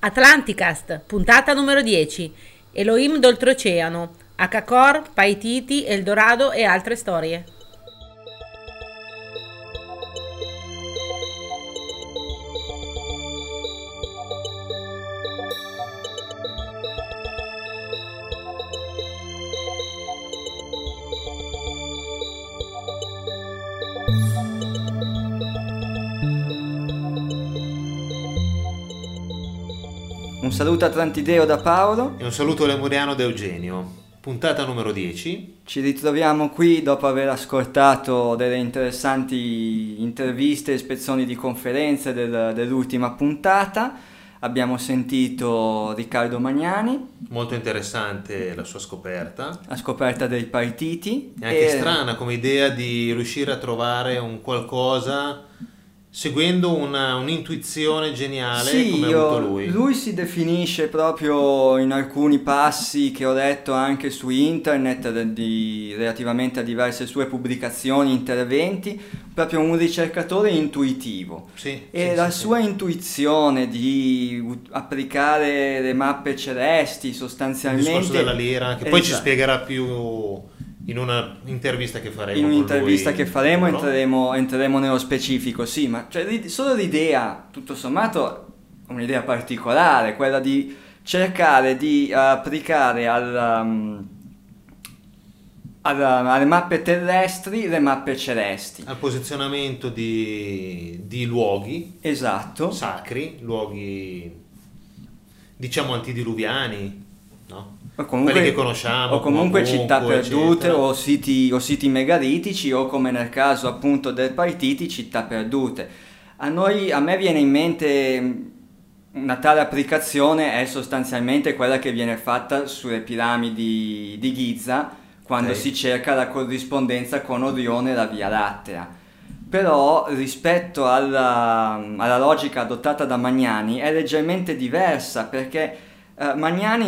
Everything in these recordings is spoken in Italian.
Atlanticast, puntata numero 10. Elohim d'oltreoceano, Akakor, Paititi, Eldorado e altre storie. Un saluto atlantideo da Paolo e un saluto lemuriano da Eugenio. Puntata numero 10. Ci ritroviamo qui dopo aver ascoltato delle interessanti interviste e spezzoni di conferenze dell'ultima puntata. Abbiamo sentito Riccardo Magnani. Molto interessante la sua scoperta. La scoperta dei partiti. È anche strana come idea di riuscire a trovare un qualcosa seguendo un'intuizione geniale, sì, come ha avuto lui. Lui si definisce proprio in alcuni passi che ho letto anche su internet relativamente a diverse sue pubblicazioni, interventi, proprio un ricercatore intuitivo. Sì, e sì, la sì, sua intuizione di applicare le mappe celesti sostanzialmente... Il discorso della lira, che poi ci Esatto. spiegherà più in una intervista che faremo. In un'intervista con lui, che faremo no? entreremo nello specifico, sì, ma solo l'idea, tutto sommato, un'idea particolare, quella di cercare di applicare alle mappe terrestri le mappe celesti. Al posizionamento di luoghi Esatto. sacri, luoghi diciamo antidiluviani, no? O comunque, quelli che conosciamo, o comunque come città Ubuntu, perdute eccetera. o siti megalitici o come nel caso appunto del Partiti città perdute. A me viene in mente una tale applicazione è sostanzialmente quella che viene fatta sulle piramidi di Giza quando si cerca la corrispondenza con Orione e la Via Lattea. Però rispetto alla logica adottata da Magnani è leggermente diversa perché Magnani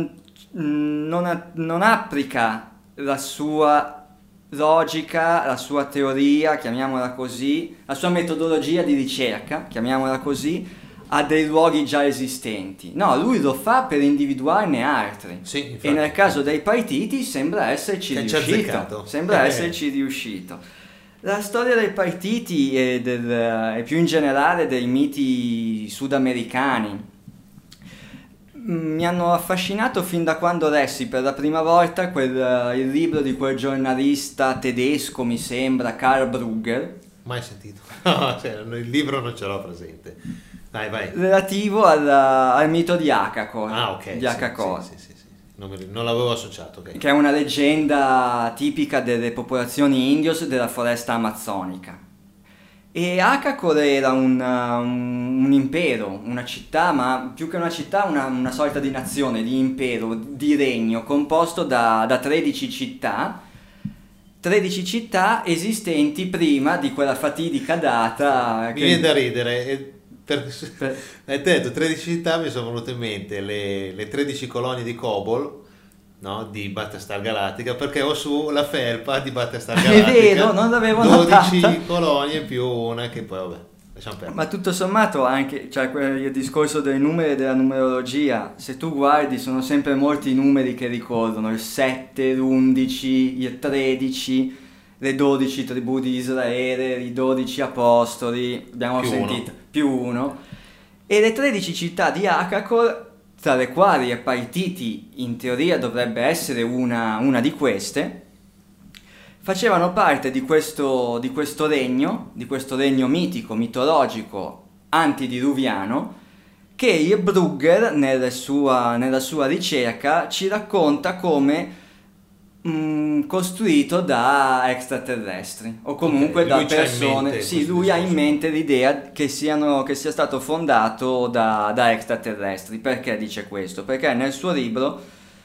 non applica la sua logica, la sua teoria, chiamiamola così, la sua metodologia di ricerca, chiamiamola così, a dei luoghi già esistenti. No, lui lo fa per individuarne altri. Sì, infatti. E nel caso dei partiti sembra esserci Che ci ha riuscito. azzeccato. Sembra esserci riuscito. La storia dei partiti e più in generale dei miti sudamericani mi hanno affascinato fin da quando lessi per la prima volta il libro di quel giornalista tedesco, mi sembra, Karl Brugger. Mai sentito. No, il libro non ce l'ho presente. Dai, vai. Relativo al mito di Akakor. Ah, ok. Di Akakor. Sì. Non l'avevo associato, ok. Che è una leggenda tipica delle popolazioni indios della foresta amazzonica. E Akakor era un impero, una città, ma più che una città una sorta di nazione, di impero, di regno, composto da 13 città, 13 città esistenti prima di quella fatidica data. Mi viene da ridere. Hai detto 13 città, mi sono venute in mente le 13 colonie di Kobol, no? Di Battlestar Galactica, perché ho su la felpa di Battlestar Galactica. È vero, non l'avevo 12 notata. colonie più una che poi vabbè, lasciamo perdere. Ma tutto sommato anche, il discorso dei numeri e della numerologia, se tu guardi sono sempre molti i numeri che ricorrono, il 7, l'11, il 13, le 12 tribù di Israele, i 12 apostoli, abbiamo Più sentito, uno. più uno, e le 13 città di Akakor, tra le quali e Paititi in teoria dovrebbe essere una di queste, facevano parte di questo regno mitico, mitologico, antidiluviano, che il Brugger nella sua ricerca ci racconta come costruito da extraterrestri o comunque da persone. Sì, lui ha in mente l'idea che sia stato fondato da extraterrestri. Perché dice questo? Perché nel suo libro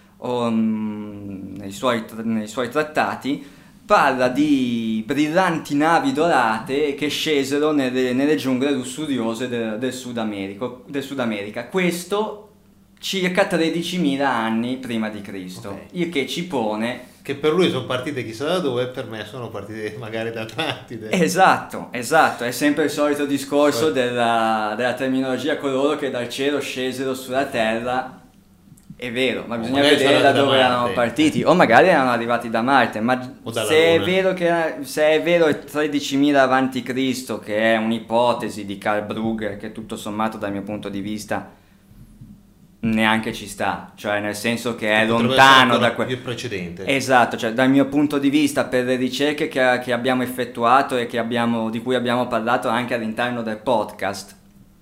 nei suoi trattati parla di brillanti navi dorate che scesero nelle giungle lussuriose del Sud America. Questo circa 13.000 anni prima di Cristo, Ok. il che ci pone... Che per lui sono partite chissà da dove, per me sono partite magari da Atlantide. Esatto, è sempre il solito discorso della terminologia, coloro che dal cielo scesero sulla terra, è vero, ma bisogna magari vedere sono da andati dove da erano Marte. partiti, o magari erano arrivati da Marte, ma O dalla se è Luna. vero se è vero il 13.000 avanti Cristo, che è un'ipotesi di Carl Brugger, che tutto sommato dal mio punto di vista neanche ci sta, cioè nel senso che è Potrebbe lontano essere da ancora più precedente. Esatto, cioè dal mio punto di vista, per le ricerche che abbiamo effettuato e di cui abbiamo parlato anche all'interno del podcast,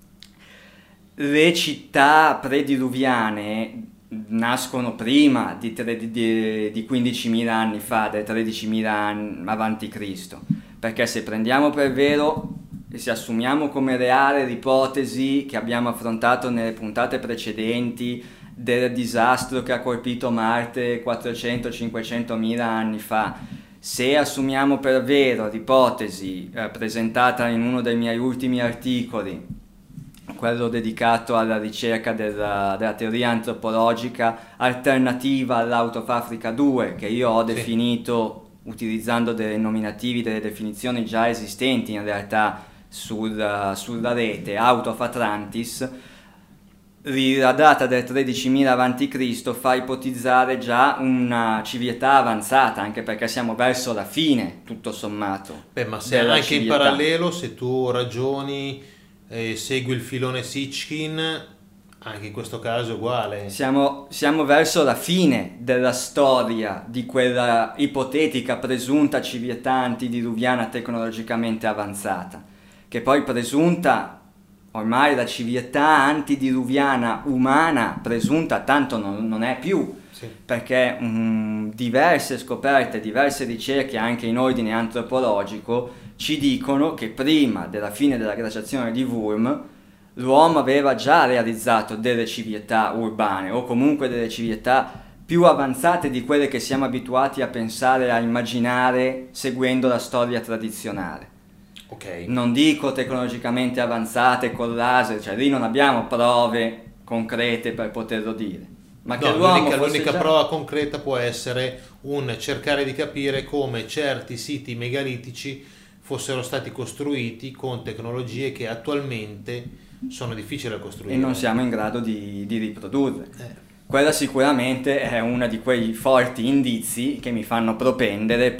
le città prediluviane nascono prima di 15.000 anni fa, dai 13.000 anni avanti Cristo, perché se prendiamo per vero e se assumiamo come reale l'ipotesi che abbiamo affrontato nelle puntate precedenti del disastro che ha colpito Marte 400-500 mila anni fa, se assumiamo per vero l'ipotesi presentata in uno dei miei ultimi articoli, quello dedicato alla ricerca della teoria antropologica alternativa all'Out of Africa 2, che io ho definito utilizzando dei nominativi, delle definizioni già esistenti in realtà sulla rete, Out of Atlantis. La data del 13.000 a.C. fa ipotizzare già una civiltà avanzata, anche perché siamo verso la fine, tutto sommato. Beh, ma se della anche civiltà. in parallelo, se tu ragioni, segui il filone Sitchin, anche in questo caso è uguale. Siamo verso la fine della storia di quella ipotetica presunta civiltà antidiluviana tecnologicamente avanzata, che poi presunta, ormai la civiltà antidiluviana umana presunta tanto non è più, Sì. perché diverse scoperte, diverse ricerche anche in ordine antropologico ci dicono che prima della fine della glaciazione di Würm l'uomo aveva già realizzato delle civiltà urbane o comunque delle civiltà più avanzate di quelle che siamo abituati a pensare, a immaginare seguendo la storia tradizionale. Ok. Non dico tecnologicamente avanzate con laser, cioè lì non abbiamo prove concrete per poterlo dire. Ma che No, l'uomo fosse l'unica già... prova concreta può essere un cercare di capire come certi siti megalitici fossero stati costruiti con tecnologie che attualmente sono difficili da costruire. e non siamo in grado di riprodurre. Quella sicuramente è uno di quei forti indizi che mi fanno propendere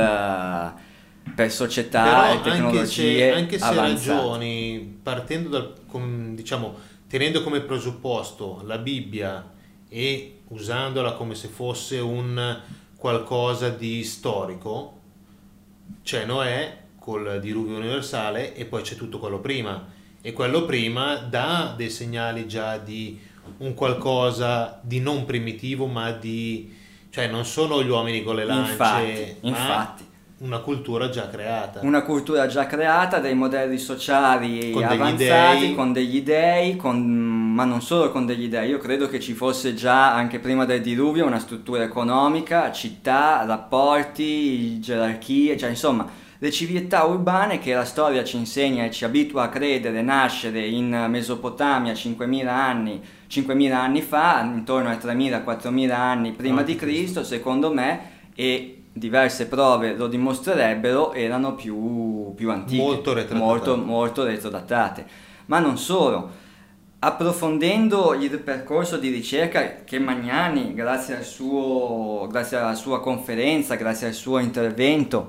per società e tecnologie anche se avanzate. ragioni partendo diciamo, tenendo come presupposto la Bibbia e usandola come se fosse un qualcosa di storico, c'è Noè col diluvio universale e poi c'è tutto quello prima, e quello prima dà dei segnali già di un qualcosa di non primitivo, ma cioè non sono gli uomini con le lance, Infatti. una cultura già creata. Una cultura già creata, dei modelli sociali Con degli avanzati, dei. con degli dei, ma non solo con degli dei. Io credo che ci fosse già, anche prima del diluvio, una struttura economica, città, rapporti, gerarchie, cioè insomma le civiltà urbane che la storia ci insegna e ci abitua a credere nascere in Mesopotamia 5.000 anni fa, intorno ai 3.000-4.000 anni prima di Cristo, secondo me, e diverse prove lo dimostrerebbero, erano più antiche, molto retrodatate. Ma non solo, approfondendo il percorso di ricerca che Magnani, grazie alla sua conferenza, grazie al suo intervento,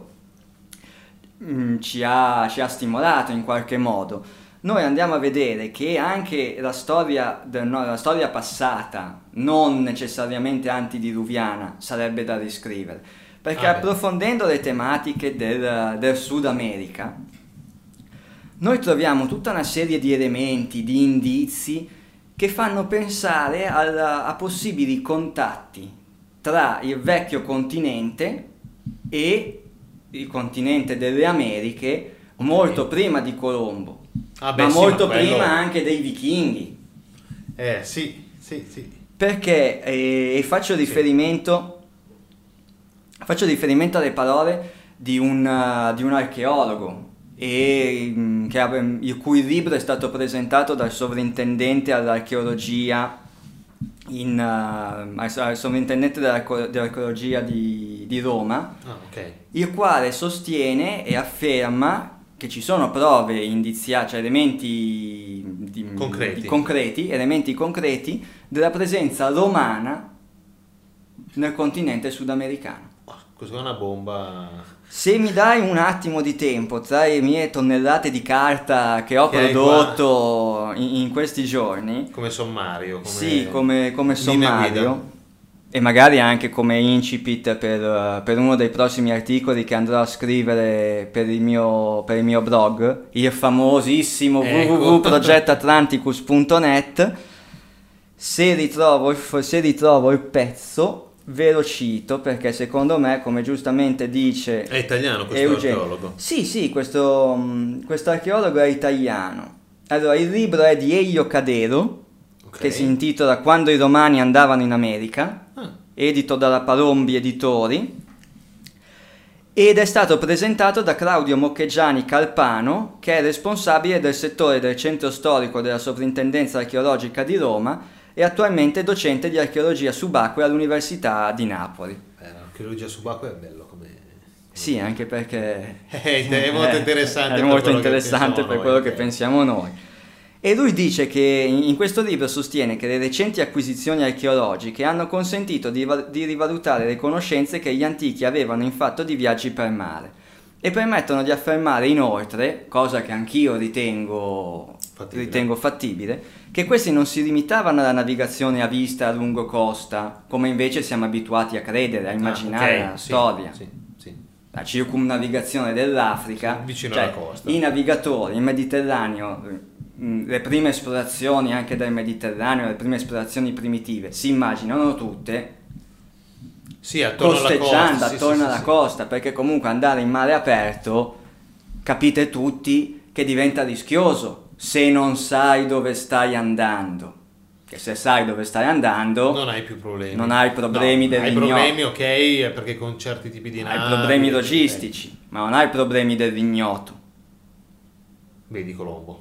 ci ha stimolato in qualche modo, noi andiamo a vedere che anche la storia passata, non necessariamente antidiluviana, sarebbe da riscrivere, perché approfondendo le tematiche del Sud America noi troviamo tutta una serie di elementi, di indizi che fanno pensare a possibili contatti tra il vecchio continente e il continente delle Americhe, molto prima di Colombo, ma molto prima anche dei vichinghi. Sì. Perché faccio riferimento alle parole di un archeologo il cui libro è stato presentato dal sovrintendente all'archeologia al sovrintendente dell'archeologia di Roma, ok. il quale sostiene e afferma che ci sono prove indiziate, cioè elementi concreti della presenza romana nel continente sudamericano. Cos'è una bomba? Se mi dai un attimo di tempo tra le mie tonnellate di carta che ho prodotto in questi giorni, come sommario, sì, come sommario, e magari anche come incipit per uno dei prossimi articoli che andrò a scrivere per il mio blog, il famosissimo www.progettatlanticus.net, se ritrovo il pezzo ve lo cito, perché secondo me, come giustamente dice, è italiano questo archeologo. Sì, questo archeologo è italiano. Allora, il libro è di Elio Cadero, che si intitola Quando i Romani andavano in America, edito dalla Palombi Editori, ed è stato presentato da Claudio Moccheggiani Carpano, che è responsabile del settore del centro storico della Soprintendenza Archeologica di Roma e attualmente docente di archeologia subacquea all'Università di Napoli. L'archeologia subacquea è bello come... Sì, anche perché è molto interessante, è molto interessante per quello che pensiamo noi. E lui dice che in questo libro sostiene che le recenti acquisizioni archeologiche hanno consentito di rivalutare le conoscenze che gli antichi avevano in fatto di viaggi per mare e permettono di affermare inoltre, cosa che anch'io ritengo fattibile, che questi non si limitavano alla navigazione a vista a lungo costa, come invece siamo abituati a credere, a immaginare nella storia. Sì. La circumnavigazione dell'Africa, vicino alla costa. I navigatori, il Mediterraneo, le prime esplorazioni anche del Mediterraneo, le prime esplorazioni primitive, si immaginano tutte costeggiando attorno alla costa, perché comunque andare in mare aperto, capite tutti, che diventa rischioso se non sai dove stai andando. Che se sai dove stai andando non hai più problemi. Non hai problemi dell'ignoto. Hai problemi, ok, perché con certi tipi di navi hai problemi logistici, ma non hai problemi dell'ignoto. Vedi Colombo.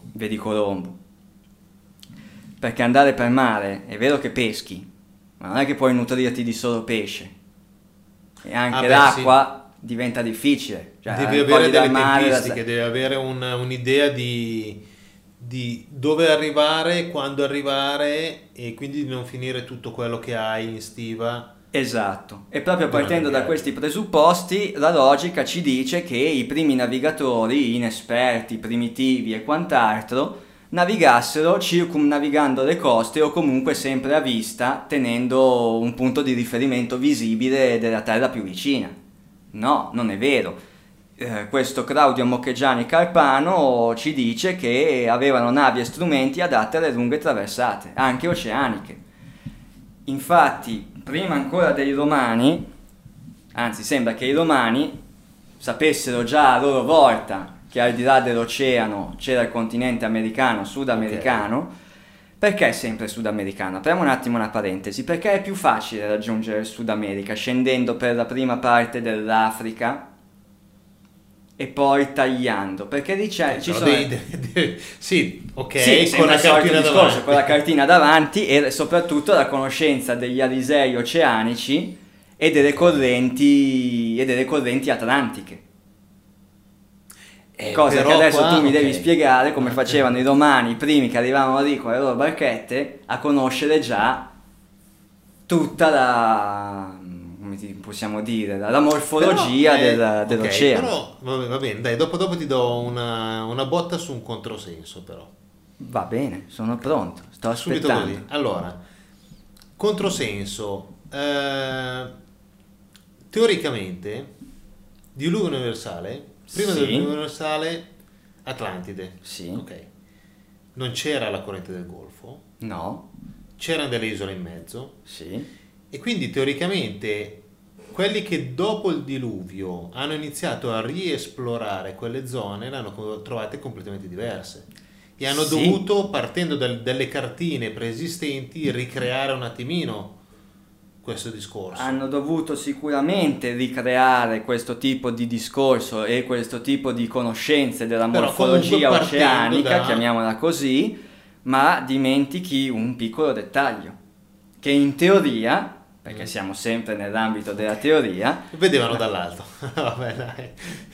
Perché andare per mare è vero che peschi, ma non è che puoi nutrirti di solo pesce. E anche l'acqua diventa difficile. Cioè, devi avere delle tempistiche, devi avere un'idea di dove arrivare, quando arrivare, e quindi di non finire tutto quello che hai in stiva. Esatto, e proprio partendo da questi presupposti la logica ci dice che i primi navigatori inesperti, primitivi e quant'altro navigassero circumnavigando le coste o comunque sempre a vista, tenendo un punto di riferimento visibile della terra più vicina. No, non è vero. Questo Claudio Moccheggiani Carpano ci dice che avevano navi e strumenti adatti alle lunghe traversate, anche oceaniche. Infatti, prima ancora dei Romani, anzi sembra che i Romani sapessero già a loro volta che al di là dell'oceano c'era il continente americano, sudamericano. Perché sempre sudamericano? Apriamo un attimo una parentesi, perché è più facile raggiungere il Sud America scendendo per la prima parte dell'Africa e poi tagliando, perché lì ci sono sì, ok, sì, con la cartina davanti, con la cartina davanti, e soprattutto la conoscenza degli alisei oceanici e delle correnti atlantiche, cosa che adesso tu mi devi spiegare come facevano i romani, i primi che arrivavano lì con le loro barchette, a conoscere già tutta la, come possiamo dire, la morfologia dell'oceano. Però va bene, dai, dopo ti do una botta su un controsenso, però. Va bene, sono pronto, sto aspettando. Subito così. Allora, controsenso. Teoricamente, diluvio universale, prima del diluvio universale, Atlantide. Sì. Ok. Non c'era la corrente del Golfo. No. C'erano delle isole in mezzo. Sì. E quindi teoricamente quelli che dopo il diluvio hanno iniziato a riesplorare quelle zone le hanno trovate completamente diverse e hanno dovuto, partendo dalle cartine preesistenti, ricreare un attimino questo discorso. Hanno dovuto sicuramente ricreare questo tipo di discorso e questo tipo di conoscenze della morfologia oceanica, chiamiamola così, ma dimentichi un piccolo dettaglio. che in teoria, perché siamo sempre nell'ambito della teoria, vedevano dall'alto. Vabbè, dai.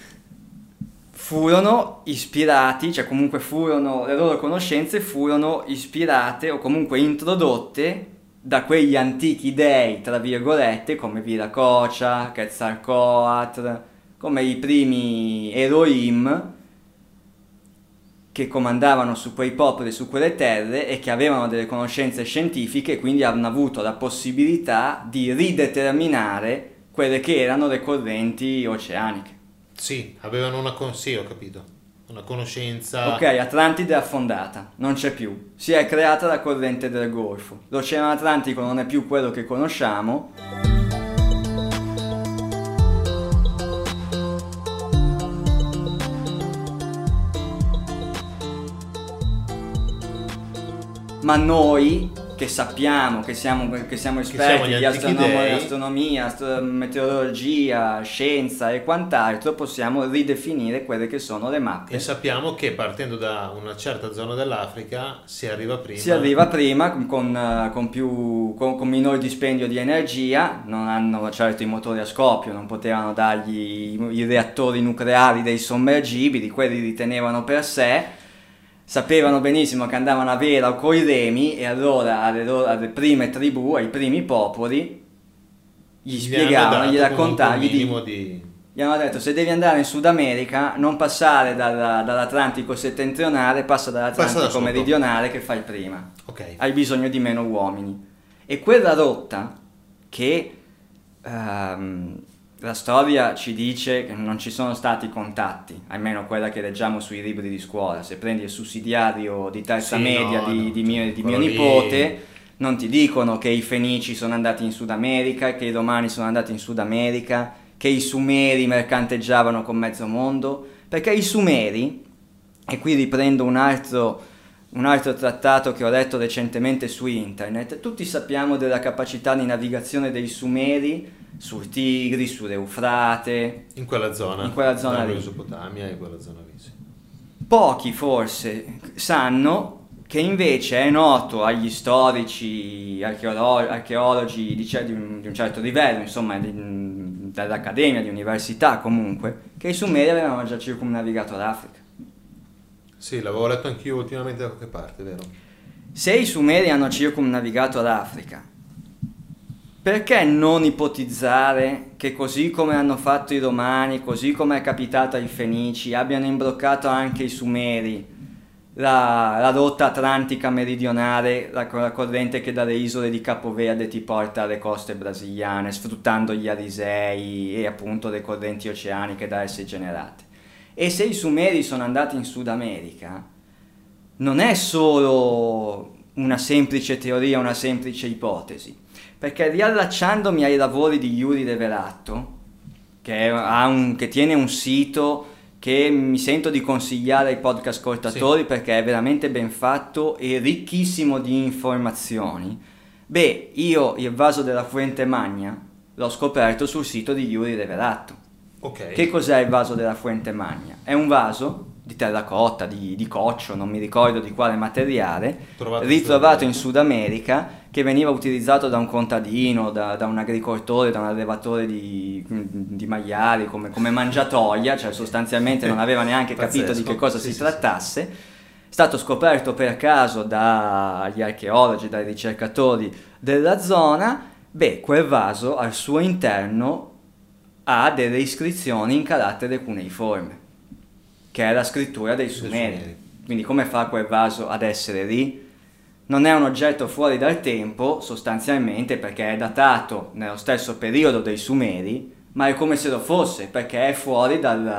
Furono ispirati, cioè comunque le loro conoscenze furono ispirate o comunque introdotte da quegli antichi dei, tra virgolette, come Viracocha, Quetzalcoatl, come i primi Elohim che comandavano su quei popoli, su quelle terre e che avevano delle conoscenze scientifiche e quindi hanno avuto la possibilità di rideterminare quelle che erano le correnti oceaniche. Sì, avevano sì, ho capito. Una conoscenza. Ok, Atlantide è affondata, non c'è più. Si è creata la corrente del Golfo. L'Oceano Atlantico non è più quello che conosciamo. Ma noi che sappiamo, che siamo esperti di astronomia, meteorologia, scienza e quant'altro, possiamo ridefinire quelle che sono le mappe. E sappiamo che partendo da una certa zona dell'Africa si arriva prima. Si arriva prima con minor dispendio di energia, non hanno certo i motori a scoppio, non potevano dargli i reattori nucleari dei sommergibili, quelli li tenevano per sé. Sapevano benissimo che andavano a vela coi remi e allora alle prime tribù, ai primi popoli, gli spiegavano, gli raccontavano, gli hanno detto: se devi andare in Sud America non passare dall'Atlantico settentrionale, passa dall'Atlantico meridionale che fai prima. Okay. Hai bisogno di meno uomini. E quella rotta che la storia ci dice che non ci sono stati contatti, almeno quella che leggiamo sui libri di scuola. Se prendi il sussidiario di terza media di mio nipote, non ti dicono che i Fenici sono andati in Sud America, che i Romani sono andati in Sud America, che i Sumeri mercanteggiavano con mezzo mondo, perché i Sumeri, e qui riprendo un altro trattato che ho letto recentemente su internet, tutti sappiamo della capacità di navigazione dei Sumeri sul Tigri, sull'Eufrate, in quella zona lì, Mesopotamia e quella zona lì. Sì. Pochi forse sanno che invece è noto agli storici, archeologi di un certo livello, insomma dall'accademia, di università comunque, che i Sumeri avevano già circumnavigato l'Africa. Sì, l'avevo letto anch'io ultimamente da qualche parte, vero? Se i Sumeri hanno circumnavigato l'Africa, perché non ipotizzare che così come hanno fatto i Romani, così come è capitato ai Fenici, abbiano imbroccato anche i Sumeri la rotta atlantica meridionale, la corrente che dalle isole di Capoverde ti porta alle coste brasiliane, sfruttando gli Arisei e appunto le correnti oceaniche da essi generate? E se i Sumeri sono andati in Sud America, non è solo una semplice teoria, una semplice ipotesi, perché riallacciandomi ai lavori di Yuri Leverato, che tiene un sito che mi sento di consigliare ai podcast ascoltatori, sì, perché è veramente ben fatto e ricchissimo di informazioni. Io il vaso della Fuente Magna l'ho scoperto sul sito di Yuri Leverato. Okay. Che cos'è il vaso della Fuente Magna? È un vaso di terracotta, di coccio, non mi ricordo di quale materiale, ritrovato in Sud America, che veniva utilizzato da un contadino, da un agricoltore, da un allevatore di maiali come mangiatoia, cioè sostanzialmente non aveva neanche capito di che cosa si trattasse. È stato scoperto per caso dagli archeologi, dai ricercatori della zona. Quel vaso al suo interno ha delle iscrizioni in carattere cuneiforme, che è la scrittura dei Sumeri. Quindi come fa quel vaso ad essere lì? Non è un oggetto fuori dal tempo, sostanzialmente, perché è datato nello stesso periodo dei Sumeri, ma è come se lo fosse, perché è fuori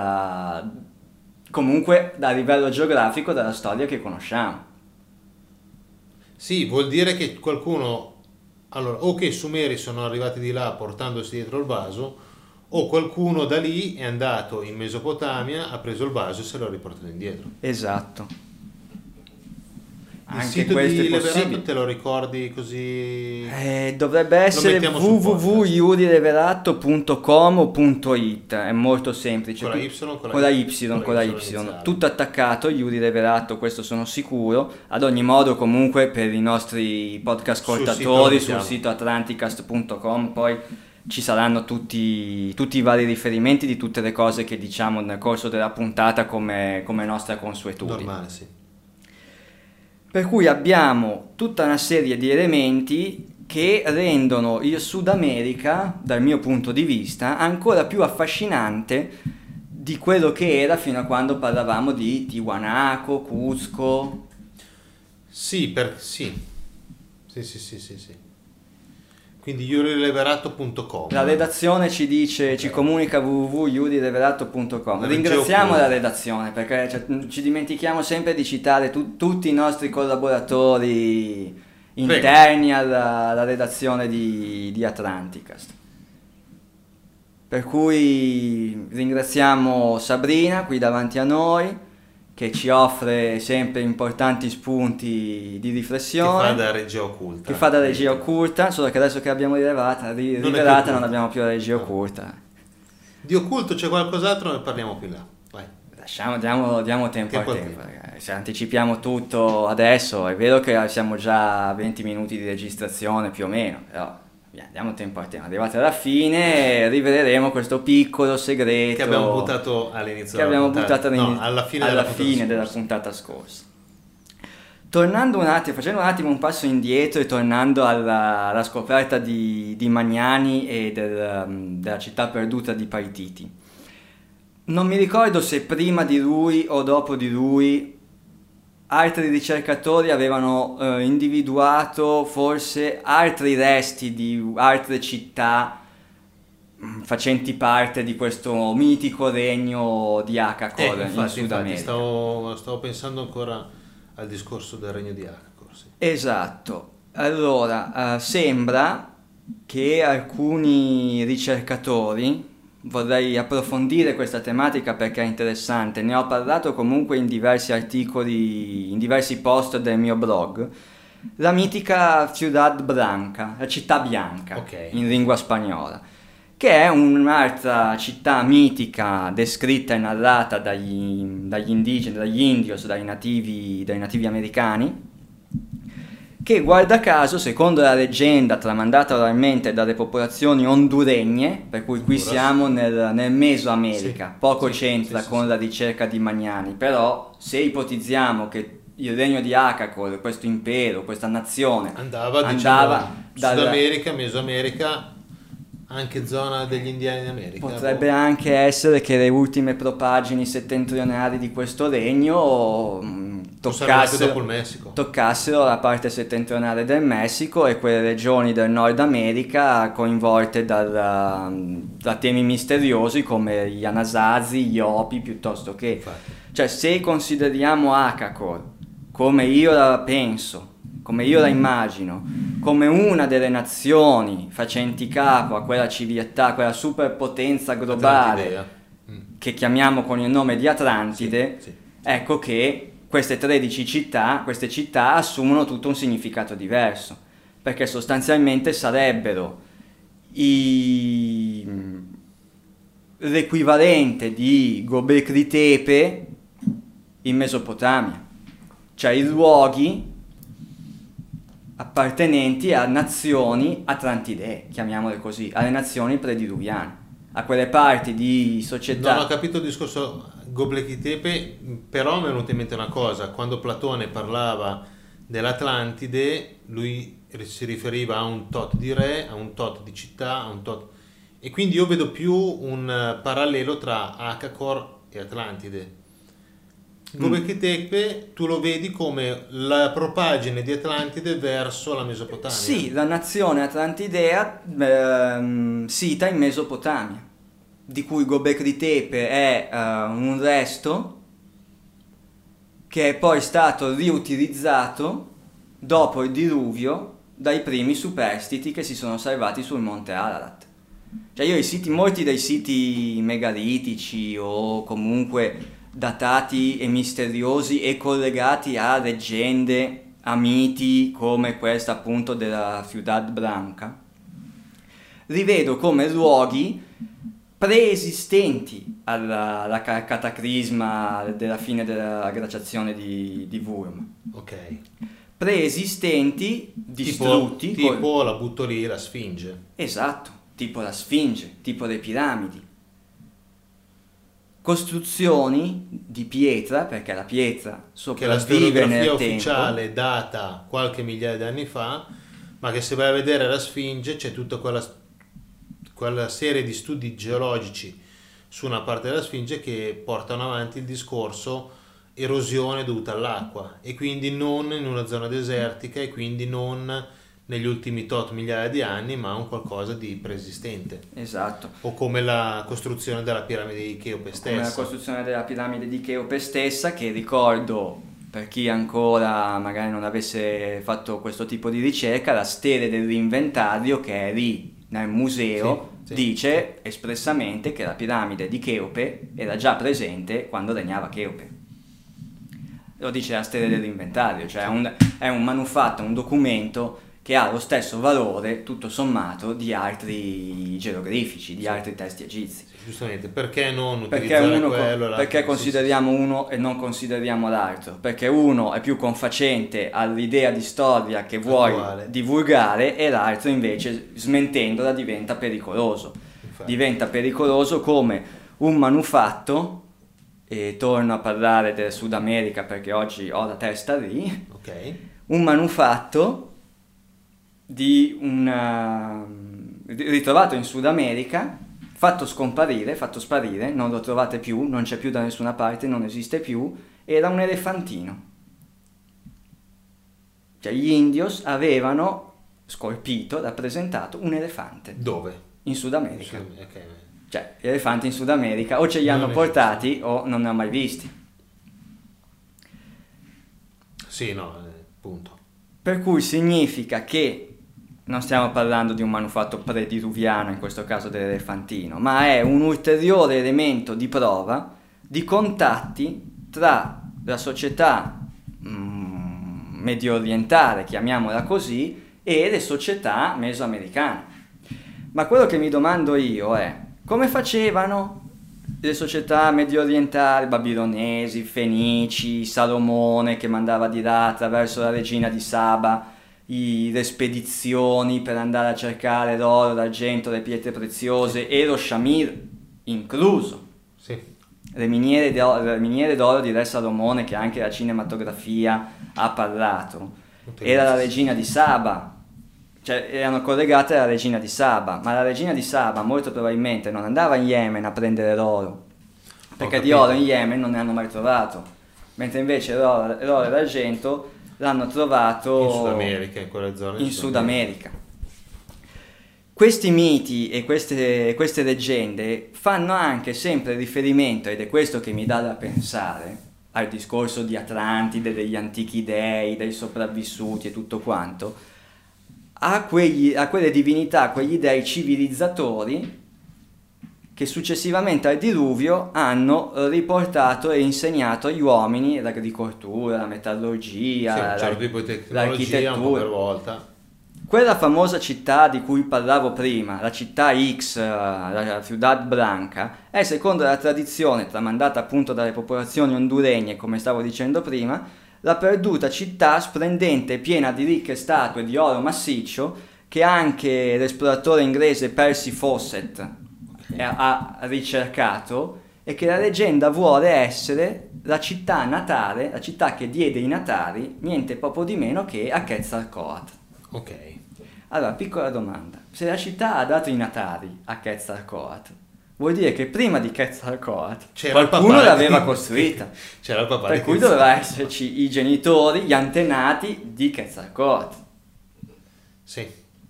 comunque dal livello geografico della storia che conosciamo. Sì, vuol dire che qualcuno, allora, o che i Sumeri sono arrivati di là portandosi dietro il vaso, o qualcuno da lì è andato in Mesopotamia, ha preso il vaso e se lo ha riportato indietro. Esatto. anche sito questo di è Leverato possibile. te lo ricordi così? Dovrebbe essere mettiamo sul www.iurileverato.com o .it, è molto semplice. Con la Y? Con la Y, iniziale. tutto attaccato, Iuri Leverato, questo sono sicuro. Ad ogni modo, comunque, per i nostri podcast ascoltatori sul sito atlanticast.com poi ci saranno tutti i vari riferimenti di tutte le cose che diciamo nel corso della puntata come nostra consuetudine. Normale, sì. Per cui abbiamo tutta una serie di elementi che rendono il Sud America, dal mio punto di vista, ancora più affascinante di quello che era fino a quando parlavamo di Tiwanaku, Cusco. Sì. Quindi yurileverato.com. La redazione ci dice, ci comunica www.yurileverato.com. Ringraziamo Geoculta. la redazione perché ci dimentichiamo sempre di citare tutti i nostri collaboratori interni alla redazione di Atlanticast. Per cui ringraziamo Sabrina qui davanti a noi, che ci offre sempre importanti spunti di riflessione. Che fa da regia occulta. Solo che adesso che l'abbiamo rivelata non abbiamo più la regia occulta. Di occulto c'è qualcos'altro, ne parliamo più là. Vai. Diamo tempo al tempo. Se anticipiamo tutto adesso, è vero che siamo già a 20 minuti di registrazione più o meno, però diamo tempo al tempo. Arrivati alla fine riveleremo questo piccolo segreto che abbiamo buttato all'inizio alla fine della puntata scorsa. Tornando un attimo, facendo un attimo un passo indietro e tornando alla scoperta di Magnani e della città perduta di Paititi. Non mi ricordo se prima di lui o dopo di lui altri ricercatori avevano individuato forse altri resti di altre città facenti parte di questo mitico regno di Akakor in Sud America. Stavo pensando ancora al discorso del regno di Akakor. Sì. Esatto. Allora, sembra che alcuni ricercatori, vorrei approfondire questa tematica perché è interessante, ne ho parlato comunque in diversi articoli, in diversi post del mio blog, la mitica Ciudad Blanca, la città bianca, in lingua spagnola, che è un'altra città mitica descritta e narrata dagli indigeni, dagli indios, dai nativi americani, che guarda caso, secondo la leggenda tramandata oralmente dalle popolazioni honduregne, per cui qui siamo nel Mesoamerica, poco c'entra con la ricerca di Magnani, però se ipotizziamo che il regno di Akakor, questo impero, questa nazione andava Sud America, Mesoamerica, anche zona degli indiani d'America. Potrebbe anche essere che le ultime propagini settentrionali di questo regno toccassero la parte settentrionale del Messico e quelle regioni del Nord America coinvolte da temi misteriosi come gli Anasazi, gli Opi, piuttosto che... Cioè, se consideriamo Akakor come io la penso, come io la immagino, come una delle nazioni facenti capo a quella civiltà, quella superpotenza globale che chiamiamo con il nome di Atlantide, ecco che queste 13 città, queste città assumono tutto un significato diverso, perché sostanzialmente sarebbero l'equivalente di Göbekli Tepe in Mesopotamia, cioè i luoghi appartenenti a nazioni atlantidee, chiamiamole così, alle nazioni prediluviane, a quelle parti di società. Non ho capito il discorso Göbekli Tepe, però mi è venuta in mente una cosa: quando Platone parlava dell'Atlantide, lui si riferiva a un tot di re, a un tot di città, a un tot, e quindi io vedo più un parallelo tra Akakor e Atlantide. Göbekli Tepe tu lo vedi come la propagine di Atlantide verso la Mesopotamia. Sì, la nazione atlantidea sita in Mesopotamia, di cui Göbekli Tepe è un resto che è poi stato riutilizzato dopo il diluvio dai primi superstiti che si sono salvati sul monte Ararat. Cioè molti dei siti megalitici o comunque datati e misteriosi e collegati a leggende a miti come questa appunto della Ciudad Blanca, rivedo come luoghi preesistenti alla cataclisma della fine della glaciazione di Wurm. Ok. Preesistenti, distrutti. Tipo la butto lì, la Sfinge. Esatto, tipo la Sfinge, tipo le piramidi. Costruzioni di pietra, perché la pietra Che la sopravvive nel storiografia tempo. ufficiale è data qualche migliaia di anni fa, ma che se vai a vedere la Sfinge c'è tutta quella serie di studi geologici su una parte della Sfinge che portano avanti il discorso erosione dovuta all'acqua, e quindi non in una zona desertica, e quindi non negli ultimi tot migliaia di anni, ma un qualcosa di preesistente. Esatto. O come la costruzione della piramide di Cheope stessa. Come la costruzione della piramide di Cheope stessa, che ricordo, per chi ancora magari non avesse fatto questo tipo di ricerca, la stele dell'inventario che è lì nel museo, sì, dice espressamente che la piramide di Cheope era già presente quando regnava Cheope. Lo dice la stele dell'inventario, cioè è un manufatto, un documento che ha lo stesso valore, tutto sommato, di altri geroglifici, di altri testi egizi. Giustamente, perché non utilizzare quello? Perché consideriamo uno e non consideriamo l'altro? Perché uno è più confacente all'idea di storia che vuoi divulgare, e l'altro invece, smentendola, diventa pericoloso. Infatti. Diventa pericoloso come un manufatto, e torno a parlare del Sud America perché oggi ho la testa lì, un manufatto ritrovato in Sud America, fatto sparire, non lo trovate più, non c'è più da nessuna parte, non esiste più, era un elefantino. Cioè gli indios avevano scolpito, rappresentato un elefante. Dove? In Sud America. Okay. Cioè gli elefanti in Sud America o ce li hanno portati o non ne ho mai visti. Sì, no, punto. Per cui significa che non stiamo parlando di un manufatto prediluviano, in questo caso dell'elefantino, ma è un ulteriore elemento di prova di contatti tra la società medio orientale, chiamiamola così, e le società mesoamericane. Ma quello che mi domando io è: come facevano le società medio orientali, babilonesi, fenici, Salomone che mandava di là attraverso la regina di Saba le spedizioni per andare a cercare l'oro, l'argento, le pietre preziose, e lo shamir incluso? Sì. Le miniere d'oro di Re Salomone, che anche la cinematografia ha parlato, era la regina di Saba. Cioè erano collegate alla regina di Saba, ma la regina di Saba molto probabilmente non andava in Yemen a prendere l'oro, perché di oro in Yemen non ne hanno mai trovato, mentre invece l'oro e l'argento l'hanno trovato in Sud America, in quelle zone. In Sud America. Questi miti e queste leggende fanno anche sempre riferimento, ed è questo che mi dà da pensare, al discorso di Atlantide, degli antichi dei, dei sopravvissuti e tutto quanto, a quelle divinità, a quegli dei civilizzatori che successivamente al diluvio hanno riportato e insegnato agli uomini l'agricoltura, la metallurgia, un certo tipo di tecnologia, un po' per volta. Quella famosa città di cui parlavo prima, la città X, la Ciudad Blanca, è, secondo la tradizione tramandata appunto dalle popolazioni honduregne, come stavo dicendo prima, la perduta città splendente e piena di ricche statue di oro massiccio che anche l'esploratore inglese Percy Fawcett ha ricercato, e che la leggenda vuole essere la città natale, la città che diede i natali, niente poco di meno che a Quetzalcoatl. Ok. Allora, piccola domanda: se la città ha dato i natali a Quetzalcoatl, vuol dire che prima di Quetzalcoatl qualcuno l'aveva costruita. C'era il papà, per cui doveva esserci i genitori, gli antenati di Quetzalcoatl. Sì.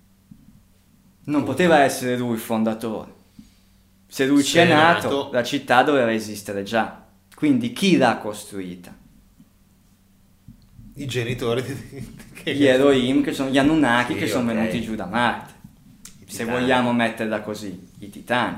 Non poteva essere lui il fondatore. Se lui ci è nato, la città doveva esistere già. Quindi chi l'ha costruita? I genitori gli Elohim, che sono gli Anunnaki, che sono venuti giù da Marte. Se vogliamo metterla così, i titani.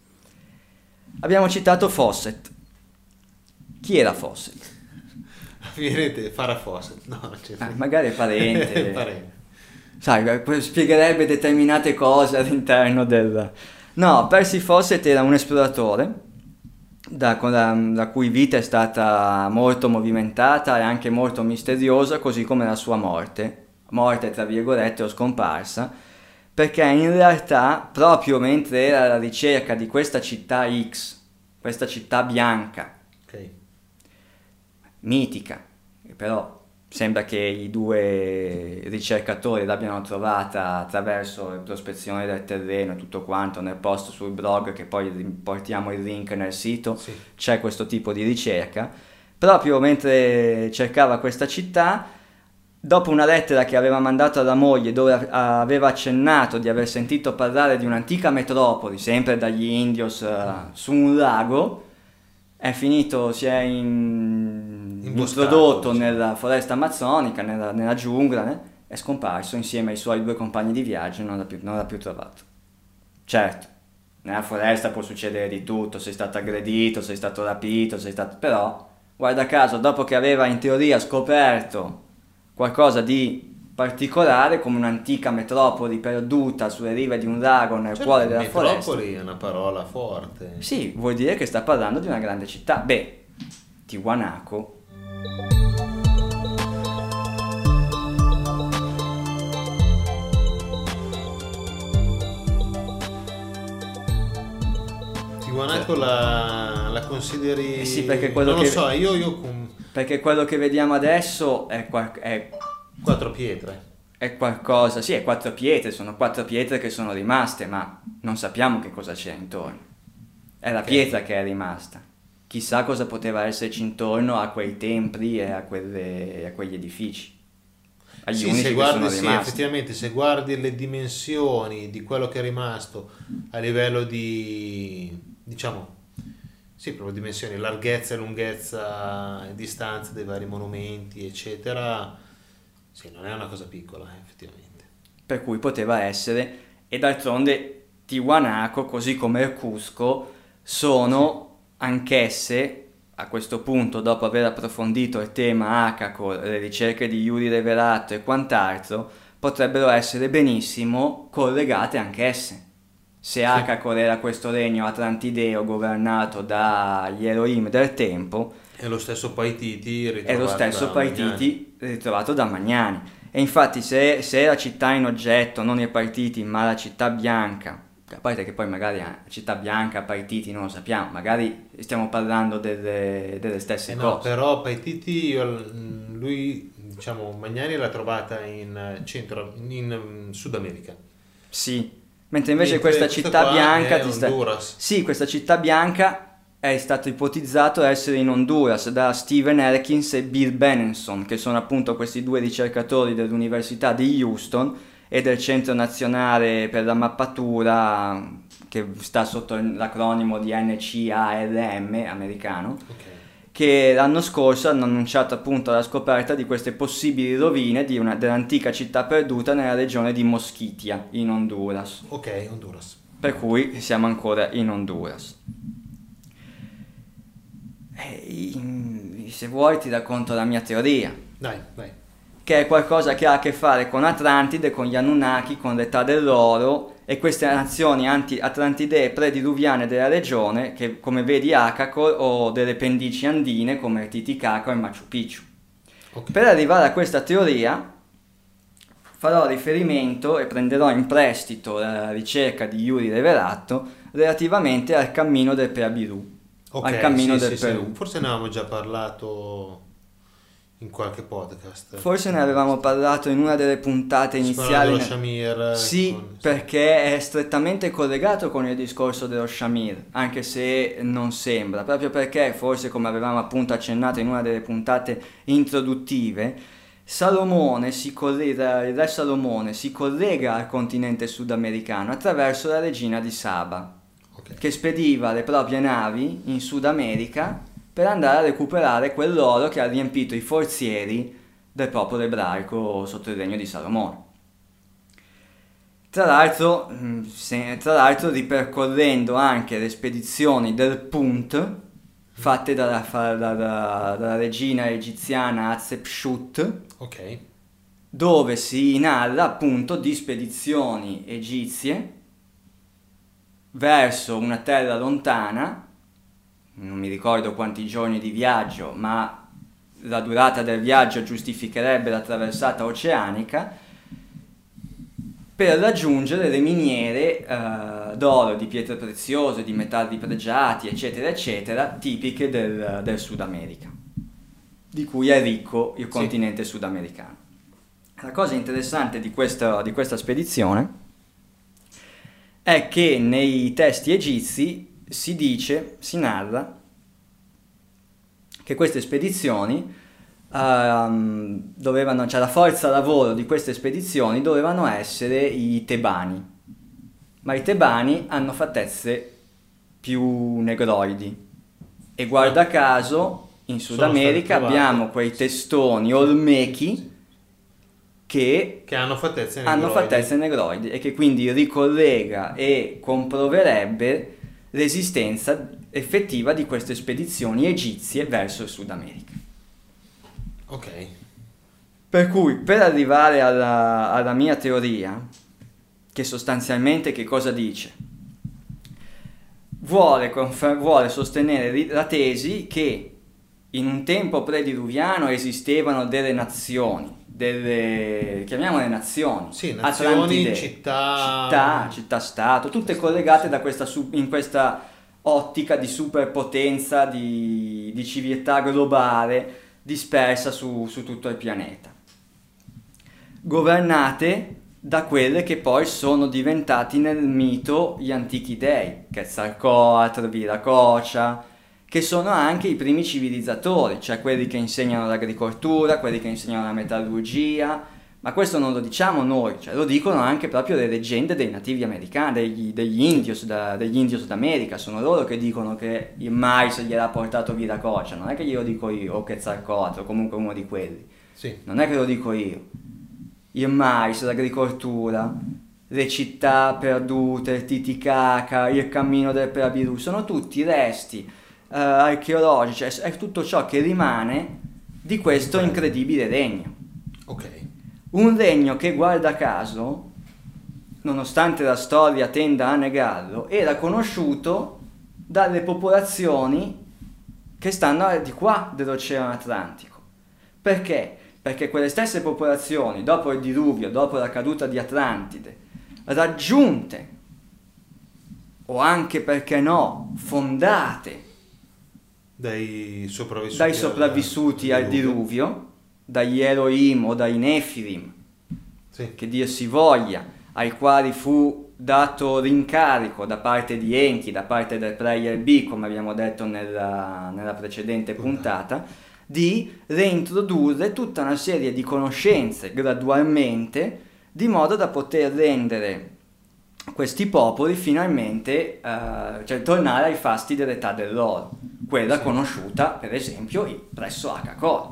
Abbiamo citato Fawcett. Chi era Fawcett? Mi viene Farrah Fawcett. No, non c'è. Magari è parente. Parente. Sai, spiegherebbe determinate cose all'interno del... No, Percy Fawcett era un esploratore la cui vita è stata molto movimentata e anche molto misteriosa, così come la sua morte tra virgolette o scomparsa, perché in realtà proprio mentre era alla ricerca di questa città X, questa città bianca, Ok. mitica, però sembra che i due ricercatori l'abbiano trovata attraverso le prospezioni del terreno e tutto quanto. Nel post sul blog, che poi portiamo il link nel sito, Sì. c'è questo tipo di ricerca. Proprio mentre cercava questa città, dopo una lettera che aveva mandato alla moglie dove aveva accennato di aver sentito parlare di un'antica metropoli, sempre dagli indios, su un lago, è finito, si è introdotto diciamo, nella foresta amazzonica, nella giungla, è scomparso insieme ai suoi 2 compagni di viaggio e non l'ha più trovato. Certo, nella foresta può succedere di tutto, sei stato aggredito, sei stato rapito, però, guarda caso, dopo che aveva in teoria scoperto qualcosa di particolare, come un'antica metropoli perduta sulle rive di un lago nel cuore della foresta. Metropoli è una parola forte. Sì, vuol dire che sta parlando di una grande città. Beh, Tiwanaku. Tiwanaku la consideri... Sì, perché quello non che... lo so, io Perché quello che vediamo adesso è 4 pietre. è qualcosa, sì, è 4 pietre, sono 4 pietre che sono rimaste, ma non sappiamo che cosa c'è intorno. È la pietra che è rimasta. Chissà cosa poteva esserci intorno a quei templi e a quegli edifici. Agli Sì, unici se che guardi, sono sì, rimasti. effettivamente, se guardi le dimensioni di quello che è rimasto a livello di, diciamo, sì, proprio dimensioni, larghezza e lunghezza e distanza dei vari monumenti, eccetera, sì, non è una cosa piccola, effettivamente. Per cui poteva essere, e d'altronde Tiwanaku, così come il Cusco, sono anch'esse, a questo punto, dopo aver approfondito il tema Akako, le ricerche di Yuri Reverato e quant'altro, potrebbero essere benissimo collegate anch'esse. Se Akako era questo regno atlantideo governato dagli Elohim del tempo, È lo stesso Paititi è lo stesso da Magnani. Paititi ritrovato da Magnani. E infatti se la città in oggetto non i Paititi ma la città bianca, a parte che poi magari la città bianca, Paititi non lo sappiamo, magari stiamo parlando delle stesse No, cose. però Paititi, lui, diciamo, Magnani l'ha trovata in Sud America. Sì, mentre invece Mentre questa questa città qua bianca è Honduras. Sì, questa città bianca è stato ipotizzato essere in Honduras da Stephen Elkins e Bill Benenson, che sono appunto questi 2 ricercatori dell'Università di Houston e del Centro Nazionale per la Mappatura, che sta sotto l'acronimo di NCARM americano, Ok. che l'anno scorso hanno annunciato appunto la scoperta di queste possibili rovine dell'antica città perduta nella regione di Mosquitia, in Honduras. Ok, Honduras. Per cui siamo ancora in Honduras. Se vuoi ti racconto la mia teoria, Dai. che è qualcosa che ha a che fare con Atlantide, con gli Anunnaki, con l'età dell'oro e queste nazioni anti-atlantidee prediluviane della regione, che come vedi Akako, o delle pendici andine come Titicaca e Machu Picchu. Ok. Per arrivare a questa teoria farò riferimento e prenderò in prestito la ricerca di Yuri Reverato relativamente al cammino del Peabiru, Ok, al cammino sì, del sì, Perù. sì. Forse ne avevamo già parlato in qualche podcast. Forse ne avevamo parlato in una delle puntate Si parlava iniziali. dello Shamir. Sì, perché è strettamente collegato con il discorso dello Shamir, anche se non sembra, proprio perché forse, come avevamo appunto accennato in una delle puntate introduttive, il re Salomone si collega al continente sudamericano attraverso la regina di Saba, Ok. che spediva le proprie navi in Sud America per andare a recuperare quell'oro che ha riempito i forzieri del popolo ebraico sotto il regno di Salomone. Tra l'altro, ripercorrendo anche le spedizioni del Punt, fatte dalla regina egiziana Hatshepsut, Ok. dove si narra appunto di spedizioni egizie verso una terra lontana, non mi ricordo quanti giorni di viaggio, ma la durata del viaggio giustificherebbe la traversata oceanica, per raggiungere le miniere d'oro, di pietre preziose, di metalli pregiati, eccetera, eccetera, tipiche del Sud America, di cui è ricco il continente sudamericano. La cosa interessante di questa spedizione è che nei testi egizi si narra che queste spedizioni cioè la forza lavoro di queste spedizioni dovevano essere i tebani, ma i tebani hanno fattezze più negroidi e guarda caso in Sud America abbiamo quei testoni olmechi che hanno fattezze negroidi e che quindi ricollega e comproverebbe l'esistenza effettiva di queste spedizioni egizie verso il Sud America. Ok. Per cui, per arrivare alla mia teoria, che sostanzialmente che cosa dice? Vuole sostenere la tesi che in un tempo prediluviano esistevano delle nazioni, chiamiamole nazioni, sì, nazioni, città-stato, tutte collegate in questa ottica di superpotenza, di civiltà globale dispersa su tutto il pianeta, governate da quelle che poi sono diventati nel mito gli antichi dei, Quetzalcoatl, Viracocha, che sono anche i primi civilizzatori, cioè quelli che insegnano l'agricoltura, quelli che insegnano la metallurgia, ma questo non lo diciamo noi, cioè lo dicono anche proprio le leggende dei nativi americani, degli indios d'America, sono loro che dicono che il mais gliel'ha portato Viracocha, non è che glielo dico io, o Quetzalcoatl, o comunque uno di quelli, sì. Non è che lo dico io. Il mais, l'agricoltura, le città perdute, il Titicaca, il cammino del Perabiru, sono tutti resti archeologici, è tutto ciò che rimane di questo incredibile regno. Ok. Un regno che, guarda caso, nonostante la storia tenda a negarlo, era conosciuto dalle popolazioni che stanno di qua dell'Oceano Atlantico. Perché? Perché quelle stesse popolazioni, dopo il diluvio, dopo la caduta di Atlantide, raggiunte, o anche, perché no, fondate dai sopravvissuti al diluvio, dagli Elohim o dai Nefilim, sì. Che dir si voglia, ai quali fu dato rincarico da parte di Enki, da parte del Player B, come abbiamo detto nella precedente puntata, di reintrodurre tutta una serie di conoscenze gradualmente, di modo da poter rendere questi popoli finalmente, cioè tornare ai fasti dell'età dell'oro, quella conosciuta per esempio presso Akakor.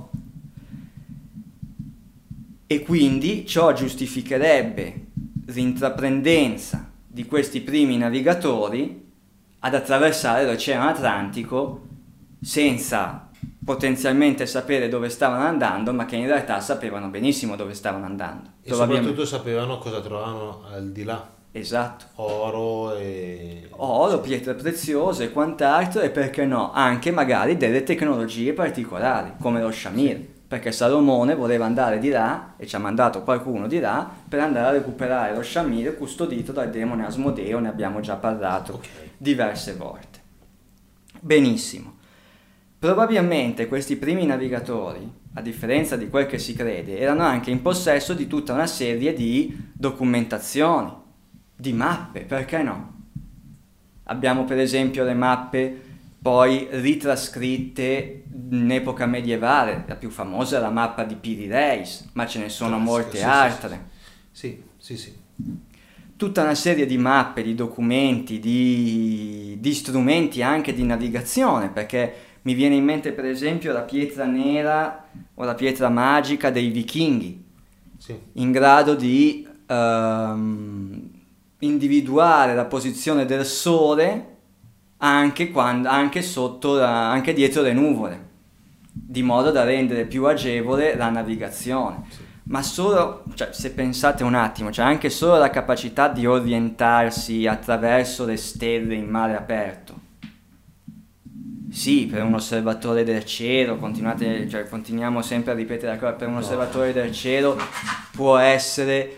E quindi ciò giustificherebbe l'intraprendenza di questi primi navigatori ad attraversare l'Oceano Atlantico senza potenzialmente sapere dove stavano andando, ma che in realtà sapevano benissimo dove stavano andando. E soprattutto sapevano cosa trovavano al di là. Esatto. Oro, pietre preziose e quant'altro, e perché no, anche magari delle tecnologie particolari, come lo shamir, perché Salomone voleva andare di là, e ci ha mandato qualcuno di là, per andare a recuperare lo shamir custodito dal demone Asmodeo, ne abbiamo già parlato diverse volte. Benissimo. Probabilmente questi primi navigatori, a differenza di quel che si crede, erano anche in possesso di tutta una serie di documentazioni, di mappe, perché no? Abbiamo per esempio le mappe poi ritrascritte in epoca medievale, la più famosa è la mappa di Piri Reis, ma ce ne sono molte altre. Sì. Tutta una serie di mappe, di documenti, di strumenti anche di navigazione, perché mi viene in mente per esempio la pietra nera o la pietra magica dei vichinghi, in grado di individuare la posizione del sole anche dietro le nuvole, di modo da rendere più agevole la navigazione. Sì. Ma solo, cioè, se pensate un attimo, cioè anche solo la capacità di orientarsi attraverso le stelle in mare aperto. Sì, per un osservatore del cielo, continuiamo sempre a ripetere la cosa, per un osservatore del cielo può essere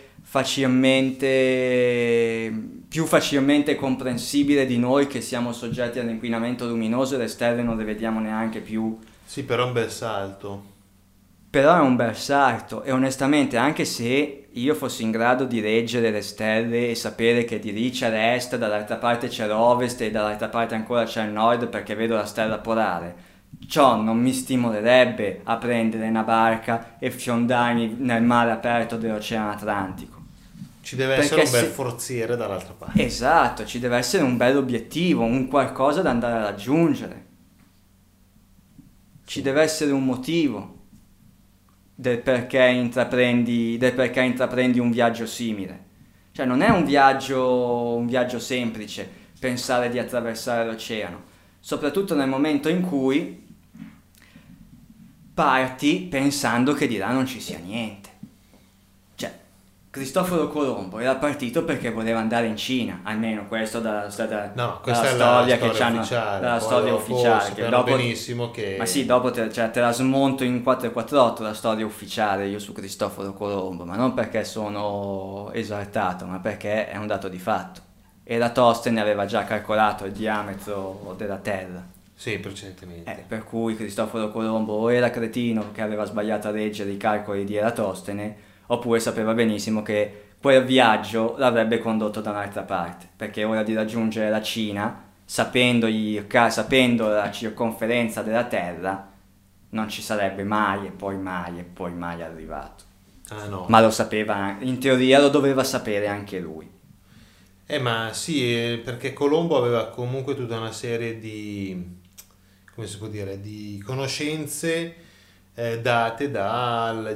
più facilmente comprensibile di noi che siamo soggetti all'inquinamento luminoso e le stelle non le vediamo neanche più. Sì, però è un bel salto. Però è un bel salto, e onestamente anche se io fossi in grado di leggere le stelle e sapere che di lì c'è l'est, dall'altra parte c'è l'ovest e dall'altra parte ancora c'è il nord perché vedo la stella polare, ciò non mi stimolerebbe a prendere una barca e fiondarmi nel mare aperto dell'Oceano Atlantico. Ci deve essere un bel forziere dall'altra parte. Esatto, ci deve essere un bel obiettivo, un qualcosa da andare a raggiungere. Ci deve essere un motivo del perché intraprendi un viaggio simile. Cioè non è un viaggio semplice pensare di attraversare l'oceano, soprattutto nel momento in cui parti pensando che di là non ci sia niente. Cioè, Cristoforo Colombo era partito perché voleva andare in Cina, almeno questo dalla storia che c'hanno, dalla storia ufficiale. Che dopo, benissimo che... Ma sì, dopo te la smonto in 448 la storia ufficiale io su Cristoforo Colombo, ma non perché sono esaltato, ma perché è un dato di fatto. Eratostene aveva già calcolato il diametro della Terra. Sì, precedentemente. Per cui Cristoforo Colombo o era cretino che aveva sbagliato a leggere i calcoli di Eratostene, oppure sapeva benissimo che quel viaggio l'avrebbe condotto da un'altra parte, perché ora di raggiungere la Cina, sapendo la circonferenza della Terra, non ci sarebbe mai e poi mai arrivato. Ah no. Ma lo sapeva, in teoria lo doveva sapere anche lui. Ma sì, perché Colombo aveva comunque tutta una serie di, come si può dire, di conoscenze date dal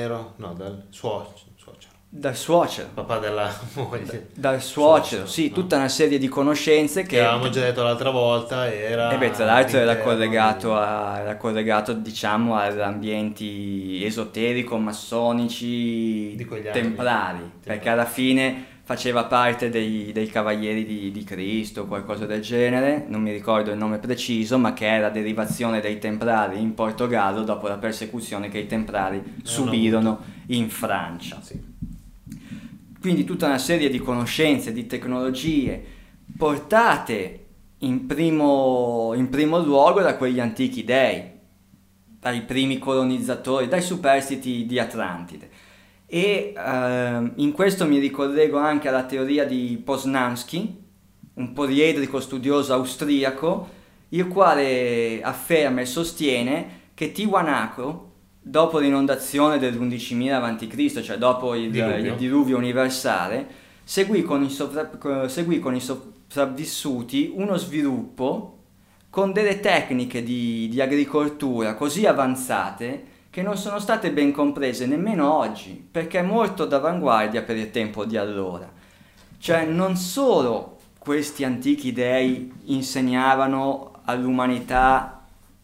suocero, papà della moglie, dal suocero, sì, no? Tutta una serie di conoscenze che avevamo già detto l'altra volta, tra l'altro era collegato diciamo agli ambienti esoterico massonici templari, perché alla fine faceva parte dei Cavalieri di Cristo, qualcosa del genere, non mi ricordo il nome preciso, ma che era derivazione dei Templari in Portogallo dopo la persecuzione che i Templari subirono in Francia. Sì. Quindi tutta una serie di conoscenze, di tecnologie portate in primo luogo da quegli antichi dei, dai primi colonizzatori, dai superstiti di Atlantide. E in questo mi ricollego anche alla teoria di Poznanski, un poliedrico studioso austriaco, il quale afferma e sostiene che Tiwanaku, dopo l'inondazione dell'11.000 a.C., cioè dopo il diluvio universale, seguì con i sopravvissuti uno sviluppo con delle tecniche di agricoltura così avanzate che non sono state ben comprese nemmeno oggi, perché è molto d'avanguardia per il tempo di allora. Cioè non solo questi antichi dei insegnavano all'umanità,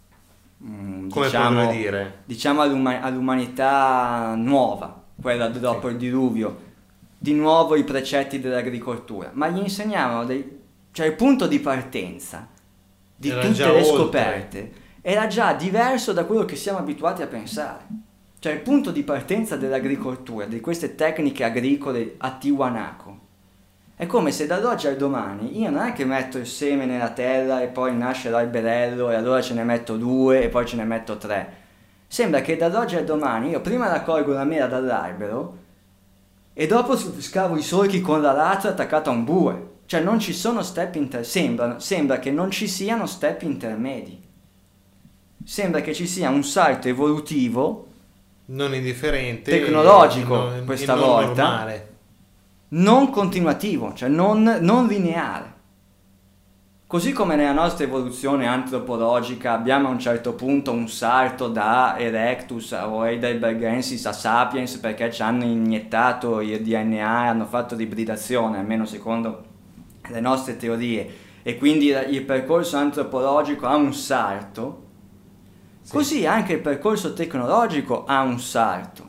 diciamo all'umanità nuova, quella dopo il diluvio, di nuovo i precetti dell'agricoltura, ma gli insegnavano il punto di partenza di tutte le scoperte era già diverso da quello che siamo abituati a pensare. Cioè il punto di partenza dell'agricoltura, di queste tecniche agricole a Tiwanaku, è come se dall'oggi al domani io non è che metto il seme nella terra e poi nasce l'alberello e allora ce ne metto 2 e poi ce ne metto 3. Sembra che dall'oggi al domani io prima raccolgo la mela dall'albero e dopo scavo i solchi con la lattua attaccata a un bue. Cioè non ci sono step sembra che non ci siano step intermedi. Sembra che ci sia un salto evolutivo non indifferente, tecnologico questa volta, normale, non continuativo, cioè non lineare. Così come nella nostra evoluzione antropologica abbiamo a un certo punto un salto da Erectus o Heidelbergensis a Sapiens perché ci hanno iniettato il DNA e hanno fatto l'ibridazione, almeno secondo le nostre teorie, e quindi il percorso antropologico ha un salto, così anche il percorso tecnologico ha un salto.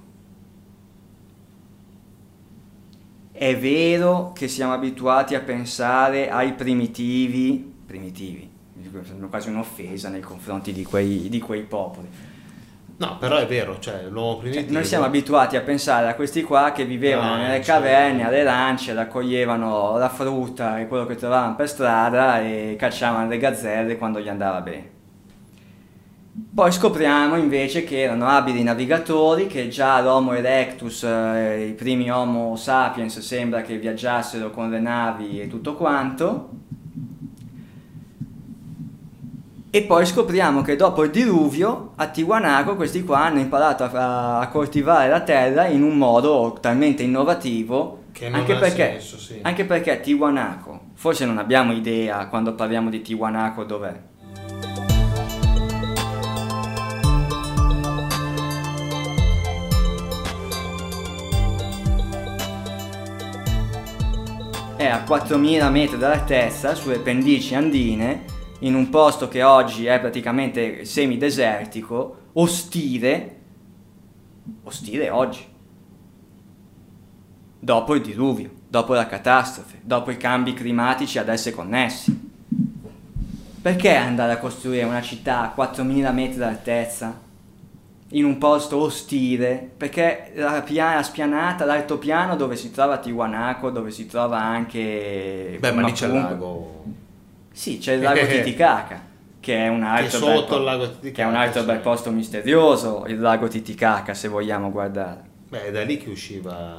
È vero che siamo abituati a pensare ai primitivi, sembra quasi un'offesa nei confronti di quei popoli. No, però è vero, cioè l'uomo primitivo... Noi siamo abituati a pensare a questi qua che vivevano nelle caverne, alle lance, raccoglievano la frutta e quello che trovavano per strada e cacciavano le gazzelle quando gli andava bene. Poi scopriamo invece che erano abili navigatori, che già l'Homo erectus, i primi Homo sapiens, sembra che viaggiassero con le navi e tutto quanto. E poi scopriamo che dopo il diluvio a Tiwanaku questi qua hanno imparato a coltivare la terra in un modo talmente innovativo che non ha senso, sì. Anche perché Tiwanaku, forse non abbiamo idea quando parliamo di Tiwanaku dov'è. È a 4.000 metri d'altezza sulle pendici andine, in un posto che oggi è praticamente semidesertico, ostile oggi, dopo il diluvio, dopo la catastrofe, dopo i cambi climatici ad esse connessi. Perché andare a costruire una città a 4.000 metri d'altezza in un posto ostile? Perché la spianata, l'altopiano dove si trova Tiwanaku, dove si trova anche... Beh, ma lì c'è il lago... Sì, c'è il lago Titicaca, che è un altro, bel posto misterioso, il lago Titicaca, se vogliamo guardare. Beh, è da lì che usciva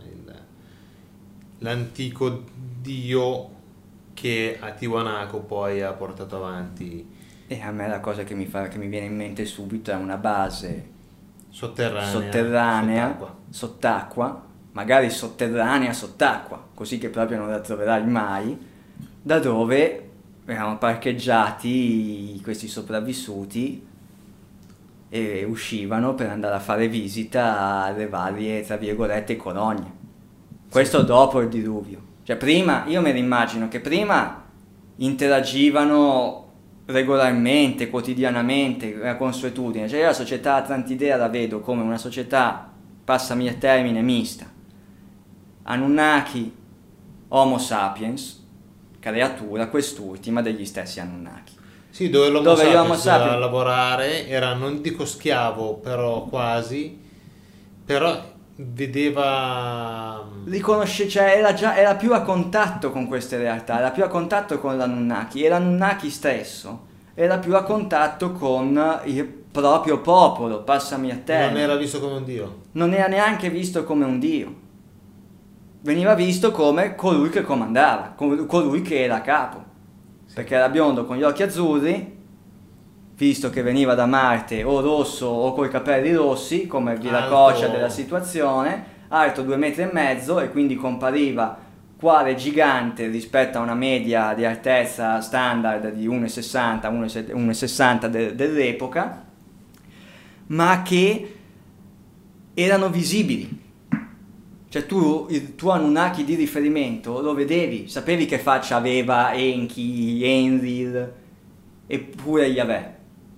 l'antico dio che a Tiwanaku poi ha portato avanti. E a me la cosa che mi viene in mente subito è una base sotterranea sott'acqua, magari sotterranea sott'acqua, così che proprio non la troverai mai, da dove erano parcheggiati questi sopravvissuti e uscivano per andare a fare visita alle varie, tra virgolette, colonie. Questo dopo il diluvio. Cioè prima, io me lo immagino che prima interagivano regolarmente, quotidianamente, la consuetudine. Cioè io la società atlantidea la vedo come una società, passami il termine, mista. Anunnaki, Homo sapiens, creatura quest'ultima degli stessi Anunnaki. Sì, dove l'Homo sapiens a lavorare era, non dico schiavo, però quasi, però vedeva... era più a contatto con queste realtà, era più a contatto con l'Anunnaki, e l'Anunnaki stesso era più a contatto con il proprio popolo, passami a termine. Non era visto come un dio. Non era neanche visto come un dio. Veniva visto come colui che comandava, colui che era capo, perché era biondo con gli occhi azzurri, visto che veniva da Marte o rosso o coi capelli rossi, come Viracocha della situazione, alto 2,5 metri, e quindi compariva quale gigante rispetto a una media di altezza standard di 1,60, 1,60 dell'epoca, ma che erano visibili. Cioè tu, il tuo Anunnaki di riferimento lo vedevi, sapevi che faccia aveva Enki, Enlil, eppure Yahweh.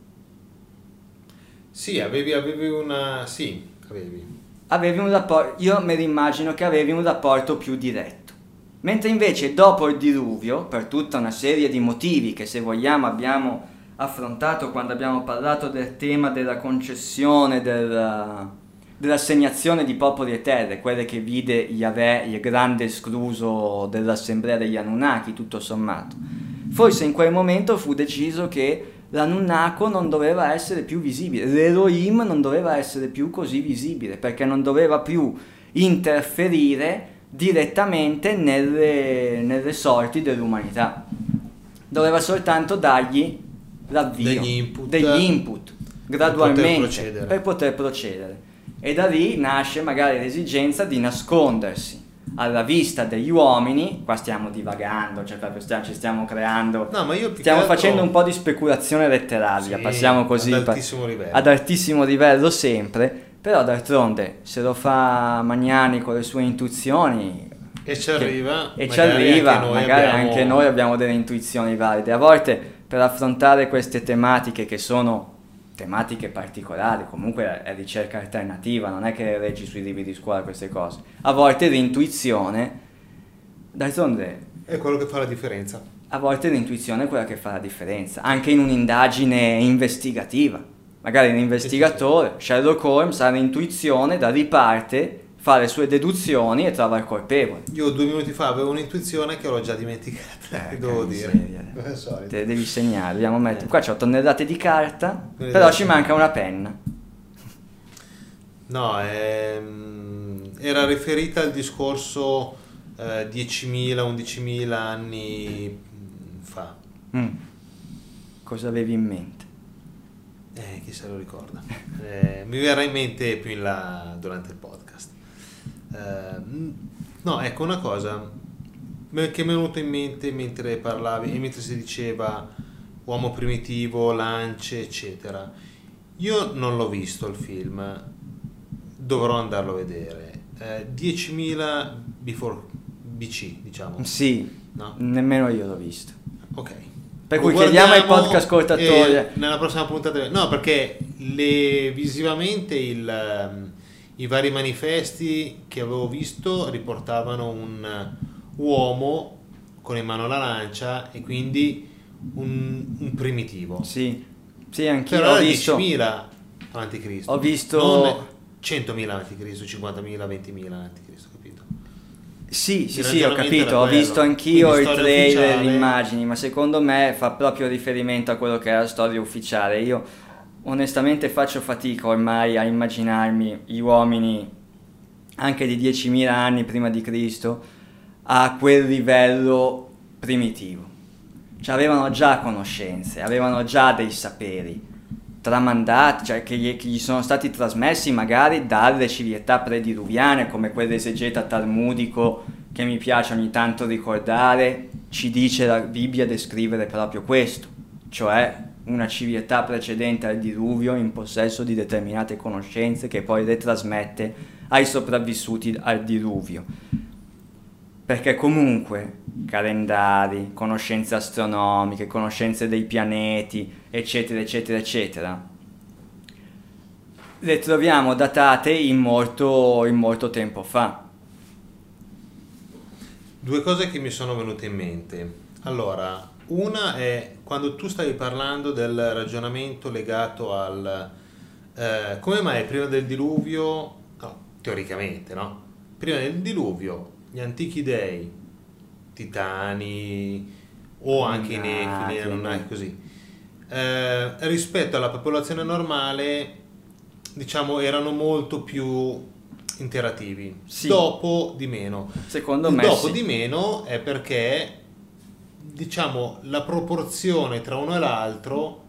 Sì, avevi una... sì, Avevi un rapporto, io me lo immagino che avevi un rapporto più diretto. Mentre invece dopo il diluvio, per tutta una serie di motivi che se vogliamo abbiamo affrontato quando abbiamo parlato del tema della concessione, dell'assegnazione di popoli e terre, quelle che vide Yahweh, il grande escluso dell'assemblea degli Anunnaki, tutto sommato. Forse in quel momento fu deciso che l'Anunnaku non doveva essere più visibile, l'Elohim non doveva essere più così visibile, perché non doveva più interferire direttamente nelle sorti dell'umanità. Doveva soltanto dargli l'avvio, degli input gradualmente per poter procedere. E da lì nasce magari l'esigenza di nascondersi alla vista degli uomini. Qua stiamo divagando, cioè proprio ci stiamo creando, no, ma io stiamo facendo un po' di speculazione letteraria, sì, passiamo così ad altissimo livello sempre, però d'altronde se lo fa Magnani con le sue intuizioni E ci arriva, magari anche noi abbiamo delle intuizioni valide. A volte per affrontare queste tematiche, che sono tematiche particolari, comunque è ricerca alternativa, non è che leggi sui libri di scuola queste cose, a volte l'intuizione, d'altronde, è quello che fa la differenza. A volte l'intuizione è quella che fa la differenza, anche in un'indagine investigativa. Magari l'investigatore, Sherlock Holmes, ha l'intuizione, da lì parte, fa le sue deduzioni e trova il colpevole. Io 2 minuti fa avevo un'intuizione che l'ho già dimenticata, devo dire. Te devi segnare, dobbiamo mettere. Qua c'ho tonnellate di carta, però ci manca una penna. No, era riferita al discorso 10.000, 11.000 anni fa. Cosa avevi in mente? Chi se lo ricorda. Mi verrà in mente più in là durante il podcast. No, ecco una cosa che mi è venuta in mente mentre parlavi e mentre si diceva uomo primitivo, lance, eccetera. Io non l'ho visto il film, dovrò andarlo a vedere. 10.000 before BC, diciamo. Sì, no? Nemmeno io l'ho visto. Ok. Per cui chiediamo ai podcast ascoltatori. Nella prossima puntata. No, perché visivamente i vari manifesti che avevo visto riportavano un uomo con in mano la lancia e quindi un primitivo. Sì, anch'io però ho visto 10.000 avanti Cristo. Ho visto non 100.000 avanti Cristo, 50.000, 20.000 avanti Cristo, capito? Sì, ho capito, ho visto anch'io i trailer, le immagini, ma secondo me fa proprio riferimento a quello che è la storia ufficiale. Io onestamente faccio fatica ormai a immaginarmi gli uomini anche di 10.000 anni prima di Cristo a quel livello primitivo. Cioè avevano già conoscenze, avevano già dei saperi tramandati, cioè che gli sono stati trasmessi magari dalle civiltà prediluviane, come quell'esegeta talmudico che mi piace ogni tanto ricordare. Ci dice la Bibbia descrivere proprio questo, cioè una civiltà precedente al diluvio in possesso di determinate conoscenze che poi le trasmette ai sopravvissuti al diluvio. Perché comunque calendari, conoscenze astronomiche, conoscenze dei pianeti, eccetera, eccetera, eccetera, le troviamo datate in molto tempo fa. 2 cose che mi sono venute in mente. Allora, una è quando tu stavi parlando del ragionamento legato al come mai prima del diluvio, no, teoricamente, no? Prima del diluvio gli antichi dei, titani o anche i nefili, non è così, rispetto alla popolazione normale, diciamo, erano molto più interattivi. Sì. Dopo di meno. Secondo me dopo sì. Di meno è perché, diciamo, la proporzione tra uno e l'altro,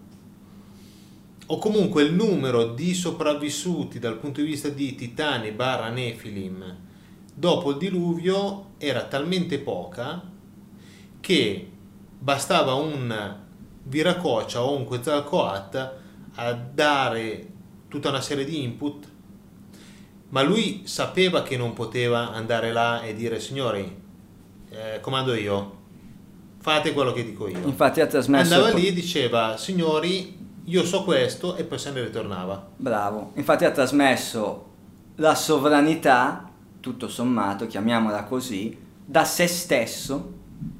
o comunque il numero di sopravvissuti dal punto di vista di titani / nefilim dopo il diluvio era talmente poca che bastava un Viracocha o un Quetzalcoatl a dare tutta una serie di input, ma lui sapeva che non poteva andare là e dire: signori, comando io, fate quello che dico io. Infatti ha trasmesso, andava lì e diceva: signori, io so questo, e poi se ne ritornava. Bravo. Infatti ha trasmesso la sovranità, tutto sommato, chiamiamola così, da se stesso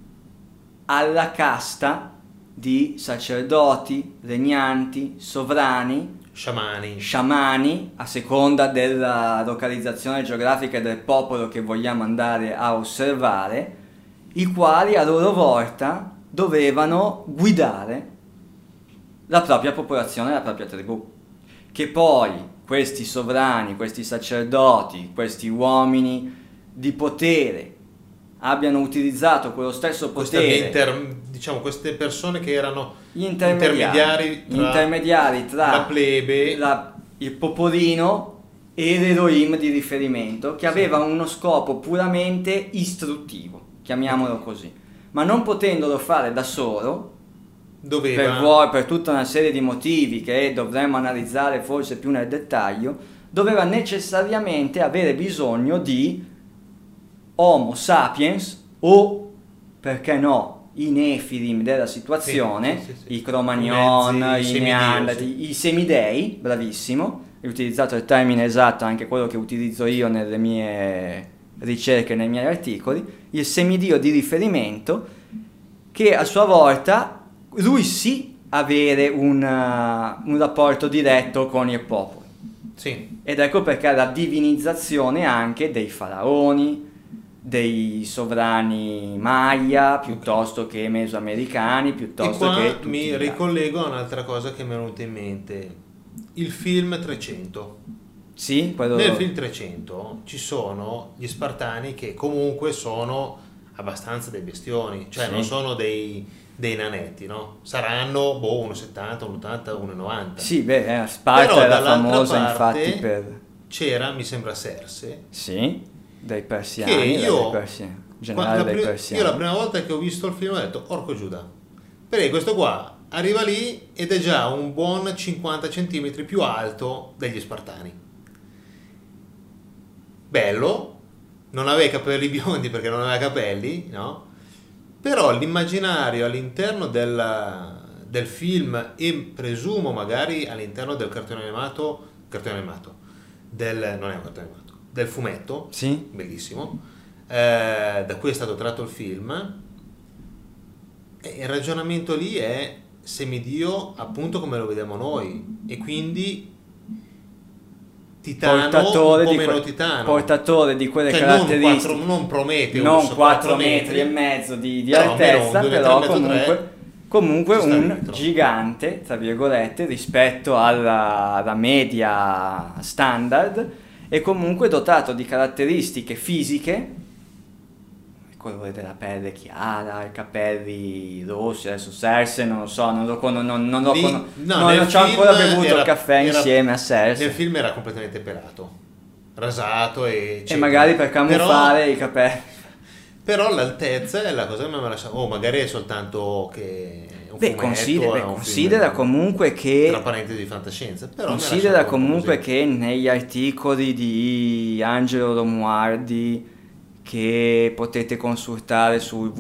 alla casta di sacerdoti, regnanti, sovrani, sciamani, a seconda della localizzazione geografica e del popolo che vogliamo andare a osservare, i quali a loro volta dovevano guidare la propria popolazione, la propria tribù. Che poi questi sovrani, questi sacerdoti, questi uomini di potere abbiano utilizzato quello stesso potere, queste persone che erano gli intermediari tra la plebe, il popolino e l'Elohim di riferimento, che aveva uno scopo puramente istruttivo, chiamiamolo così, ma non potendolo fare da solo, per tutta una serie di motivi che dovremmo analizzare forse più nel dettaglio, doveva necessariamente avere bisogno di Homo sapiens o, perché no, i Nefilim della situazione, sì. i Cro-Magnon, Mezzi, i Neanderthal, i semidei, bravissimo, hai utilizzato il termine esatto, anche quello che utilizzo io nelle mie ricerche, nei miei articoli, il semidio di riferimento, che a sua volta lui sì avere un rapporto diretto con il popolo. Sì. Ed ecco perché la divinizzazione anche dei faraoni, dei sovrani Maya, piuttosto che mesoamericani, piuttosto e qua che tutti mi gli altri. ricollego a un'altra cosa che mi è venuta in mente, il film 300. Sì, quello... Nel film 300 ci sono gli Spartani che comunque sono abbastanza dei bestioni, cioè Sì. non sono dei nanetti, no? Saranno 1,70, 1,80, 1,90. Sì, beh, Sparta Però era dall'altra famosa parte infatti per... c'era, mi sembra, Serse, Sì, dei che persiani, io, generale dei persiani. io la prima volta che ho visto il film ho detto, orco Giuda, perché questo qua arriva lì ed è già un buon 50 centimetri più alto degli Spartani. Bello, non aveva i capelli biondi perché non aveva capelli, no? Però l'immaginario all'interno del film e presumo magari all'interno del cartone animato, non è un cartone animato, del fumetto, Sì, bellissimo, da cui è stato tratto il film, e il ragionamento lì è semidio appunto come lo vediamo noi, e quindi titano, portatore un po' di meno que- titano, portatore di quelle cioè caratteristiche, non Prometheus, non 4 4 metri e mezzo di però altezza, almeno un però 2,3 metri, comunque ci sta un dentro. gigante, tra virgolette, rispetto alla media standard, e comunque dotato di caratteristiche fisiche, il colore della pelle chiara, i capelli rossi, adesso Cersei non lo so, non ci ho ancora bevuto il caffè insieme a Cersei. Nel film era completamente pelato, rasato e magari per camuffare i capelli. Però l'altezza è la cosa che mi ha lasciato. Magari è soltanto che un fumetto, è un considera film, comunque che tra parentesi di fantascienza, però mi ha considera lasciato un po' comunque così. che negli articoli di Angelo Romualdi, che potete consultare sul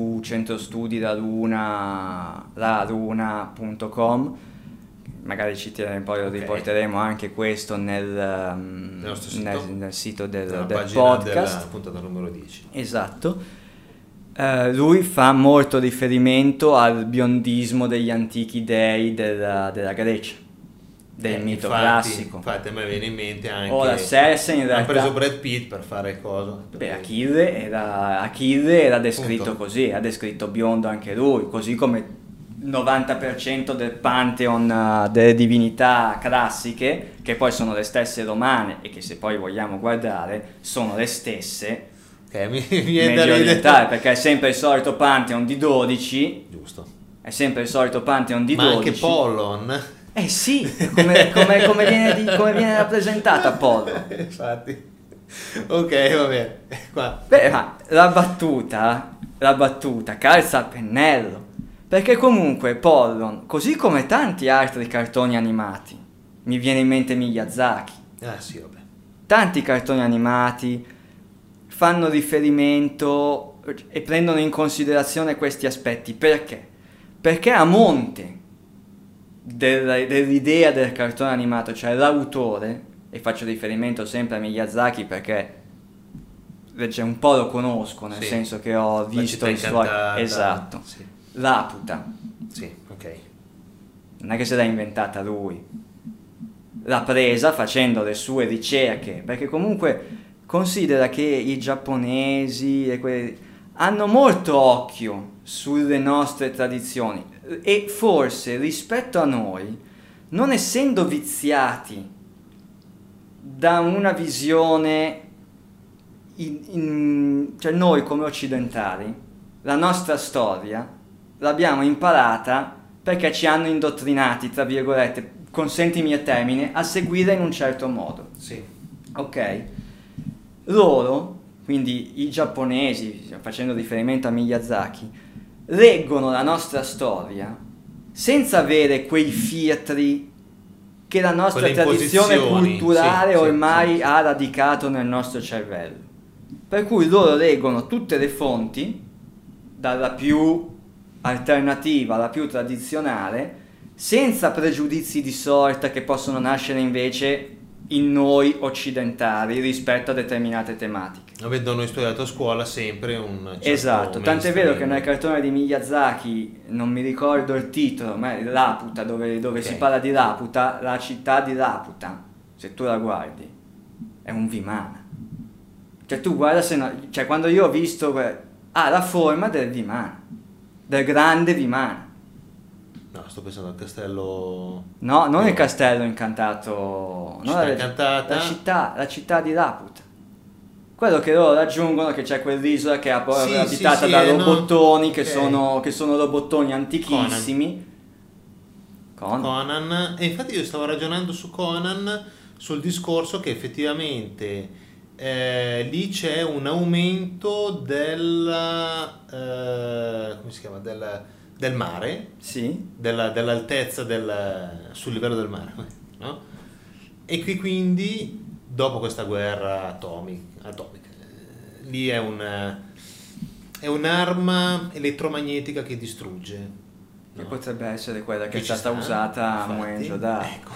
www.centrostudi.laruna.com, magari poi lo Ok. riporteremo anche questo nel nostro sito? nel sito del Nella pagina podcast. della puntata numero 10. Esatto. Lui fa molto riferimento al biondismo degli antichi dei della Grecia, del mito classico. Infatti a me viene in mente anche Ora Cersei in hanno realtà... preso Brad Pitt per fare cosa. Beh, Achille era descritto Punto. così, era descritto biondo anche lui, così come il 90% del pantheon delle divinità classiche, che poi sono le stesse romane e che, se poi vogliamo guardare, sono le stesse Mi viene da medio ridere. orientali, perché è sempre il solito pantheon di 12, Giusto. è sempre il solito pantheon di Ma 12. anche Pollon. Eh sì, come viene rappresentata Apollo. Infatti. Ok, va bene. Qua. Beh, ma la battuta calza a pennello, perché comunque Pollon, così come tanti altri cartoni animati, mi viene in mente Miyazaki, Ah sì, vabbè. tanti cartoni animati fanno riferimento e prendono in considerazione questi aspetti. Perché? Perché a monte dell'idea del cartone animato, cioè l'autore, e faccio riferimento sempre a Miyazaki perché un po' lo conosco, nel Sì. senso che ho La visto città i suoi... incantata. Esatto. Sì. Laputa, Sì, ok. non è che se l'ha inventata lui, l'ha presa facendo le sue ricerche, perché comunque considera che i giapponesi hanno molto occhio sulle nostre tradizioni, e forse rispetto a noi, non essendo viziati da una visione cioè noi come occidentali, la nostra storia l'abbiamo imparata perché ci hanno indottrinati, tra virgolette, consentimi il termine, a seguire in un certo modo. Sì. Ok? Loro, quindi i giapponesi, facendo riferimento a Miyazaki, leggono la nostra storia senza avere quei filtri che la nostra Quelle tradizione imposizioni, culturale sì, ormai sì. ha radicato nel nostro cervello. per cui loro leggono tutte le fonti, dalla più alternativa alla più tradizionale, senza pregiudizi di sorta che possono nascere invece in noi occidentali rispetto a determinate tematiche. Avendo noi studiato a scuola sempre un certo Esatto, tant'è vero che mainstream. nel cartone di Miyazaki, non mi ricordo il titolo, ma è Laputa, dove Ok. si parla di Laputa, la città di Laputa, se tu la guardi, è un Vimana. Cioè tu guarda cioè quando io ho visto, ha la forma del Vimana, del grande Vimana. No, sto pensando al castello... No, non No. il castello incantato, no, Città incantata. la città di Laputa. Quello che loro raggiungono, che c'è quell'isola che è Sì, abitata sì, da no. robottoni, Ok. che sono robottoni antichissimi. Conan. E infatti io stavo ragionando su Conan, sul discorso che effettivamente lì c'è un aumento come si chiama? Del mare, Sì, dell'altezza sul livello del mare, no? E qui quindi, dopo questa guerra atomica, lì è un'arma elettromagnetica che distrugge. che No? potrebbe essere quella che è ci stata sta, usata a infatti. Mohenjo-Daro. Ecco.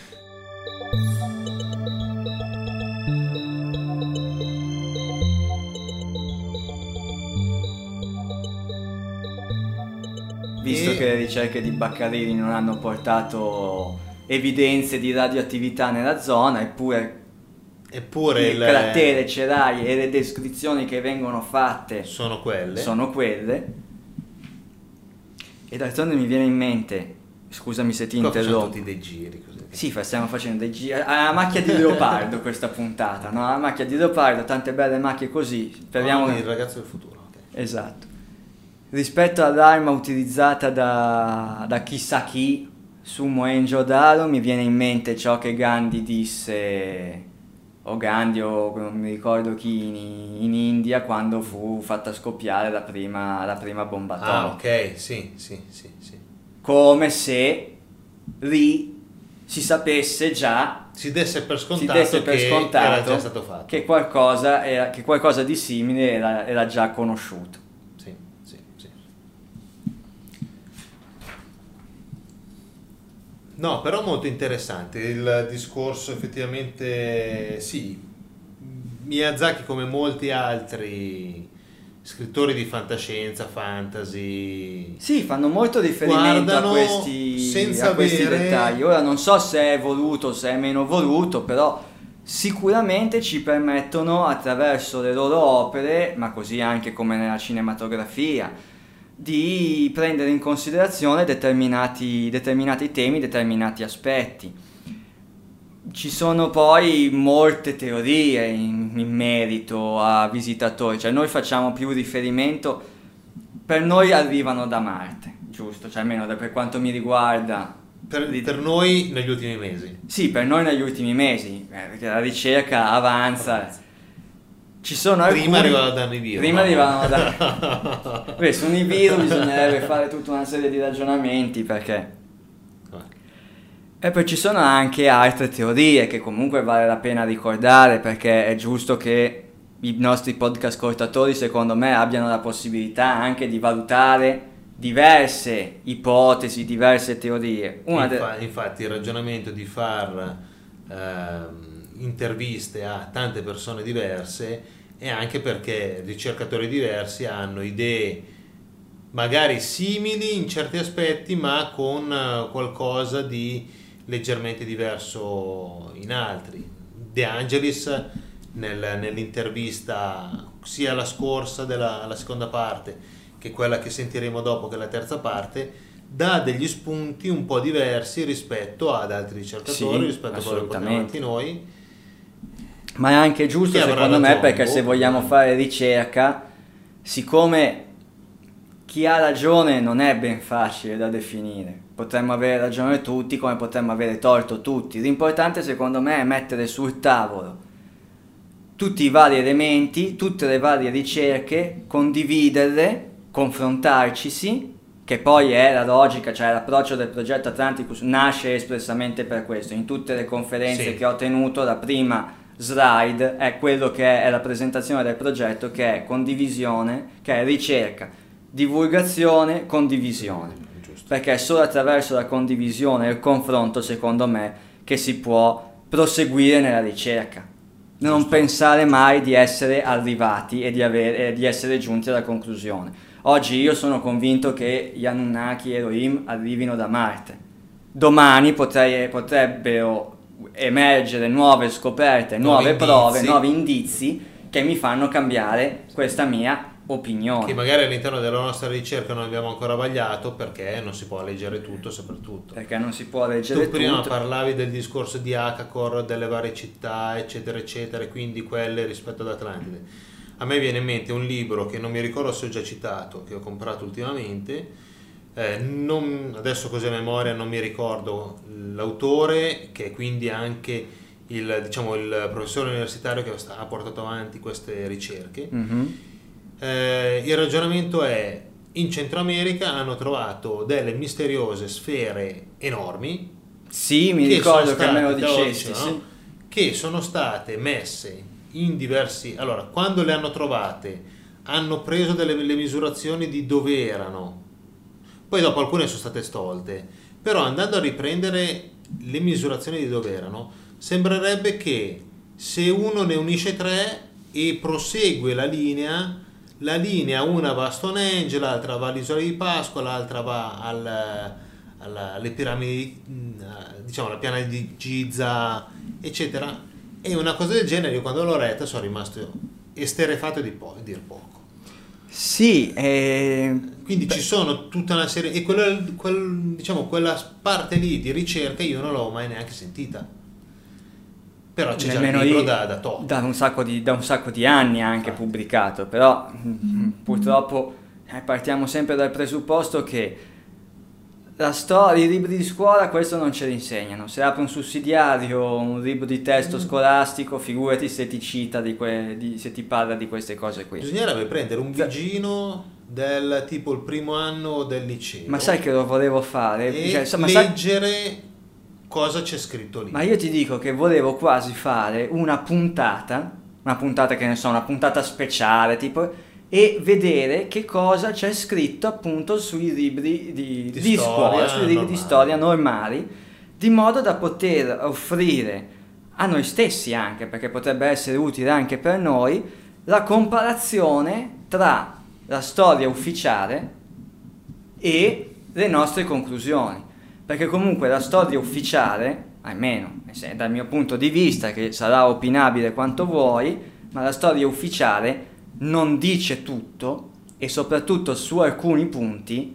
Visto E- che le ricerche di Beccarini non hanno portato evidenze di radioattività nella zona, eppure Eppure il cratere cerarie e le descrizioni che vengono fatte sono quelle. sono quelle. E d'altronde mi viene in mente, scusami se ti Qua facciamo interrompo. tutti dei giri così. Sì, stiamo facendo dei giri a macchia di leopardo questa puntata, no? A macchia di leopardo, tante belle macchie così. Speriamo Il ragazzo del futuro. Ok. Esatto. Rispetto all'arma utilizzata da chissà chi su Mohenjo-Daro, mi viene in mente ciò che Gandhi disse, o Gandhi o non mi ricordo chi, in India, quando fu fatta scoppiare la prima bomba atomica. Ok, sì. Come se lì si sapesse già, Si desse per si scontato desse per che era scontato già stato fatto. che qualcosa di simile era già conosciuto. Sì. No, però molto interessante il discorso, effettivamente sì. Miyazaki, come molti altri scrittori di fantascienza, fantasy, Sì, fanno molto riferimento guardano senza a questi avere- dettagli. Ora non so se è voluto, se è meno voluto, però sicuramente ci permettono attraverso le loro opere, ma così anche come nella cinematografia, di prendere in considerazione determinati temi, determinati aspetti. Ci sono poi molte teorie in merito a visitatori, cioè noi facciamo più riferimento, per noi arrivano da Marte, giusto? Cioè almeno per quanto mi riguarda. per noi negli ultimi mesi. Sì, per noi negli ultimi mesi, perché la ricerca avanza. Ci sono Prima alcuni... arrivavano da Nibiru. Prima arrivavano da... Beh, su Nibiru bisognerebbe fare tutta una serie di ragionamenti, perché... E poi ci sono anche altre teorie che comunque vale la pena ricordare, perché è giusto che i nostri podcast ascoltatori, secondo me, abbiano la possibilità anche di valutare diverse ipotesi, diverse teorie. Infatti il ragionamento di far interviste a tante persone diverse è anche perché ricercatori diversi hanno idee magari simili in certi aspetti, ma con qualcosa di leggermente diverso in altri. De Angelis nell'intervista sia la scorsa la seconda parte che quella che sentiremo dopo, che è la terza parte, dà degli spunti un po' diversi rispetto ad altri ricercatori, Sì, rispetto a quello che portiamo avanti noi. Ma è anche giusto, Chi avrà secondo me, ragione, perché se boh. vogliamo fare ricerca, siccome chi ha ragione non è ben facile da definire, potremmo avere ragione tutti come potremmo avere torto tutti. L'importante, secondo me, è mettere sul tavolo tutti i vari elementi, tutte le varie ricerche, condividerle, confrontarcisi, che poi è la logica, cioè l'approccio del progetto Atlanticus nasce espressamente per questo. In tutte le conferenze Sì. che ho tenuto, la prima slide è quello che è la presentazione del progetto, che è condivisione, che è ricerca, divulgazione, condivisione. Giusto. Perché è solo attraverso la condivisione e il confronto, secondo me, che si può proseguire nella ricerca. Non pensare mai di essere arrivati e di essere giunti alla conclusione. Oggi io sono convinto che gli Anunnaki e Elohim arrivino da Marte. Domani potrebbero emergere nuove scoperte, nuove prove, nuovi indizi che mi fanno cambiare questa mia opinione. Che magari all'interno della nostra ricerca non abbiamo ancora vagliato, perché non si può leggere tutto, soprattutto. Perché non si può leggere tutto. Tu prima parlavi del discorso di Akakor, delle varie città, eccetera, eccetera, e quindi quelle rispetto ad Atlantide. A me viene in mente un libro che non mi ricordo se ho già citato, che ho comprato ultimamente. Adesso così a memoria non mi ricordo l'autore, che è quindi anche il professore universitario che ha portato avanti queste ricerche. Il ragionamento è: in Centro America hanno trovato delle misteriose sfere enormi. Sì, mi ricordo che me lo dicesti, no? Che sono state messe in diversi... Allora, quando le hanno trovate, hanno preso le misurazioni di dove erano. Poi dopo alcune sono state stolte, però andando a riprendere le misurazioni di dove erano, sembrerebbe che se uno ne unisce 3 e prosegue la linea una va a Stonehenge, l'altra va all'isola di Pasqua, l'altra va alle piramidi, diciamo alla piana di Giza, eccetera. E una cosa del genere, io quando l'ho letta sono rimasto esterrefatto di dir poco. Sì, quindi ci sono tutta una serie, e quella parte lì di ricerca io non l'ho mai neanche sentita, però c'è già il libro da un sacco di anni anche pubblicato, però purtroppo partiamo sempre dal presupposto che la storia, i libri di scuola questo non ce l'insegnano. Se apri un sussidiario, un libro di testo scolastico, figurati se ti cita se ti parla di queste cose qui. Bisognerebbe prendere un vigino del tipo il primo anno del liceo. Ma sai che lo volevo fare? E leggere cosa c'è scritto lì. Ma io ti dico che volevo quasi fare una puntata che ne so, una puntata speciale, tipo, e vedere che cosa c'è scritto appunto sui libri di scuola, sui libri di storia normali, di modo da poter offrire a noi stessi anche, perché potrebbe essere utile anche per noi, la comparazione tra la storia ufficiale e le nostre conclusioni. Perché comunque la storia ufficiale, almeno dal mio punto di vista, che sarà opinabile quanto vuoi, ma la storia ufficiale non dice tutto, e soprattutto su alcuni punti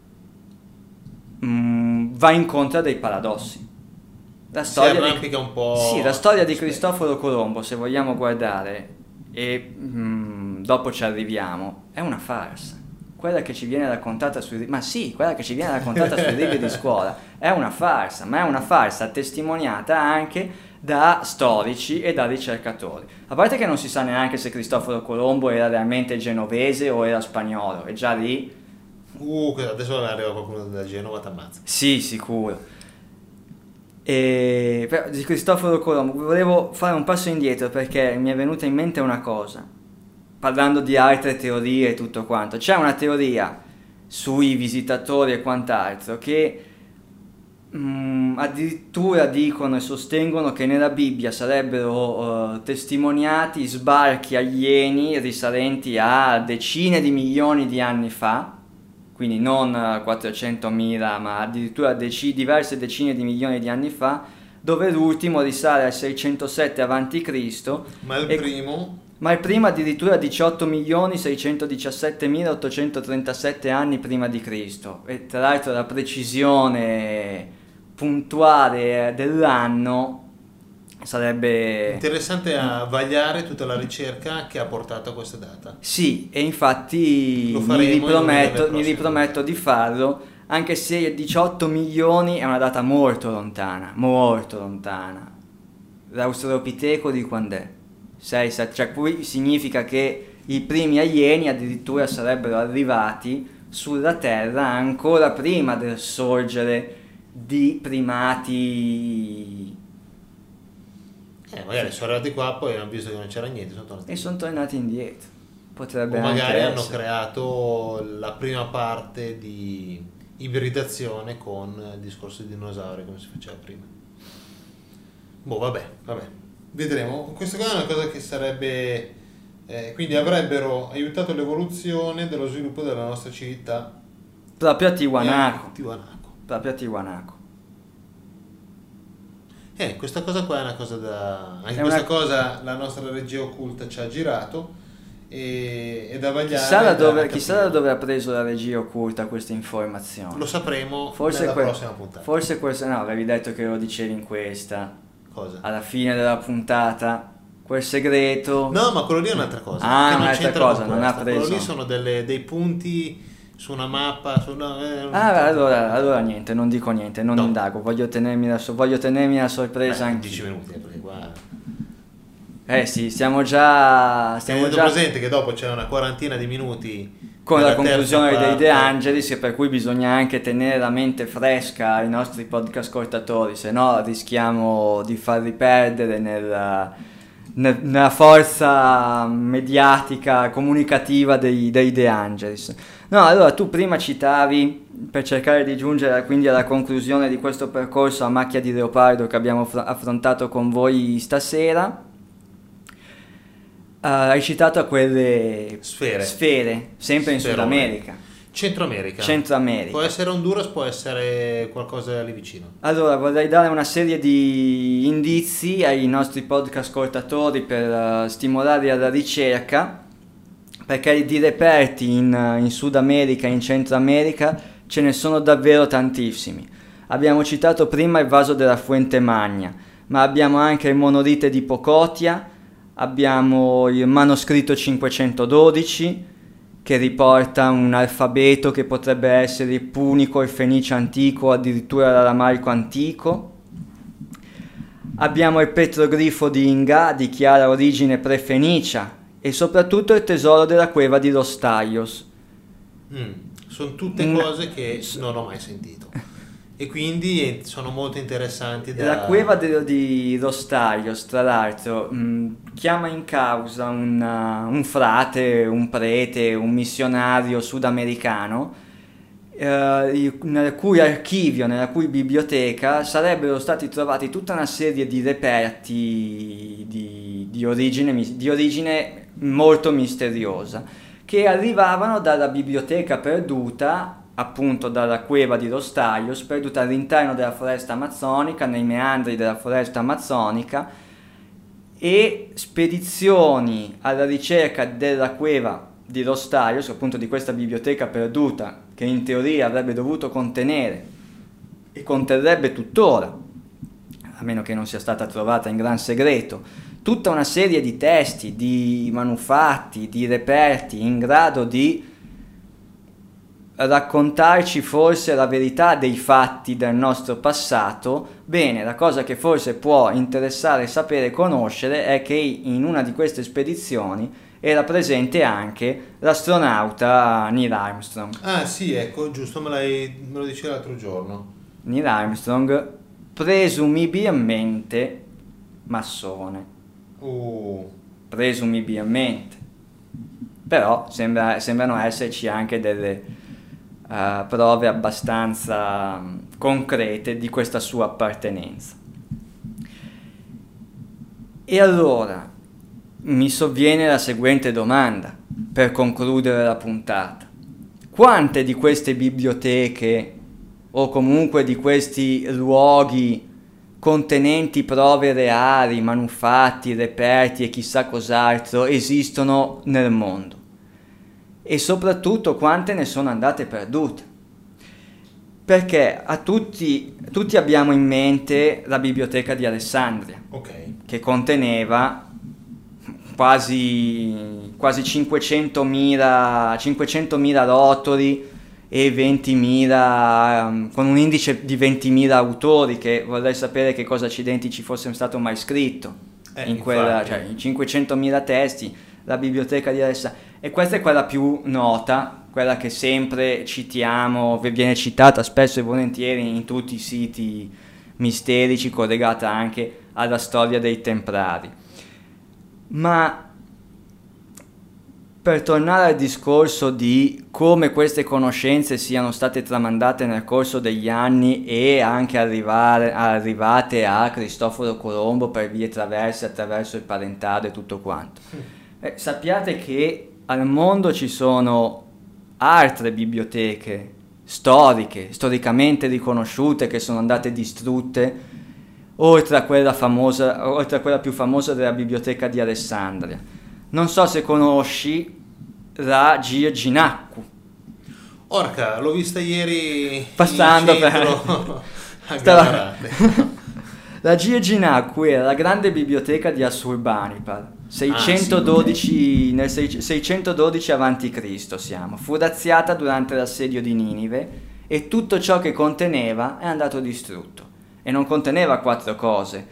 va incontro a dei paradossi. La storia arrampica un po'. Sì, la storia di Cristoforo Colombo, se vogliamo guardare, e dopo ci arriviamo, è una farsa. Quella che ci viene raccontata quella che ci viene raccontata sui libri di scuola è una farsa, ma è una farsa testimoniata anche da storici e da ricercatori. A parte che non si sa neanche se Cristoforo Colombo era realmente genovese o era spagnolo, e già lì... adesso arriva qualcuno da Genova, t'ammazza. Sì, sicuro. Però di Cristoforo Colombo volevo fare un passo indietro, perché mi è venuta in mente una cosa, parlando di altre teorie e tutto quanto. C'è una teoria sui visitatori e quant'altro che addirittura dicono e sostengono che nella Bibbia sarebbero testimoniati sbarchi alieni risalenti a decine di milioni di anni fa, quindi non 400.000, ma addirittura diverse decine di milioni di anni fa, dove l'ultimo risale al 607 a.C. Ma il primo addirittura 18.617.837 anni prima di Cristo, e tra l'altro la precisione puntuale dell'anno sarebbe interessante a vagliare tutta la ricerca che ha portato a questa data. Sì, e infatti mi riprometto di farlo, anche se 18 milioni è una data molto lontana. L'Australopiteco di quand'è? 6-7, cioè qui significa che i primi alieni addirittura sarebbero arrivati sulla Terra ancora prima del sorgere di primati Magari sono arrivati qua, poi hanno visto che non c'era niente, sono tornati. E sono tornati indietro. Potrebbe O anche magari hanno essere. creato la prima parte di ibridazione con il discorso di dinosauri come si faceva prima. Boh, vabbè. Vedremo. Questa qua è una cosa che sarebbe... quindi avrebbero aiutato l'evoluzione dello sviluppo della nostra civiltà. Proprio a Tiwanaku. Proprio a Tiwanaku. Questa cosa qua è una cosa da... Anche È questa una- cosa la nostra regia occulta ci ha girato e da vagliare. Chissà da dove ha preso la regia occulta queste informazioni. Lo sapremo Forse nella que- prossima puntata. Forse questo, no, avevi detto che lo dicevi in questa. Cosa? Alla fine della puntata, quel segreto. No, ma quello lì è un'altra cosa. Ah, che non un'altra c'entra cosa, con non ha questa. preso. Quello lì sono dei punti su una mappa. Allora niente, non dico niente, non No. indago, voglio tenermi la sorpresa in anche. 10 minuti, perché qua... Sì, stiamo già presente che dopo c'è una quarantina di minuti con la della terza conclusione dei parte. De Angelis, e per cui bisogna anche tenere la mente fresca ai nostri podcast ascoltatori, se no rischiamo di farli perdere nella forza mediatica, comunicativa dei De Angelis. No, allora tu prima citavi, per cercare di giungere quindi alla conclusione di questo percorso a macchia di leopardo che abbiamo affrontato con voi stasera, hai citato a quelle Sfere. sempre in Sud Sferone. America. Centro America. Centro-America. Può essere Honduras, può essere qualcosa lì vicino. Allora, vorrei dare una serie di indizi ai nostri podcast ascoltatori per stimolare alla ricerca, perché di reperti in Sud America e in Centro America ce ne sono davvero tantissimi. Abbiamo citato prima il vaso della Fuente Magna, ma abbiamo anche il monolite di Pocotia, abbiamo il manoscritto 512 che riporta un alfabeto che potrebbe essere il punico, il fenicio antico, addirittura l'aramaico antico. Abbiamo il petroglifo di Inga di chiara origine prefenicia e soprattutto il tesoro della cueva di Los Tallos. Sono tutte cose che non ho mai sentito e quindi sono molto interessanti. La cueva di Los Tallos, tra l'altro, chiama in causa un frate, un prete, un missionario sudamericano, nel cui archivio, nella cui biblioteca sarebbero stati trovati tutta una serie di reperti di origine molto misteriosa, che arrivavano dalla biblioteca perduta, appunto dalla cueva di Los Tallos, perduta all'interno della foresta amazzonica, nei meandri della foresta amazzonica, e spedizioni alla ricerca della cueva di Los Tallos, appunto di questa biblioteca perduta che in teoria avrebbe dovuto contenere e conterrebbe tuttora, a meno che non sia stata trovata in gran segreto, tutta una serie di testi, di manufatti, di reperti in grado di raccontarci forse la verità dei fatti del nostro passato. Bene, la cosa che forse può interessare sapere e conoscere è che in una di queste spedizioni era presente anche l'astronauta Neil Armstrong. Ah sì, ecco, giusto, me lo dicevi l'altro giorno. Neil Armstrong, presumibilmente massone. Presumibilmente. Però sembrano esserci anche delle prove abbastanza concrete di questa sua appartenenza. E allora mi sovviene la seguente domanda per concludere la puntata: quante di queste biblioteche o comunque di questi luoghi contenenti prove reali, manufatti, reperti e chissà cos'altro esistono nel mondo? E soprattutto quante ne sono andate perdute? Perché tutti abbiamo in mente la biblioteca di Alessandria, che conteneva quasi 500.000 rotoli e 20.000, con un indice di 20.000 autori, che vorrei sapere che cosa accidenti ci fosse stato mai scritto in quella, cioè in 500.000 testi, la biblioteca di Alessandria. E questa è quella più nota, quella che sempre citiamo, viene citata spesso e volentieri in tutti i siti misterici, collegata anche alla storia dei Templari. Ma per tornare al discorso di come queste conoscenze siano state tramandate nel corso degli anni e anche arrivate a Cristoforo Colombo per vie traverse attraverso il parentado e tutto quanto, sappiate che al mondo ci sono altre biblioteche storiche, storicamente riconosciute, che sono andate distrutte, oltre a quella più famosa della biblioteca di Alessandria. Non so se conosci la Girginaccu. Orca, l'ho vista ieri passando in centro a Stava... Gallarate. La Girginaccu era la grande biblioteca di Assurbanipal, 612, nel 612 a.C. siamo. Fu razziata durante l'assedio di Ninive e tutto ciò che conteneva è andato distrutto. E non conteneva 4 cose,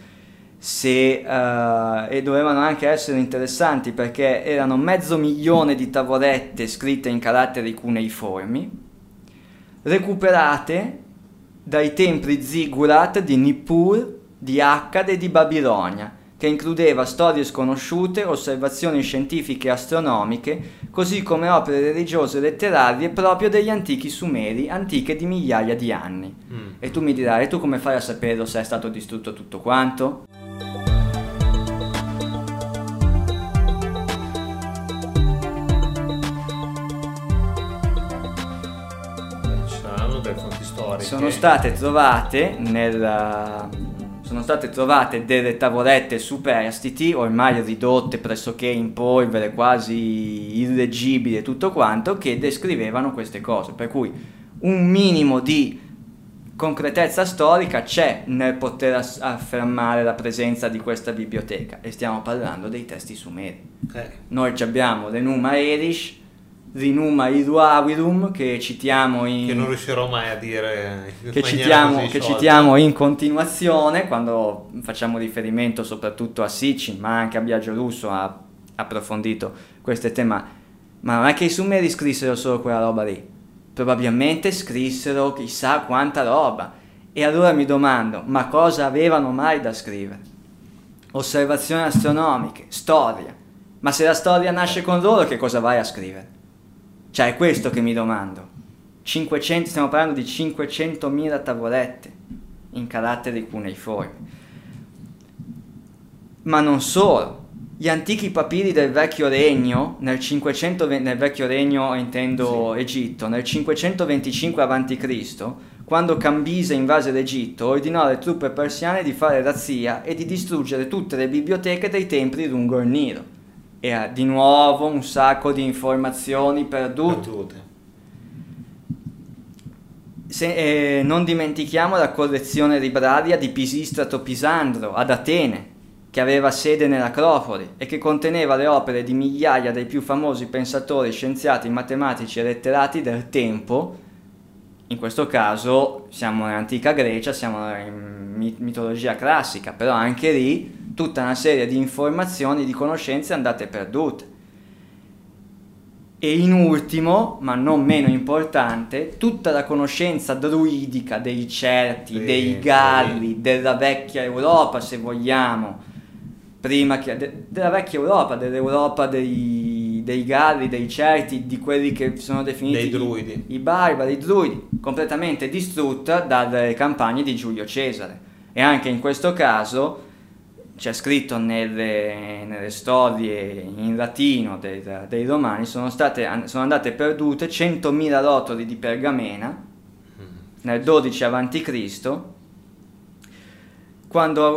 e dovevano anche essere interessanti, perché erano 500.000 di tavolette scritte in caratteri cuneiformi, recuperate dai templi ziggurat di Nippur, di Akkad e di Babilonia, che includeva storie sconosciute, osservazioni scientifiche e astronomiche, così come opere religiose e letterarie proprio degli antichi Sumeri, antiche di migliaia di anni. E tu mi dirai, tu come fai a saperlo se è stato distrutto tutto quanto? Sono state trovate delle tavolette superstiti, ormai ridotte pressoché in polvere, quasi illeggibili e tutto quanto, che descrivevano queste cose, per cui un minimo di concretezza storica c'è nel poter affermare la presenza di questa biblioteca, e stiamo parlando dei testi sumeri. Noi abbiamo l'Enuma Elish, l'Enuma Iluawirum, che citiamo in... che non riuscirò mai a dire che citiamo in continuazione quando facciamo riferimento soprattutto a Sitchin, ma anche a Biagio Russo ha approfondito queste temi. Ma non è che i Sumeri scrissero solo quella roba lì, probabilmente scrissero chissà quanta roba, e allora mi domando, ma cosa avevano mai da scrivere? Osservazioni astronomiche, storia, ma se la storia nasce con loro, che cosa vai a scrivere? Cioè, è questo che mi domando. Stiamo parlando di 500.000 tavolette in caratteri cuneiformi. Ma non solo. Gli antichi papiri del Vecchio Regno, nel Vecchio Regno intendo Egitto, nel 525 a.C., quando Cambise invase l'Egitto, ordinò alle truppe persiane di fare razzia e di distruggere tutte le biblioteche dei templi lungo il Nilo. E di nuovo un sacco di informazioni perdute. Non dimentichiamo la collezione libraria di Pisistrato Pisandro ad Atene, che aveva sede nell'Acropoli e che conteneva le opere di migliaia dei più famosi pensatori, scienziati, matematici e letterati del tempo. In questo caso siamo nell'antica Grecia, siamo in mitologia classica, però anche lì tutta una serie di informazioni, di conoscenze andate perdute. E in ultimo, ma non meno importante, tutta la conoscenza druidica dei Celti, dei Galli, della vecchia Europa, se vogliamo, prima che della vecchia Europa, dell'Europa dei Galli, dei Celti, di quelli che sono definiti i barbari, i druidi, completamente distrutta dalle campagne di Giulio Cesare. E anche in questo caso c'è scritto nelle storie in latino dei Romani, sono andate perdute 100.000 rotoli di pergamena nel 12 a.C., quando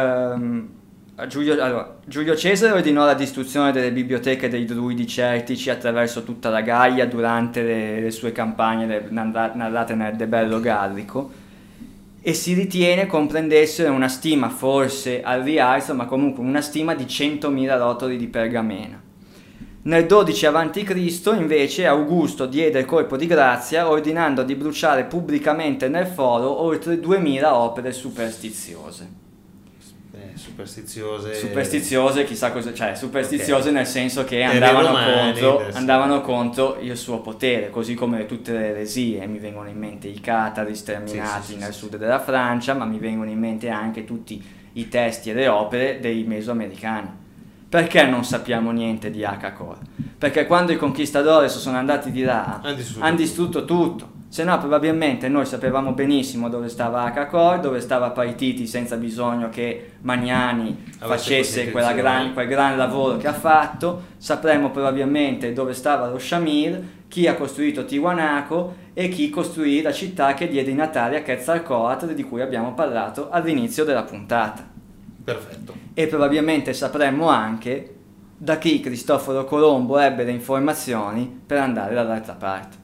Giulio Cesare ordinò la distruzione delle biblioteche dei druidi celtici attraverso tutta la Gallia durante le sue campagne narrate nel De Bello Gallico, e si ritiene comprendessero una stima, forse al rialzo, ma comunque una stima di 100.000 rotoli di pergamena. Nel 12 a.C. invece Augusto diede il colpo di grazia ordinando di bruciare pubblicamente nel foro oltre 2.000 opere superstiziose. Superstiziose, chissà cosa, cioè superstiziose, okay, nel senso che andavano contro il suo potere, così come tutte le eresie. Mi vengono in mente i catari sterminati nel sud della Francia, ma mi vengono in mente anche tutti i testi e le opere dei mesoamericani. Perché non sappiamo niente di Akakor? Perché quando i conquistadores sono andati di là hanno distrutto tutto. Se no probabilmente noi sapevamo benissimo dove stava Akakor, dove stava Paititi, senza bisogno che Magnani facesse quel gran lavoro che ha fatto. Sapremmo probabilmente dove stava lo Shamir, chi ha costruito Tiwanaku e chi costruì la città che diede i natali a Quetzalcoatl, di cui abbiamo parlato all'inizio della puntata. Perfetto. E probabilmente sapremmo anche da chi Cristoforo Colombo ebbe le informazioni per andare dall'altra parte.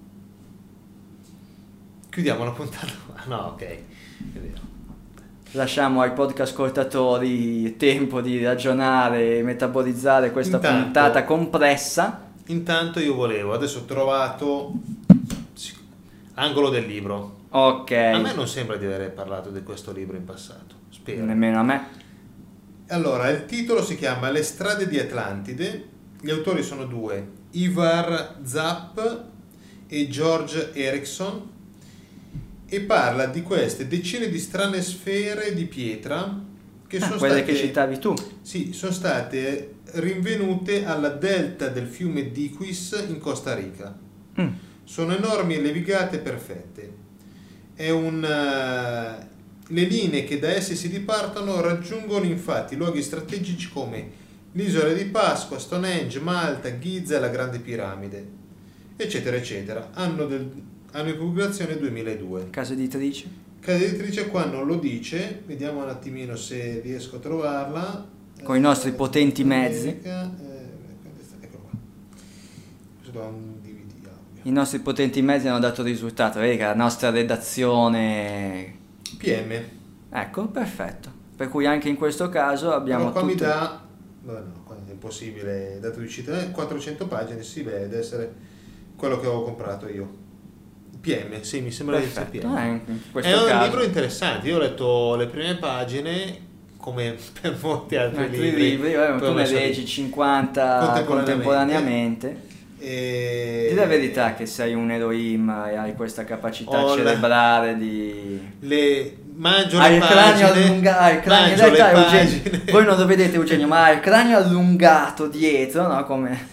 Chiudiamo la puntata. No, ok. È vero. Lasciamo ai podcast ascoltatori tempo di ragionare e metabolizzare questa puntata complessa. Intanto io adesso ho trovato Angolo del libro. Ok. A me non sembra di aver parlato di questo libro in passato, spero. Nemmeno a me. Allora, il titolo si chiama Le strade di Atlantide. Gli autori sono due, Ivar Zapp e George Erickson, e parla di queste decine di strane sfere di pietra che sono quelle state, che citavi tu. Sì, sono state rinvenute alla delta del fiume Diquis in Costa Rica. Sono enormi e levigate perfette. Le linee che da esse si dipartono raggiungono infatti luoghi strategici come l'isola di Pasqua, Stonehenge, Malta, Giza e la Grande Piramide, eccetera eccetera. Anno di pubblicazione 2002. Casa editrice? Casa editrice qua non lo dice, vediamo un attimino se riesco a trovarla. Con i nostri potenti mezzi. Ecco qua. Questo è un DVD audio. I nostri potenti mezzi hanno dato risultato, vedi che la nostra redazione... PM. Ecco, perfetto. Per cui anche in questo caso abbiamo qua mi dà... No, qua è impossibile, data di uscita, 400 pagine, sì, deve essere quello che avevo comprato io. PM, sì, mi sembra di essere PM. È un libro interessante, io ho letto le prime pagine come per molti altri libri. Tu ne leggi 50 contemporaneamente. Di la verità che sei un Elohim e hai questa capacità cerebrale di... Mangio le pagine. Eugenio, voi non lo vedete Eugenio, ma ha il cranio allungato dietro, no? Come...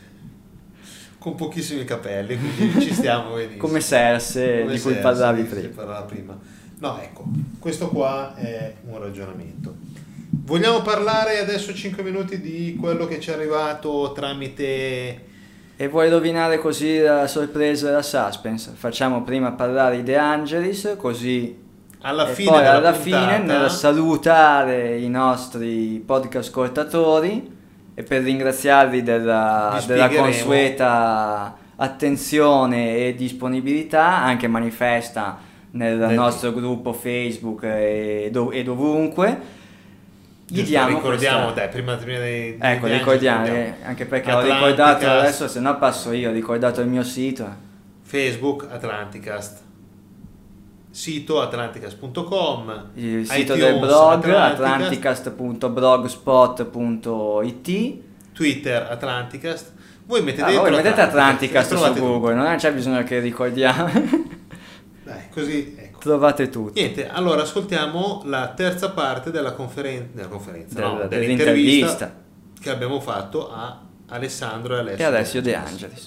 con pochissimi capelli, quindi ci stiamo benissimo. Come Cersei, di cui parlavi prima. No, ecco, questo qua è un ragionamento. Vogliamo parlare adesso 5 minuti di quello che ci è arrivato tramite... E vuoi rovinare così la sorpresa e la suspense? Facciamo prima parlare di De Angelis, così alla fine poi alla fine nel salutare i nostri podcast ascoltatori e per ringraziarvi della consueta attenzione e disponibilità, anche manifesta nel nostro gruppo Facebook e dovunque. Ricordiamo, prima di ricordiamo, anche perché ho ricordato adesso, se no passo io, ho ricordato il mio sito. Facebook Atlanticast, sito atlanticast.com, il sito del blog atlanticast.blogspot.it, Twitter Atlanticast. Voi mettete Atlanticast su Google, non c'è bisogno che ricordiamo. Dai, così ecco. Trovate tutto. Niente, allora ascoltiamo la terza parte dell'intervista che abbiamo fatto a Alessandro e Alessio De Angelis.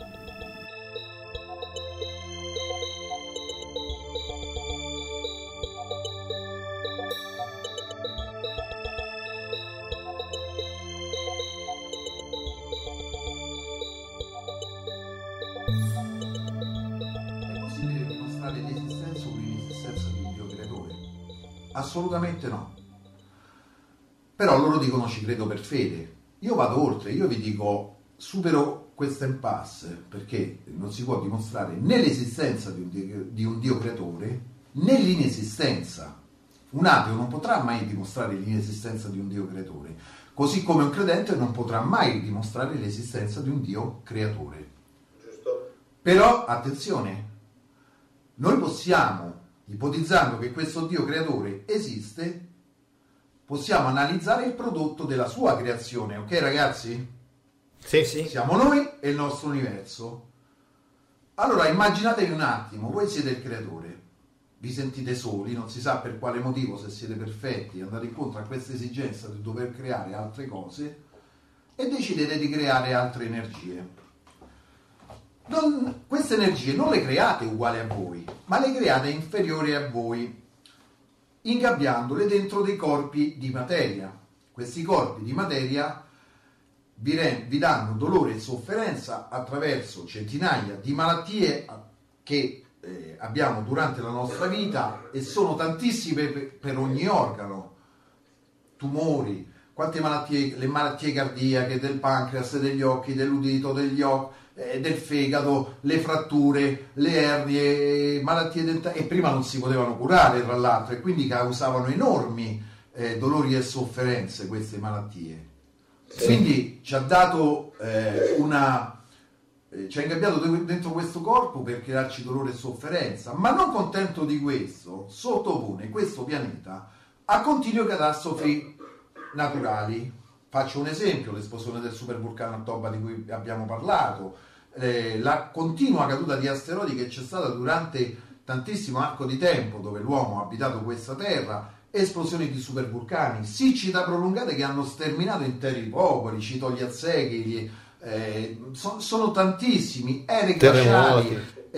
Assolutamente no. Però loro dicono ci credo per fede. Io vado oltre, io vi dico supero questa impasse, perché non si può dimostrare né l'esistenza di un Dio creatore né l'inesistenza. Un ateo non potrà mai dimostrare l'inesistenza di un Dio creatore, così come un credente non potrà mai dimostrare l'esistenza di un Dio creatore. Giusto. Però attenzione, noi possiamo, ipotizzando che questo Dio creatore esiste, possiamo analizzare il prodotto della sua creazione, ok ragazzi? Sì. Siamo noi e il nostro universo. Allora immaginatevi un attimo, voi siete il creatore, vi sentite soli, non si sa per quale motivo, se siete perfetti, andate incontro a questa esigenza di dover creare altre cose e decidete di creare altre energie. Queste energie non le create uguali a voi, ma le create inferiori a voi, ingabbiandole dentro dei corpi di materia. Questi corpi di materia vi danno dolore e sofferenza attraverso centinaia di malattie che abbiamo durante la nostra vita, e sono tantissime per ogni organo. Tumori, quante malattie, le malattie cardiache, del pancreas, degli occhi, dell'udito, del fegato, le fratture, le ernie, malattie dentali, e prima non si potevano curare tra l'altro, e quindi causavano enormi dolori e sofferenze queste malattie. Sì. Quindi ci ha dato ci ha ingabbiato dentro questo corpo per crearci dolore e sofferenza, ma non contento di questo, sottopone questo pianeta a continue catastrofi naturali. Faccio un esempio: l'esplosione del supervulcano a Toba di cui abbiamo parlato, la continua caduta di asteroidi che c'è stata durante tantissimo arco di tempo dove l'uomo ha abitato questa terra, esplosioni di supervulcani, siccità prolungate che hanno sterminato interi popoli, cito gli Aztechi, sono tantissimi, ere glaciali,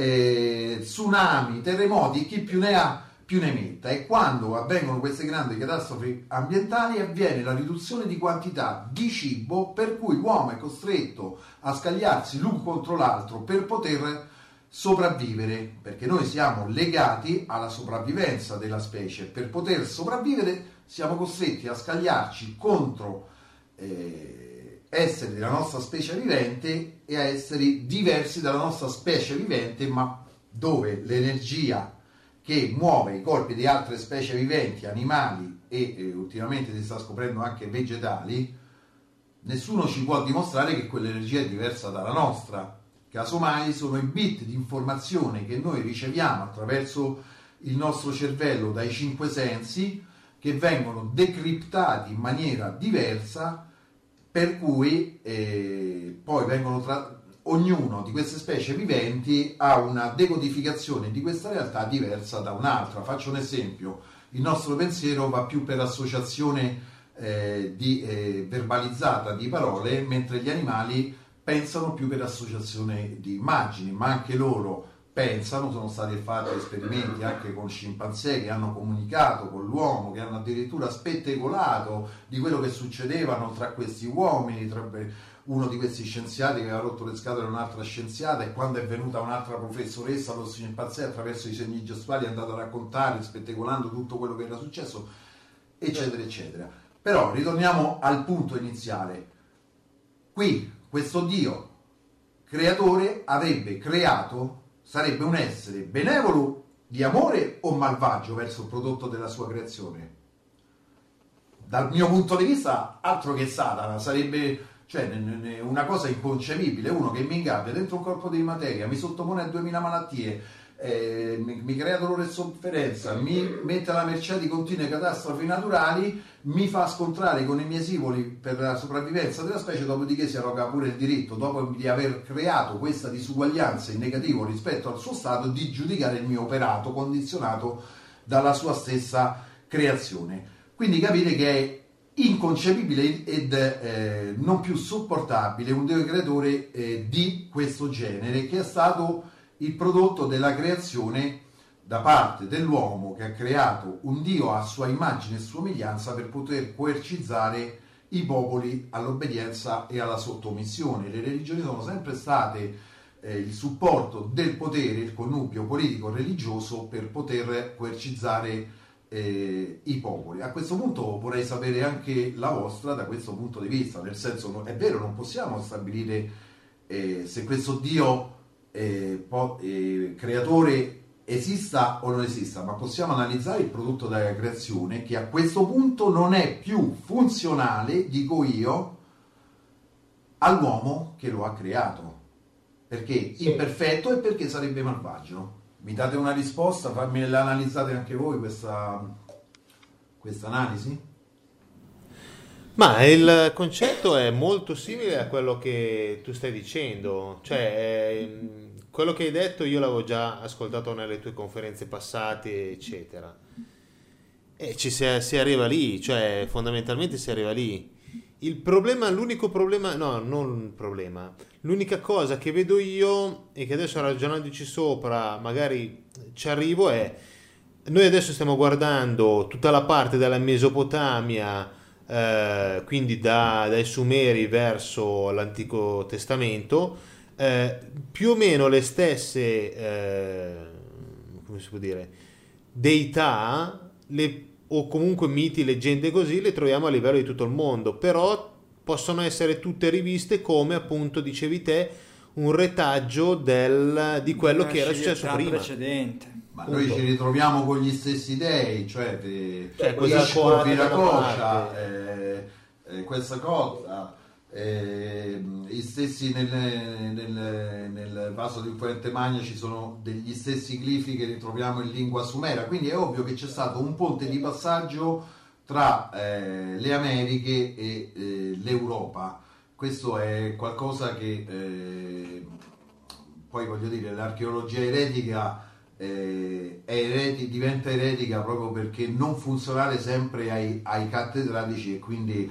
tsunami, terremoti, chi più ne ha più ne metta. E quando avvengono queste grandi catastrofi ambientali avviene la riduzione di quantità di cibo, per cui l'uomo è costretto a scagliarsi l'un contro l'altro per poter sopravvivere, perché noi siamo legati alla sopravvivenza della specie. Per poter sopravvivere siamo costretti a scagliarci contro esseri della nostra specie vivente e a esseri diversi dalla nostra specie vivente, ma dove l'energia che muove i corpi di altre specie viventi, animali e ultimamente si sta scoprendo anche vegetali, nessuno ci può dimostrare che quell'energia è diversa dalla nostra. Casomai sono i bit di informazione che noi riceviamo attraverso il nostro cervello dai 5 sensi, che vengono decriptati in maniera diversa, per cui poi vengono ognuno di queste specie viventi ha una decodificazione di questa realtà diversa da un'altra. Faccio un esempio: il nostro pensiero va più per associazione verbalizzata di parole, mentre gli animali pensano più per associazione di immagini, ma anche loro pensano. Sono stati fatti esperimenti anche con scimpanzé che hanno comunicato con l'uomo, che hanno addirittura spettegolato di quello che succedevano tra questi uomini, tra uno di questi scienziati che aveva rotto le scatole a un'altra scienziata, e quando è venuta un'altra professoressa, lo scimpanzé attraverso i segni gestuali è andato a raccontare, spettegolando tutto quello che era successo, eccetera eccetera. Però ritorniamo al punto iniziale. Qui questo Dio creatore avrebbe creato, sarebbe un essere benevolo, di amore, o malvagio verso il prodotto della sua creazione? Dal mio punto di vista altro che Satana, sarebbe una cosa inconcepibile. Uno che mi ingabbia dentro un corpo di materia, mi sottopone a 2000 malattie, mi crea dolore e sofferenza, mi mette alla mercé di continue catastrofi naturali, mi fa scontrare con i miei sivoli per la sopravvivenza della specie, dopodiché si arroga pure il diritto, dopo di aver creato questa disuguaglianza in negativo rispetto al suo stato, di giudicare il mio operato condizionato dalla sua stessa creazione. Quindi capite che è inconcepibile ed non più sopportabile un Dio creatore di questo genere, che è stato il prodotto della creazione da parte dell'uomo, che ha creato un Dio a sua immagine e somiglianza per poter coercizzare i popoli all'obbedienza e alla sottomissione. Le religioni sono sempre state il supporto del potere, il connubio politico-religioso per poter coercizzare i popoli. A questo punto vorrei sapere anche la vostra da questo punto di vista, nel senso, è vero, non possiamo stabilire se questo Dio creatore esista o non esista, ma possiamo analizzare il prodotto della creazione, che a questo punto non è più funzionale, dico io, all'uomo che lo ha creato, perché imperfetto e perché sarebbe malvagio. Mi date una risposta? L'analizzate anche voi questa analisi? Ma il concetto è molto simile a quello che tu stai dicendo, cioè quello che hai detto io l'avevo già ascoltato nelle tue conferenze passate, eccetera. E si arriva lì, cioè fondamentalmente si arriva lì. Il problema, l'unico problema, no, non il problema, l'unica cosa che vedo io e che adesso ragionandoci sopra magari ci arrivo è, noi adesso stiamo guardando tutta la parte della Mesopotamia, quindi dai Sumeri verso l'Antico Testamento, più o meno le stesse, come si può dire, deità, o comunque miti, leggende così, le troviamo a livello di tutto il mondo, però possono essere tutte riviste come appunto dicevi te un retaggio di quello che era successo prima. Precedente. Ma noi ci ritroviamo con gli stessi dei, cioè questa questa cosa, gli stessi nel vaso di Fuente Magna ci sono degli stessi glifi che ritroviamo in lingua sumera, quindi è ovvio che c'è stato un ponte di passaggio tra le Americhe e l'Europa. Questo è qualcosa che poi voglio dire, l'archeologia eretica diventa eretica proprio perché non funzionare sempre ai cattedralici e quindi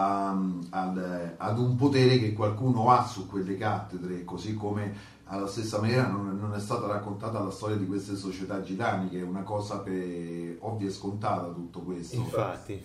ad un potere che qualcuno ha su quelle cattedre, così come alla stessa maniera non è stata raccontata la storia di queste società gitane, che è una cosa ovvia e scontata tutto questo. Infatti.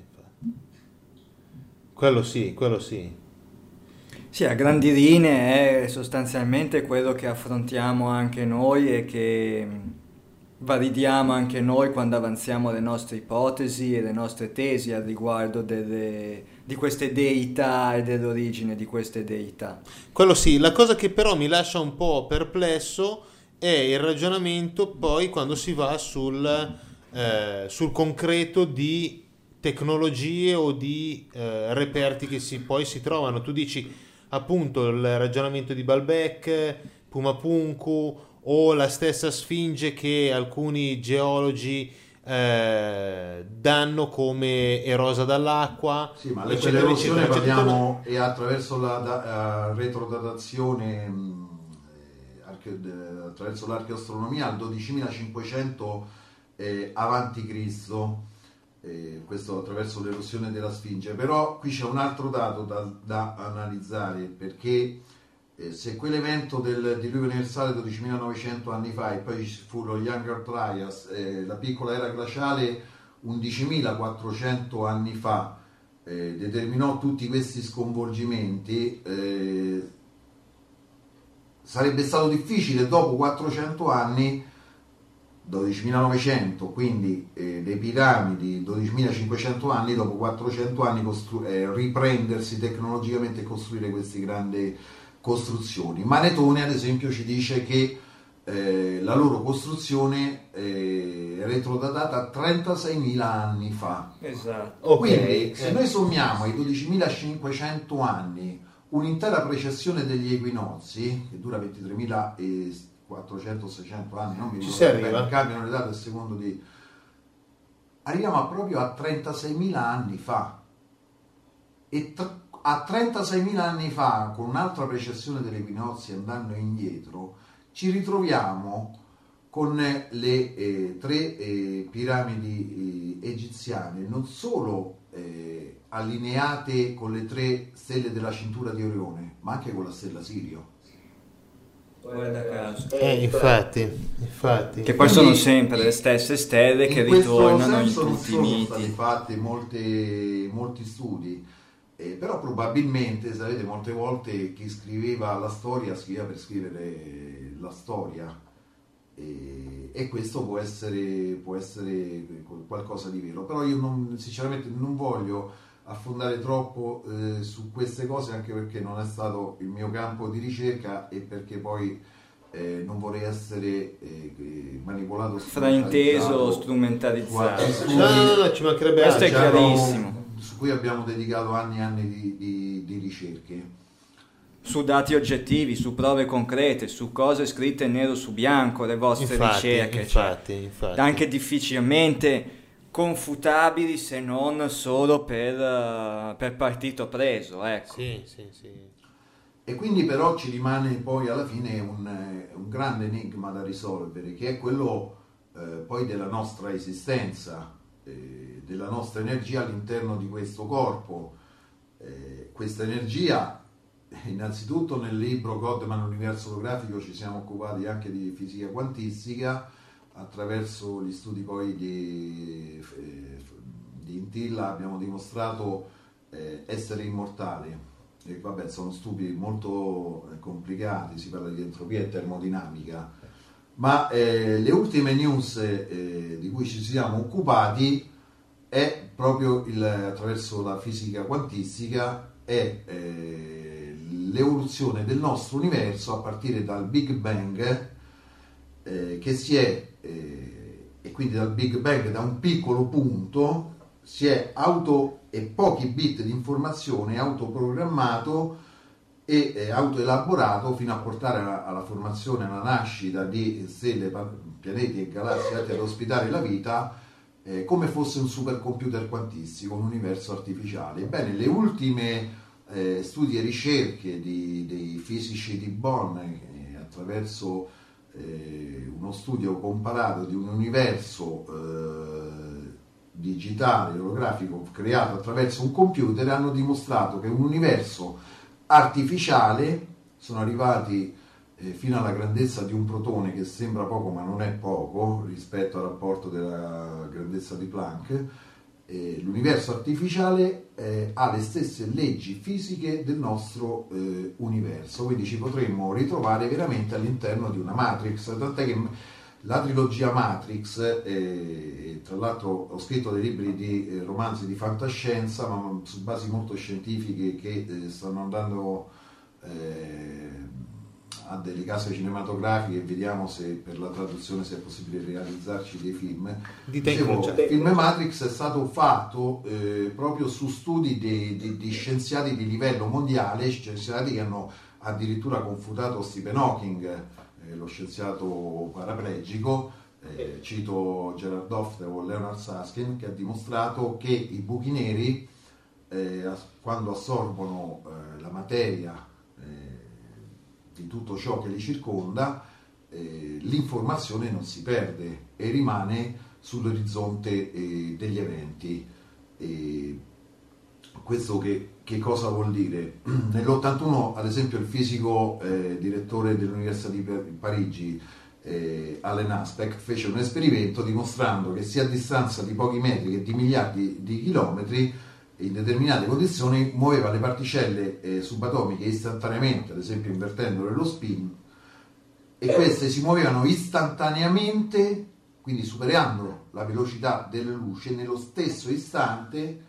Quello sì. Sì, a grandi linee è sostanzialmente quello che affrontiamo anche noi e che validiamo anche noi quando avanziamo le nostre ipotesi e le nostre tesi al riguardo di queste deità e dell'origine di queste deità. Quello sì, la cosa che però mi lascia un po' perplesso è il ragionamento poi quando si va sul concreto di tecnologie o di reperti che poi si trovano. Tu dici appunto il ragionamento di Baalbek, Pumapunku o la stessa Sfinge che alcuni geologi danno come erosa dall'acqua. Sì, ma l'evoluzione parliamo e attraverso la retrodatazione, attraverso l'archeoastronomia al 12.500 avanti Cristo. Questo attraverso l'erosione della Sfinge, però qui c'è un altro dato da analizzare, perché se quell'evento del diluvio universale 12.900 anni fa e poi ci fu lo Younger Dryas, la piccola era glaciale 11.400 anni fa, determinò tutti questi sconvolgimenti, sarebbe stato difficile dopo 400 anni, 12.900, quindi le piramidi 12.500 anni, dopo 400 anni riprendersi tecnologicamente e costruire queste grandi costruzioni. Manetone ad esempio ci dice che la loro costruzione è retrodatata a 36.000 anni fa. Esatto. Quindi se noi sommiamo ai 12.500 anni un'intera precessione degli equinozi, che dura 23.400-600 anni, non mi ricordo, cambiano le date a secondo di... arriviamo proprio a 36.000 anni fa. E a 36.000 anni fa, con un'altra precessione degli equinozi andando indietro, ci ritroviamo con le tre piramidi egiziane, non solo allineate con le tre stelle della cintura di Orione, ma anche con la stella Sirio. Guarda caso. Infatti. Che poi sono sempre le stesse stelle che ritornano in tutti i miti. Sono stati fatti molti studi, però probabilmente, sapete, molte volte chi scriveva la storia scriveva per scrivere la storia, e questo può essere qualcosa di vero, però io sinceramente non voglio affondare troppo su queste cose, anche perché non è stato il mio campo di ricerca e perché poi non vorrei essere manipolato, frainteso, strumentalizzato. No, ci mancherebbe altro. Questo è chiarissimo. Su cui abbiamo dedicato anni e anni di ricerche. Su dati oggettivi, su prove concrete, su cose scritte nero su bianco, le vostre ricerche. Infatti. Anche difficilmente confutabili se non solo per partito preso, ecco. Sì. E quindi però ci rimane poi alla fine un grande enigma da risolvere, che è quello poi della nostra esistenza, della nostra energia all'interno di questo corpo. Questa energia, innanzitutto nel libro Goldman Universo Olografico ci siamo occupati anche di fisica quantistica, attraverso gli studi poi di Intilla abbiamo dimostrato essere immortali. E vabbè, sono studi molto complicati, si parla di entropia e termodinamica, ma le ultime news di cui ci siamo occupati è proprio attraverso la fisica quantistica, è l'evoluzione del nostro universo a partire dal Big Bang, che si è, e quindi dal Big Bang, da un piccolo punto, si è e pochi bit di informazione autoprogrammato e autoelaborato fino a portare alla formazione, alla nascita di stelle, pianeti e galassie atti ad ospitare la vita, come fosse un supercomputer quantistico, un universo artificiale. Ebbene, le ultime studi e ricerche dei fisici di Bonn, attraverso uno studio comparato di un universo digitale, olografico, creato attraverso un computer, hanno dimostrato che un universo artificiale, sono arrivati fino alla grandezza di un protone, che sembra poco ma non è poco rispetto al rapporto della grandezza di Planck. L'universo artificiale ha le stesse leggi fisiche del nostro universo, quindi ci potremmo ritrovare veramente all'interno di una Matrix, tant'è che la trilogia Matrix, tra l'altro ho scritto dei libri di romanzi di fantascienza, ma su basi molto scientifiche, che stanno andando a delle case cinematografiche, e vediamo se per la traduzione se è possibile realizzarci dei film. Il film Matrix è stato fatto proprio su studi di scienziati di livello mondiale, scienziati che hanno addirittura confutato Stephen Hawking, lo scienziato paraplegico, cito Gerard Doft o Leonard Susskind, che ha dimostrato che i buchi neri, quando assorbono la materia di tutto ciò che li circonda, l'informazione non si perde e rimane sull'orizzonte degli eventi. Questo che cosa vuol dire? Nell'81, ad esempio, il fisico direttore dell'Università di Parigi, Alain Aspect, fece un esperimento dimostrando che sia a distanza di pochi metri che di miliardi di chilometri, in determinate condizioni, muoveva le particelle subatomiche istantaneamente, ad esempio invertendole lo spin, e queste si muovevano istantaneamente, quindi superando la velocità della luce nello stesso istante,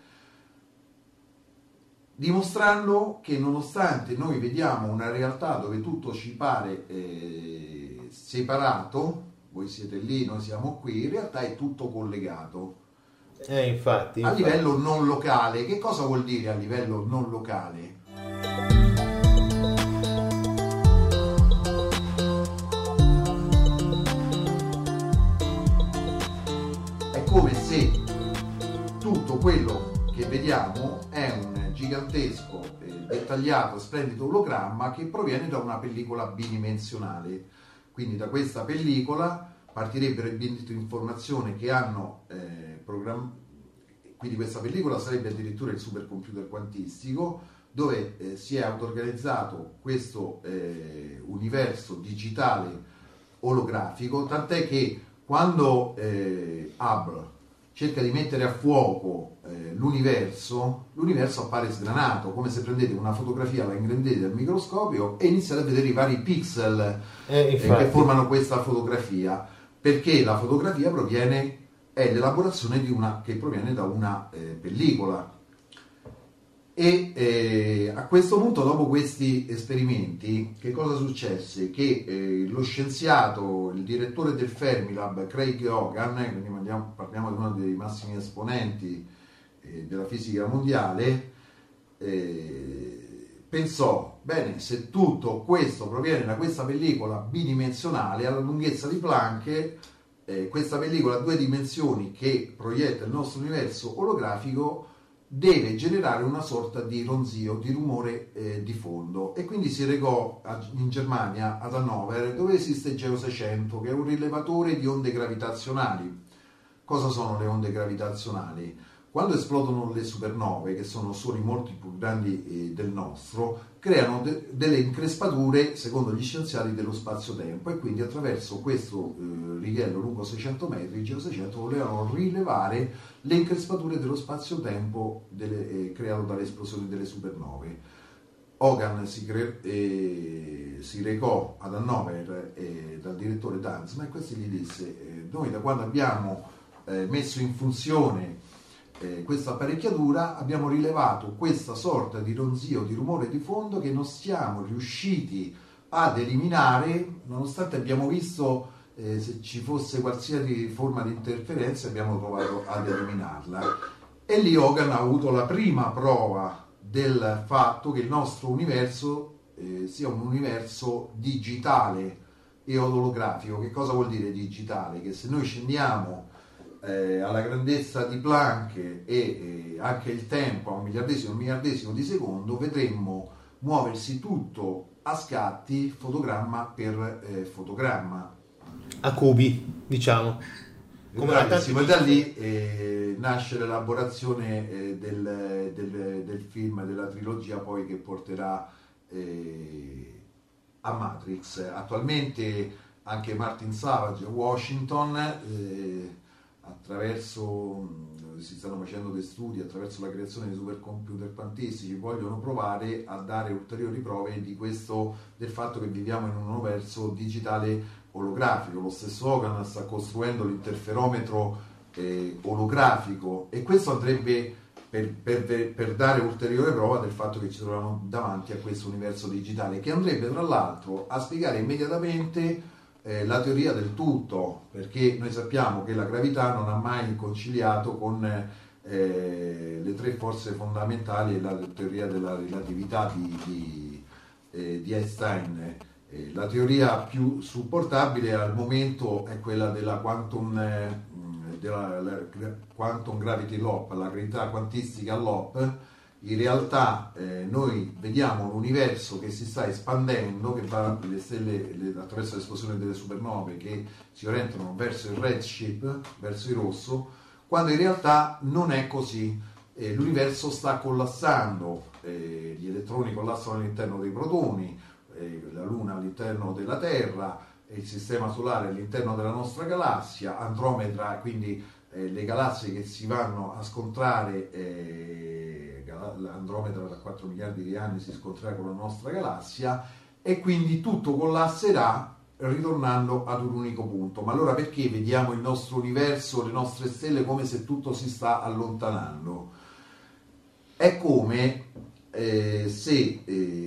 dimostrando che nonostante noi vediamo una realtà dove tutto ci pare separato, voi siete lì, noi siamo qui, in realtà è tutto collegato. Infatti. A livello non locale. Che cosa vuol dire a livello non locale? È come se tutto quello che vediamo è un gigantesco, dettagliato, splendido ologramma che proviene da una pellicola bidimensionale. Quindi da questa pellicola partirebbero i bit di informazione che hanno quindi questa pellicola sarebbe addirittura il supercomputer quantistico, dove si è auto-organizzato questo universo digitale olografico, tant'è che quando Hubble cerca di mettere a fuoco l'universo appare sgranato, come se prendete una fotografia, la ingrandite al microscopio e iniziate a vedere i vari pixel che formano questa fotografia, perché la fotografia è l'elaborazione che proviene da una pellicola. E a questo punto, dopo questi esperimenti, che cosa successe? Che lo scienziato, il direttore del Fermilab, Craig Hogan, quindi parliamo di uno dei massimi esponenti della fisica mondiale, pensò, bene, se tutto questo proviene da questa pellicola bidimensionale alla lunghezza di Planck, questa pellicola a 2 dimensioni che proietta il nostro universo olografico deve generare una sorta di ronzio, di rumore di fondo, e quindi si recò in Germania, ad Hannover, dove esiste il Geo 600, che è un rilevatore di onde gravitazionali. Cosa sono le onde gravitazionali? Quando esplodono le supernove, che sono soli molto più grandi del nostro, creano delle increspature, secondo gli scienziati, dello spazio-tempo, e quindi attraverso questo righello lungo 600 metri, il Geo 600, volevano rilevare le increspature dello spazio-tempo creato dall'esplosione delle supernove. Hogan si recò ad Hannover dal direttore Danzma, e questo gli disse: noi da quando abbiamo messo in funzione questa apparecchiatura abbiamo rilevato questa sorta di ronzio, di rumore di fondo, che non siamo riusciti ad eliminare, nonostante abbiamo visto se ci fosse qualsiasi forma di interferenza, abbiamo provato ad eliminarla. E lì Hogan ha avuto la prima prova del fatto che il nostro universo sia un universo digitale e olografico. Che cosa vuol dire digitale? Che se noi scendiamo alla grandezza di Planck e anche il tempo a un miliardesimo di secondo, vedremmo muoversi tutto a scatti, fotogramma per fotogramma, a cubi, diciamo. E da lì nasce l'elaborazione del film, della trilogia poi che porterà a Matrix. Attualmente anche Martin Savage, Washington, si stanno facendo dei studi attraverso la creazione di supercomputer quantistici, vogliono provare a dare ulteriori prove del fatto che viviamo in un universo digitale olografico. Lo stesso Hogan sta costruendo l'interferometro olografico, e questo andrebbe per dare ulteriore prova del fatto che ci troviamo davanti a questo universo digitale, che andrebbe tra l'altro a spiegare immediatamente la teoria del tutto, perché noi sappiamo che la gravità non ha mai conciliato con le 3 forze fondamentali e la teoria della relatività di Einstein. La teoria più supportabile al momento è quella della quantum gravity loop, la gravità quantistica loop. In realtà noi vediamo un universo che si sta espandendo, che va le stelle attraverso l'esplosione delle supernove, che si orientano verso il redshift, verso il rosso, quando in realtà non è così. L'universo sta collassando, gli elettroni collassano all'interno dei protoni, la Luna all'interno della Terra, il sistema solare all'interno della nostra galassia, Andromeda, quindi le galassie che si vanno a scontrare, l'Andromeda da 4 miliardi di anni si scontrerà con la nostra galassia, e quindi tutto collasserà ritornando ad un unico punto. Ma allora perché vediamo il nostro universo, le nostre stelle, come se tutto si sta allontanando? È come se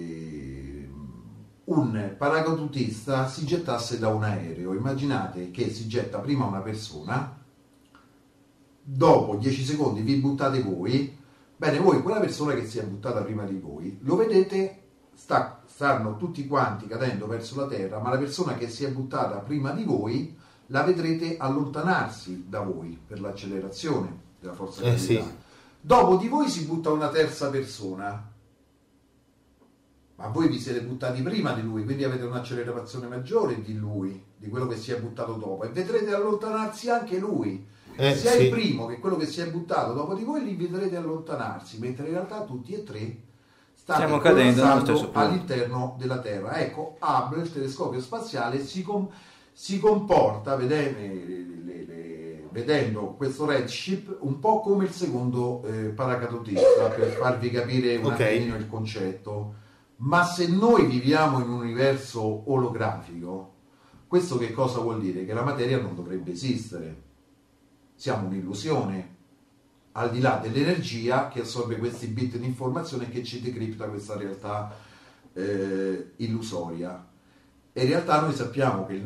un paracadutista si gettasse da un aereo. Immaginate che si getta prima una persona, dopo 10 secondi vi buttate voi. Bene, voi, quella persona che si è buttata prima di voi, lo vedete, stanno tutti quanti cadendo verso la terra, ma la persona che si è buttata prima di voi la vedrete allontanarsi da voi per l'accelerazione della forza gravità. Sì. Dopo di voi si butta una terza persona, ma voi vi siete buttati prima di lui, quindi avete un'accelerazione maggiore di lui, di quello che si è buttato dopo, e vedrete allontanarsi anche lui. Sia il primo che quello che si è buttato dopo di voi li vedrete allontanarsi, mentre in realtà tutti e tre state collassando all'interno della Terra. Ecco, Hubble, il telescopio spaziale, si comporta, vedendo questo redshift, un po' come il secondo paracadutista, per farvi capire un attimino il concetto. Ma se noi viviamo in un universo olografico, questo che cosa vuol dire? Che la materia non dovrebbe esistere. Siamo un'illusione, al di là dell'energia che assorbe questi bit di informazione e che ci decripta questa realtà illusoria. E in realtà noi sappiamo che il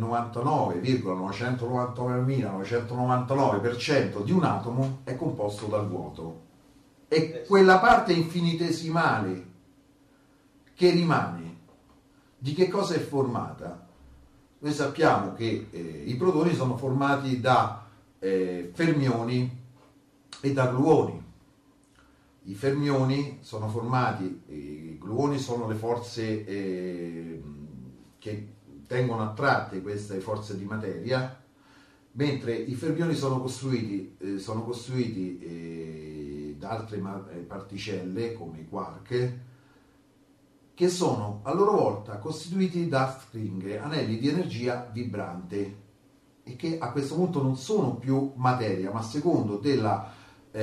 99,999% di un atomo è composto dal vuoto. E quella parte infinitesimale che rimane, di che cosa è formata? Noi sappiamo che i protoni sono formati da fermioni e da gluoni. I fermioni sono formati, i gluoni sono le forze che tengono attratte queste forze di materia, mentre i fermioni sono costruiti da altre particelle come i quark, che sono a loro volta costituiti da stringhe, anelli di energia vibrante, e che a questo punto non sono più materia, ma a secondo della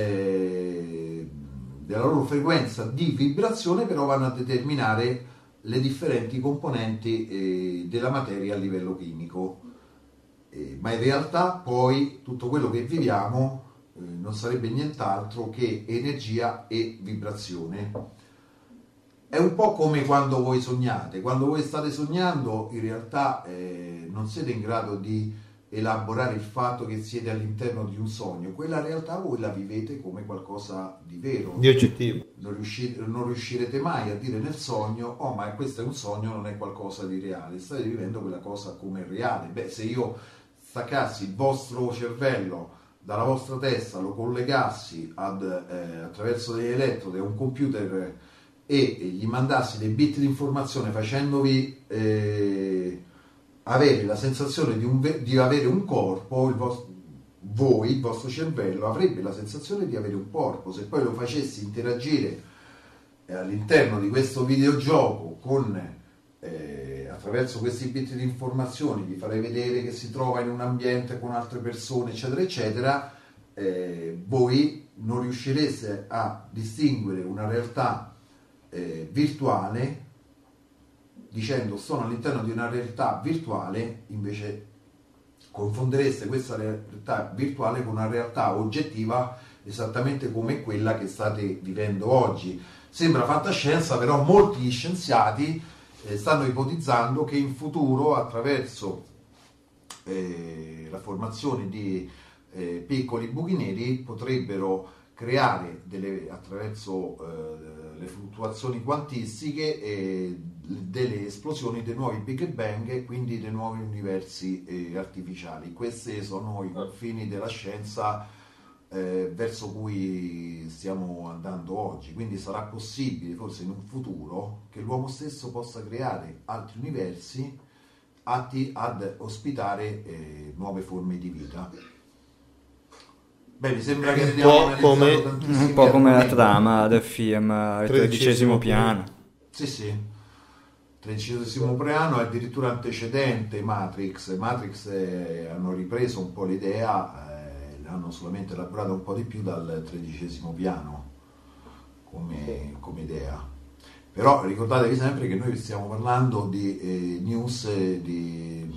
loro frequenza di vibrazione però vanno a determinare le differenti componenti della materia a livello chimico. Ma in realtà poi tutto quello che viviamo non sarebbe nient'altro che energia e vibrazione. È un po' come quando voi sognate. Quando voi state sognando, in realtà non siete in grado di elaborare il fatto che siete all'interno di un sogno. Quella realtà voi la vivete come qualcosa di vero, di oggettivo. Non riuscirete mai a dire nel sogno: oh, ma questo è un sogno, non è qualcosa di reale. State vivendo quella cosa come reale. Beh, se io staccassi il vostro cervello dalla vostra testa, lo collegassi attraverso degli elettrodi a un computer e gli mandassi dei bit di informazione facendovi avere la sensazione di avere un corpo, il vostro cervello avrebbe la sensazione di avere un corpo. Se poi lo facessi interagire all'interno di questo videogioco attraverso questi bit di informazioni, vi farei vedere che si trova in un ambiente con altre persone, eccetera eccetera, voi non riuscireste a distinguere una realtà virtuale dicendo sono all'interno di una realtà virtuale. Invece confondereste questa realtà virtuale con una realtà oggettiva esattamente come quella che state vivendo oggi. Sembra fantascienza, però molti scienziati stanno ipotizzando che in futuro, attraverso la formazione di piccoli buchi neri, potrebbero creare attraverso le fluttuazioni quantistiche delle esplosioni dei nuovi Big Bang e quindi dei nuovi universi artificiali. Questi sono i confini della scienza verso cui stiamo andando oggi. Quindi sarà possibile forse in un futuro che l'uomo stesso possa creare altri universi atti ad ospitare nuove forme di vita. Beh, mi sembra che un po' come la trama del film Il 13° piano. Sì, 13° piano è addirittura antecedente Matrix. Hanno ripreso un po' l'idea, l'hanno solamente elaborata un po' di più dal 13° piano come idea. Però ricordatevi sempre che noi stiamo parlando di news, di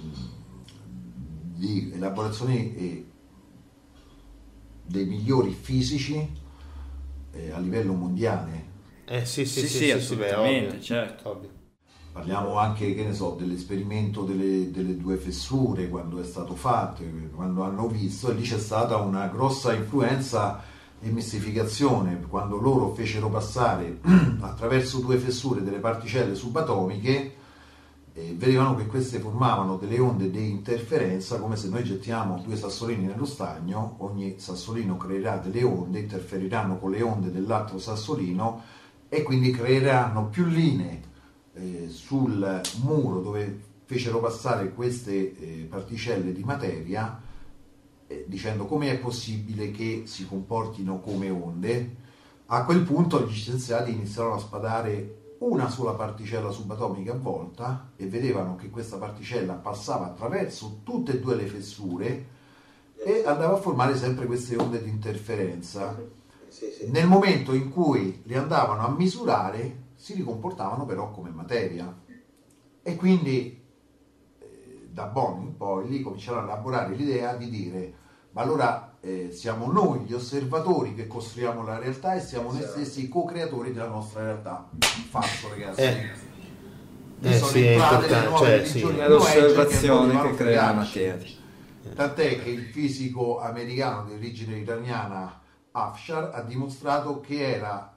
elaborazioni dei migliori fisici a livello mondiale. Sì, assolutamente, beh, certo. Ovvio. Parliamo anche, che ne so, dell'esperimento delle due fessure, quando è stato fatto, quando hanno visto, e lì c'è stata una grossa influenza e mistificazione, quando loro fecero passare attraverso due fessure delle particelle subatomiche, vedevano che queste formavano delle onde di interferenza, come se noi gettiamo due sassolini nello stagno, ogni sassolino creerà delle onde, interferiranno con le onde dell'altro sassolino e quindi creeranno più linee sul muro dove fecero passare queste particelle di materia, dicendo come è possibile che si comportino come onde. A quel punto gli scienziati iniziarono a spadare una sola particella subatomica a volta e vedevano che questa particella passava attraverso tutte e due le fessure e andava a formare sempre queste onde di interferenza. Nel momento in cui le andavano a misurare si ricomportavano però come materia, e quindi da Bohr in poi lì cominciarono a elaborare l'idea di dire: ma allora siamo noi gli osservatori che costruiamo la realtà e siamo noi stessi i co-creatori della nostra realtà. Falso, ragazzi. Sono entrate le nuove religioni, è l'osservazione che crea la materia. Tant'è che il fisico americano di origine iraniana Afshar ha dimostrato che era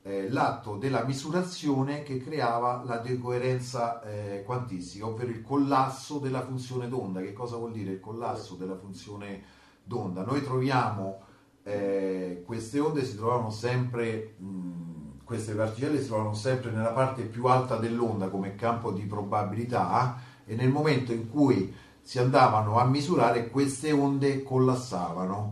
l'atto della misurazione che creava la decoerenza quantistica, ovvero il collasso della funzione d'onda. Che cosa vuol dire il collasso della funzione d'onda? Noi troviamo queste onde si trovavano sempre, queste particelle si trovavano sempre nella parte più alta dell'onda come campo di probabilità, e nel momento in cui si andavano a misurare queste onde collassavano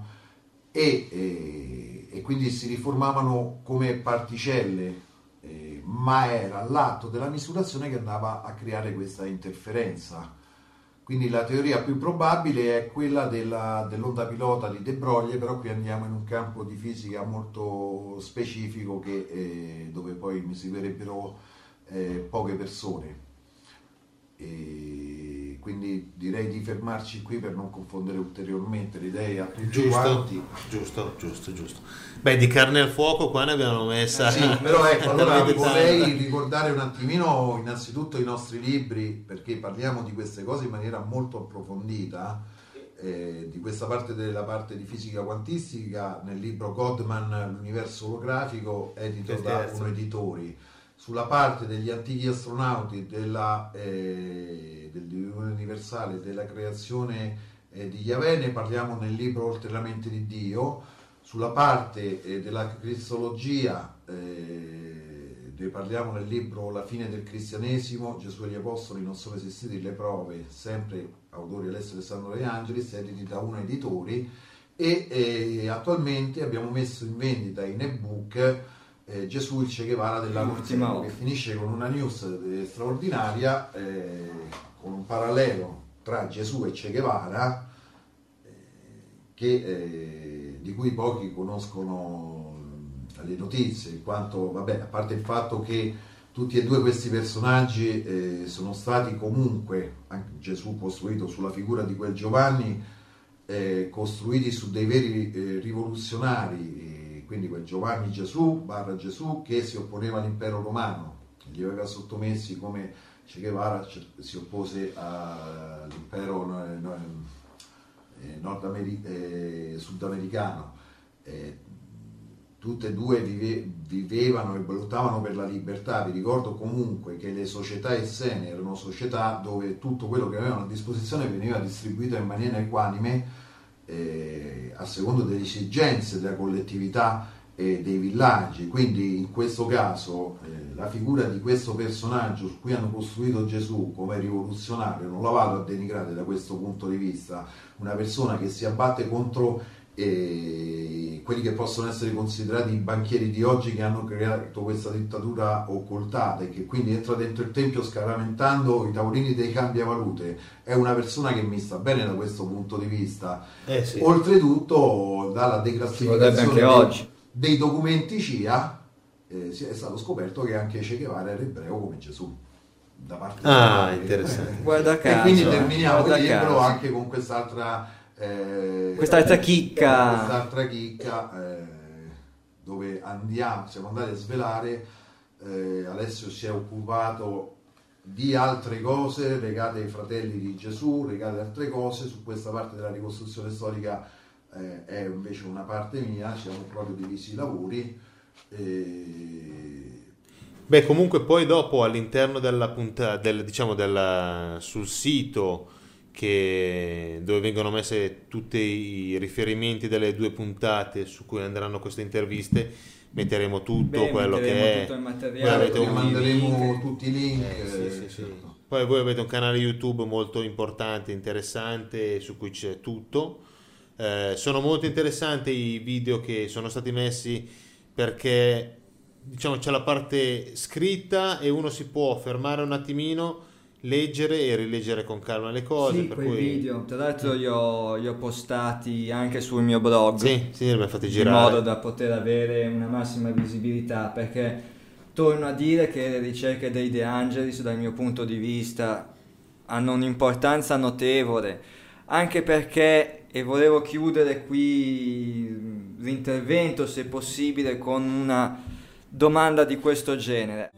e quindi si riformavano come particelle, ma era l'atto della misurazione che andava a creare questa interferenza. Quindi la teoria più probabile è quella dell'onda pilota di de Broglie, però qui andiamo in un campo di fisica molto specifico dove poi mi seguirebbero poche persone. E quindi direi di fermarci qui per non confondere ulteriormente le idee a tutti quanti. Giusto. Beh, di carne al fuoco qua ne abbiamo messa. Sì, però ecco, allora vorrei ricordare un attimino innanzitutto i nostri libri, perché parliamo di queste cose in maniera molto approfondita, di questa parte della parte di fisica quantistica nel libro Godman, l'universo olografico, edito da Uno Editori. Sulla parte degli antichi astronauti, del divino universale, della creazione di Yahweh, ne parliamo nel libro Oltre la mente di Dio. Sulla parte della cristologia ne parliamo nel libro La fine del cristianesimo, Gesù e gli apostoli non sono esistiti le prove, sempre autori Alessio Alessandro De Angelis, editi da Uno Editori, e attualmente abbiamo messo in vendita in ebook Gesù il Che Guevara dell'Ultima, che finisce con una news straordinaria, con un parallelo tra Gesù e Che Guevara, di cui pochi conoscono le notizie, in quanto, vabbè, a parte il fatto che tutti e due questi personaggi sono stati comunque, anche Gesù costruito sulla figura di quel Giovanni, costruiti su dei veri rivoluzionari, quindi quel Giovanni Gesù che si opponeva all'impero romano, li aveva sottomessi come Che Guevara si oppose all'impero sudamericano. Tutte e due vivevano e lottavano per la libertà. Vi ricordo comunque che le società essene erano società dove tutto quello che avevano a disposizione veniva distribuito in maniera equanime, a seconda delle esigenze della collettività e dei villaggi. Quindi in questo caso la figura di questo personaggio su cui hanno costruito Gesù come rivoluzionario non la vado a denigrare da questo punto di vista, una persona che si abbatte contro quelli che possono essere considerati i banchieri di oggi, che hanno creato questa dittatura occultata e che quindi entra dentro il tempio scaramentando i tavolini dei cambiavalute. È una persona che mi sta bene da questo punto di vista. Sì. Oltretutto dalla declassificazione dei documenti CIA è stato scoperto che anche Che Guevara era ebreo come Gesù, da parte interessante. Guarda caso, e quindi terminiamo il libro anche con quest'altra chicca, dove siamo andati a svelare. Alessio si è occupato di altre cose legate ai fratelli di Gesù, legate ad altre cose. Su questa parte della ricostruzione storica è invece una parte mia, ci siamo proprio divisi i lavori. Beh, comunque poi dopo all'interno della puntata, sul sito dove vengono messe tutti i riferimenti delle due puntate su cui andranno queste interviste, metteremo tutto quello che è, tutto il materiale, manderemo tutti i link. Sì. Poi voi avete un canale YouTube molto importante, interessante, su cui c'è tutto. Sono molto interessanti i video che sono stati messi, perché c'è la parte scritta e uno si può fermare un attimino, leggere e rileggere con calma le cose. Sì, quei video, tra l'altro li ho postati anche sul mio blog, sì, li abbiamo fatti girare, in modo da poter avere una massima visibilità, perché torno a dire che le ricerche dei De Angelis dal mio punto di vista hanno un'importanza notevole, anche perché, e volevo chiudere qui l'intervento se possibile con una domanda di questo genere.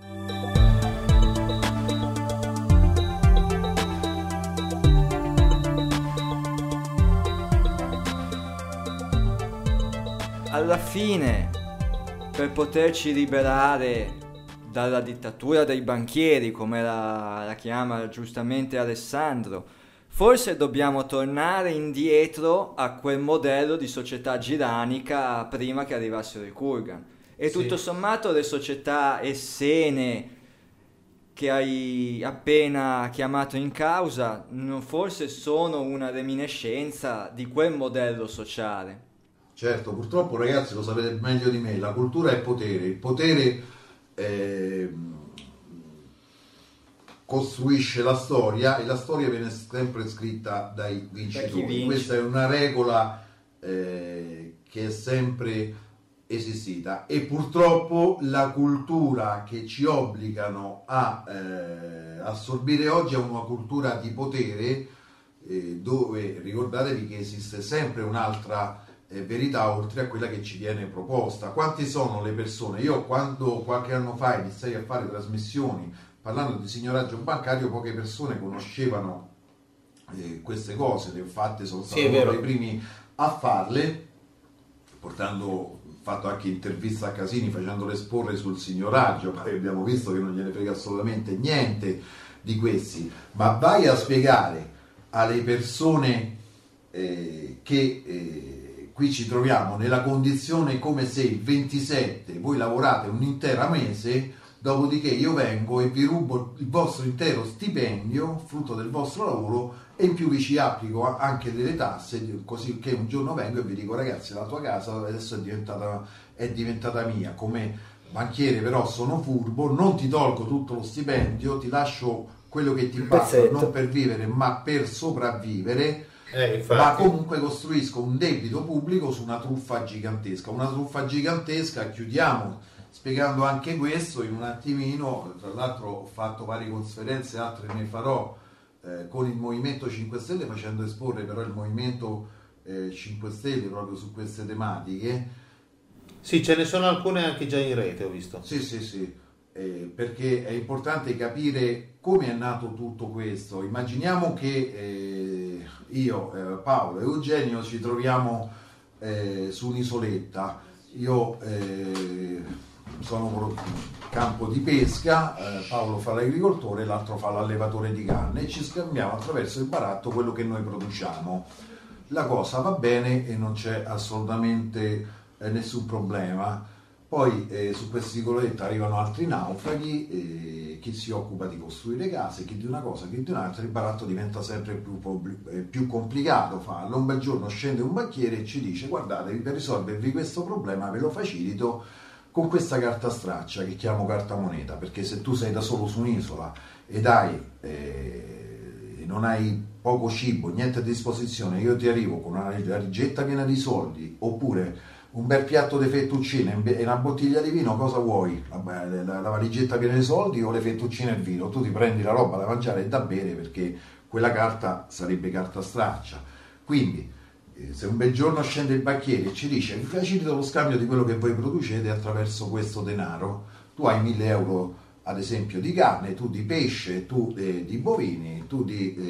Alla fine per poterci liberare dalla dittatura dei banchieri, come la chiama giustamente Alessandro, forse dobbiamo tornare indietro a quel modello di società giranica prima che arrivassero i Kurgan. E tutto sommato le società essene che hai appena chiamato in causa forse sono una reminiscenza di quel modello sociale. Certo, purtroppo ragazzi lo sapete meglio di me, la cultura è potere, il potere costruisce la storia e la storia viene sempre scritta dai vincitori. Questa è una regola che è sempre esistita e purtroppo la cultura che ci obbligano a assorbire oggi è una cultura di potere dove ricordatevi che esiste sempre un'altra verità oltre a quella che ci viene proposta. Quanti sono le persone? Io quando qualche anno fa iniziai a fare trasmissioni parlando di signoraggio bancario, poche persone conoscevano queste cose, le ho fatte, sono stato uno dei primi a farle, ho fatto anche interviste a Casini facendole esporre sul signoraggio, ma abbiamo visto che non gliene frega assolutamente niente di questi, ma vai a spiegare alle persone che qui ci troviamo nella condizione come se il 27 voi lavorate un'intera mese, dopodiché io vengo e vi rubo il vostro intero stipendio, frutto del vostro lavoro, e in più vi ci applico anche delle tasse, così che un giorno vengo e vi dico ragazzi la tua casa adesso è diventata mia, come banchiere però sono furbo, non ti tolgo tutto lo stipendio, ti lascio quello che ti basta non per vivere ma per sopravvivere. Ma comunque costruisco un debito pubblico su una truffa gigantesca, chiudiamo spiegando anche questo in un attimino. Tra l'altro ho fatto varie conferenze, altre ne farò con il Movimento 5 Stelle, facendo esporre però il Movimento 5 Stelle proprio su queste tematiche. Sì, ce ne sono alcune anche già in rete, ho visto. Sì, perché è importante capire come è nato tutto questo. Immaginiamo che io, Paolo e Eugenio ci troviamo su un'isoletta, io sono campo di pesca, Paolo fa l'agricoltore e l'altro fa l'allevatore di canne e ci scambiamo attraverso il baratto quello che noi produciamo. La cosa va bene e non c'è assolutamente nessun problema. Poi su questa isoletta arrivano altri naufraghi, chi si occupa di costruire case, chi di una cosa, chi di un'altra, il baratto diventa sempre più complicato farlo. Un bel giorno scende un banchiere e ci dice guardate, per risolvervi questo problema ve lo facilito con questa carta straccia che chiamo carta moneta, perché se tu sei da solo su un'isola ed non hai poco cibo, niente a disposizione, io ti arrivo con una rigetta piena di soldi oppure un bel piatto di fettuccine e una bottiglia di vino, cosa vuoi? La valigetta piena di soldi o le fettuccine e il vino? Tu ti prendi la roba da mangiare e da bere, perché quella carta sarebbe carta straccia. Quindi se un bel giorno scende il banchiere e ci dice vi facilito lo scambio di quello che voi producete attraverso questo denaro, tu hai 1.000 euro ad esempio di carne, tu di pesce, tu di bovini, tu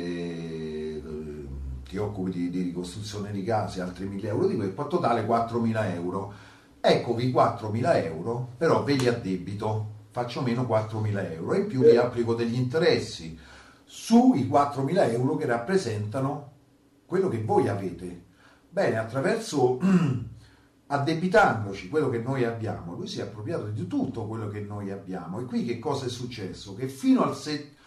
ti occupi di ricostruzione di case, altri 1.000 euro di questo, totale 4.000 euro. Eccovi 4.000 euro, però ve li addebito, faccio meno 4.000 euro e in più vi applico degli interessi sui 4.000 euro che rappresentano quello che voi avete. Bene, attraverso addebitandoci quello che noi abbiamo, lui si è appropriato di tutto quello che noi abbiamo. E qui che cosa è successo? Che fino al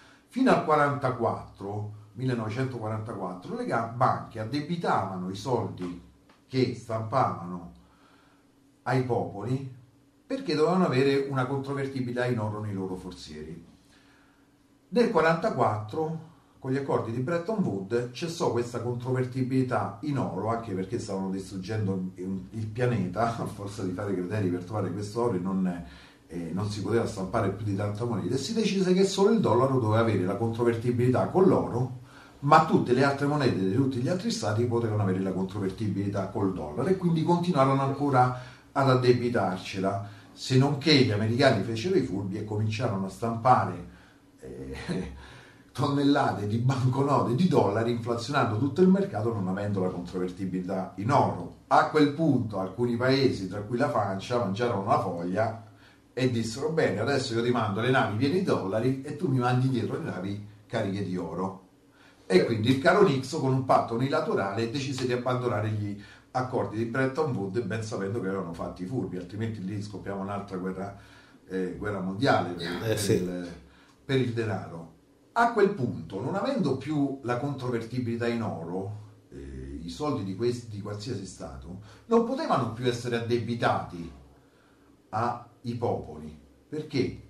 1944 le banche addebitavano i soldi che stampavano ai popoli perché dovevano avere una controvertibilità in oro nei loro forzieri. Nel 1944 con gli accordi di Bretton Woods cessò questa controvertibilità in oro, anche perché stavano distruggendo il pianeta a forza di fare criteri per trovare questo oro e non si poteva stampare più di tanta moneta, e si decise che solo il dollaro doveva avere la controvertibilità con l'oro, ma tutte le altre monete di tutti gli altri stati potevano avere la controvertibilità col dollaro, e quindi continuarono ancora ad addebitarcela, se non che gli americani fecero i furbi e cominciarono a stampare tonnellate di banconote di dollari, inflazionando tutto il mercato, non avendo la controvertibilità in oro. A quel punto alcuni paesi, tra cui la Francia, mangiarono la foglia e dissero: bene, adesso io ti mando le navi piene di dollari e tu mi mandi dietro le navi cariche di oro. E quindi il caro Nixon, con un patto unilaterale, decise di abbandonare gli accordi di Bretton Woods, ben sapendo che erano fatti furbi, altrimenti lì scoppiava un'altra guerra mondiale per il denaro. A quel punto, non avendo più la controvertibilità in oro, i soldi di qualsiasi Stato non potevano più essere addebitati ai popoli, perché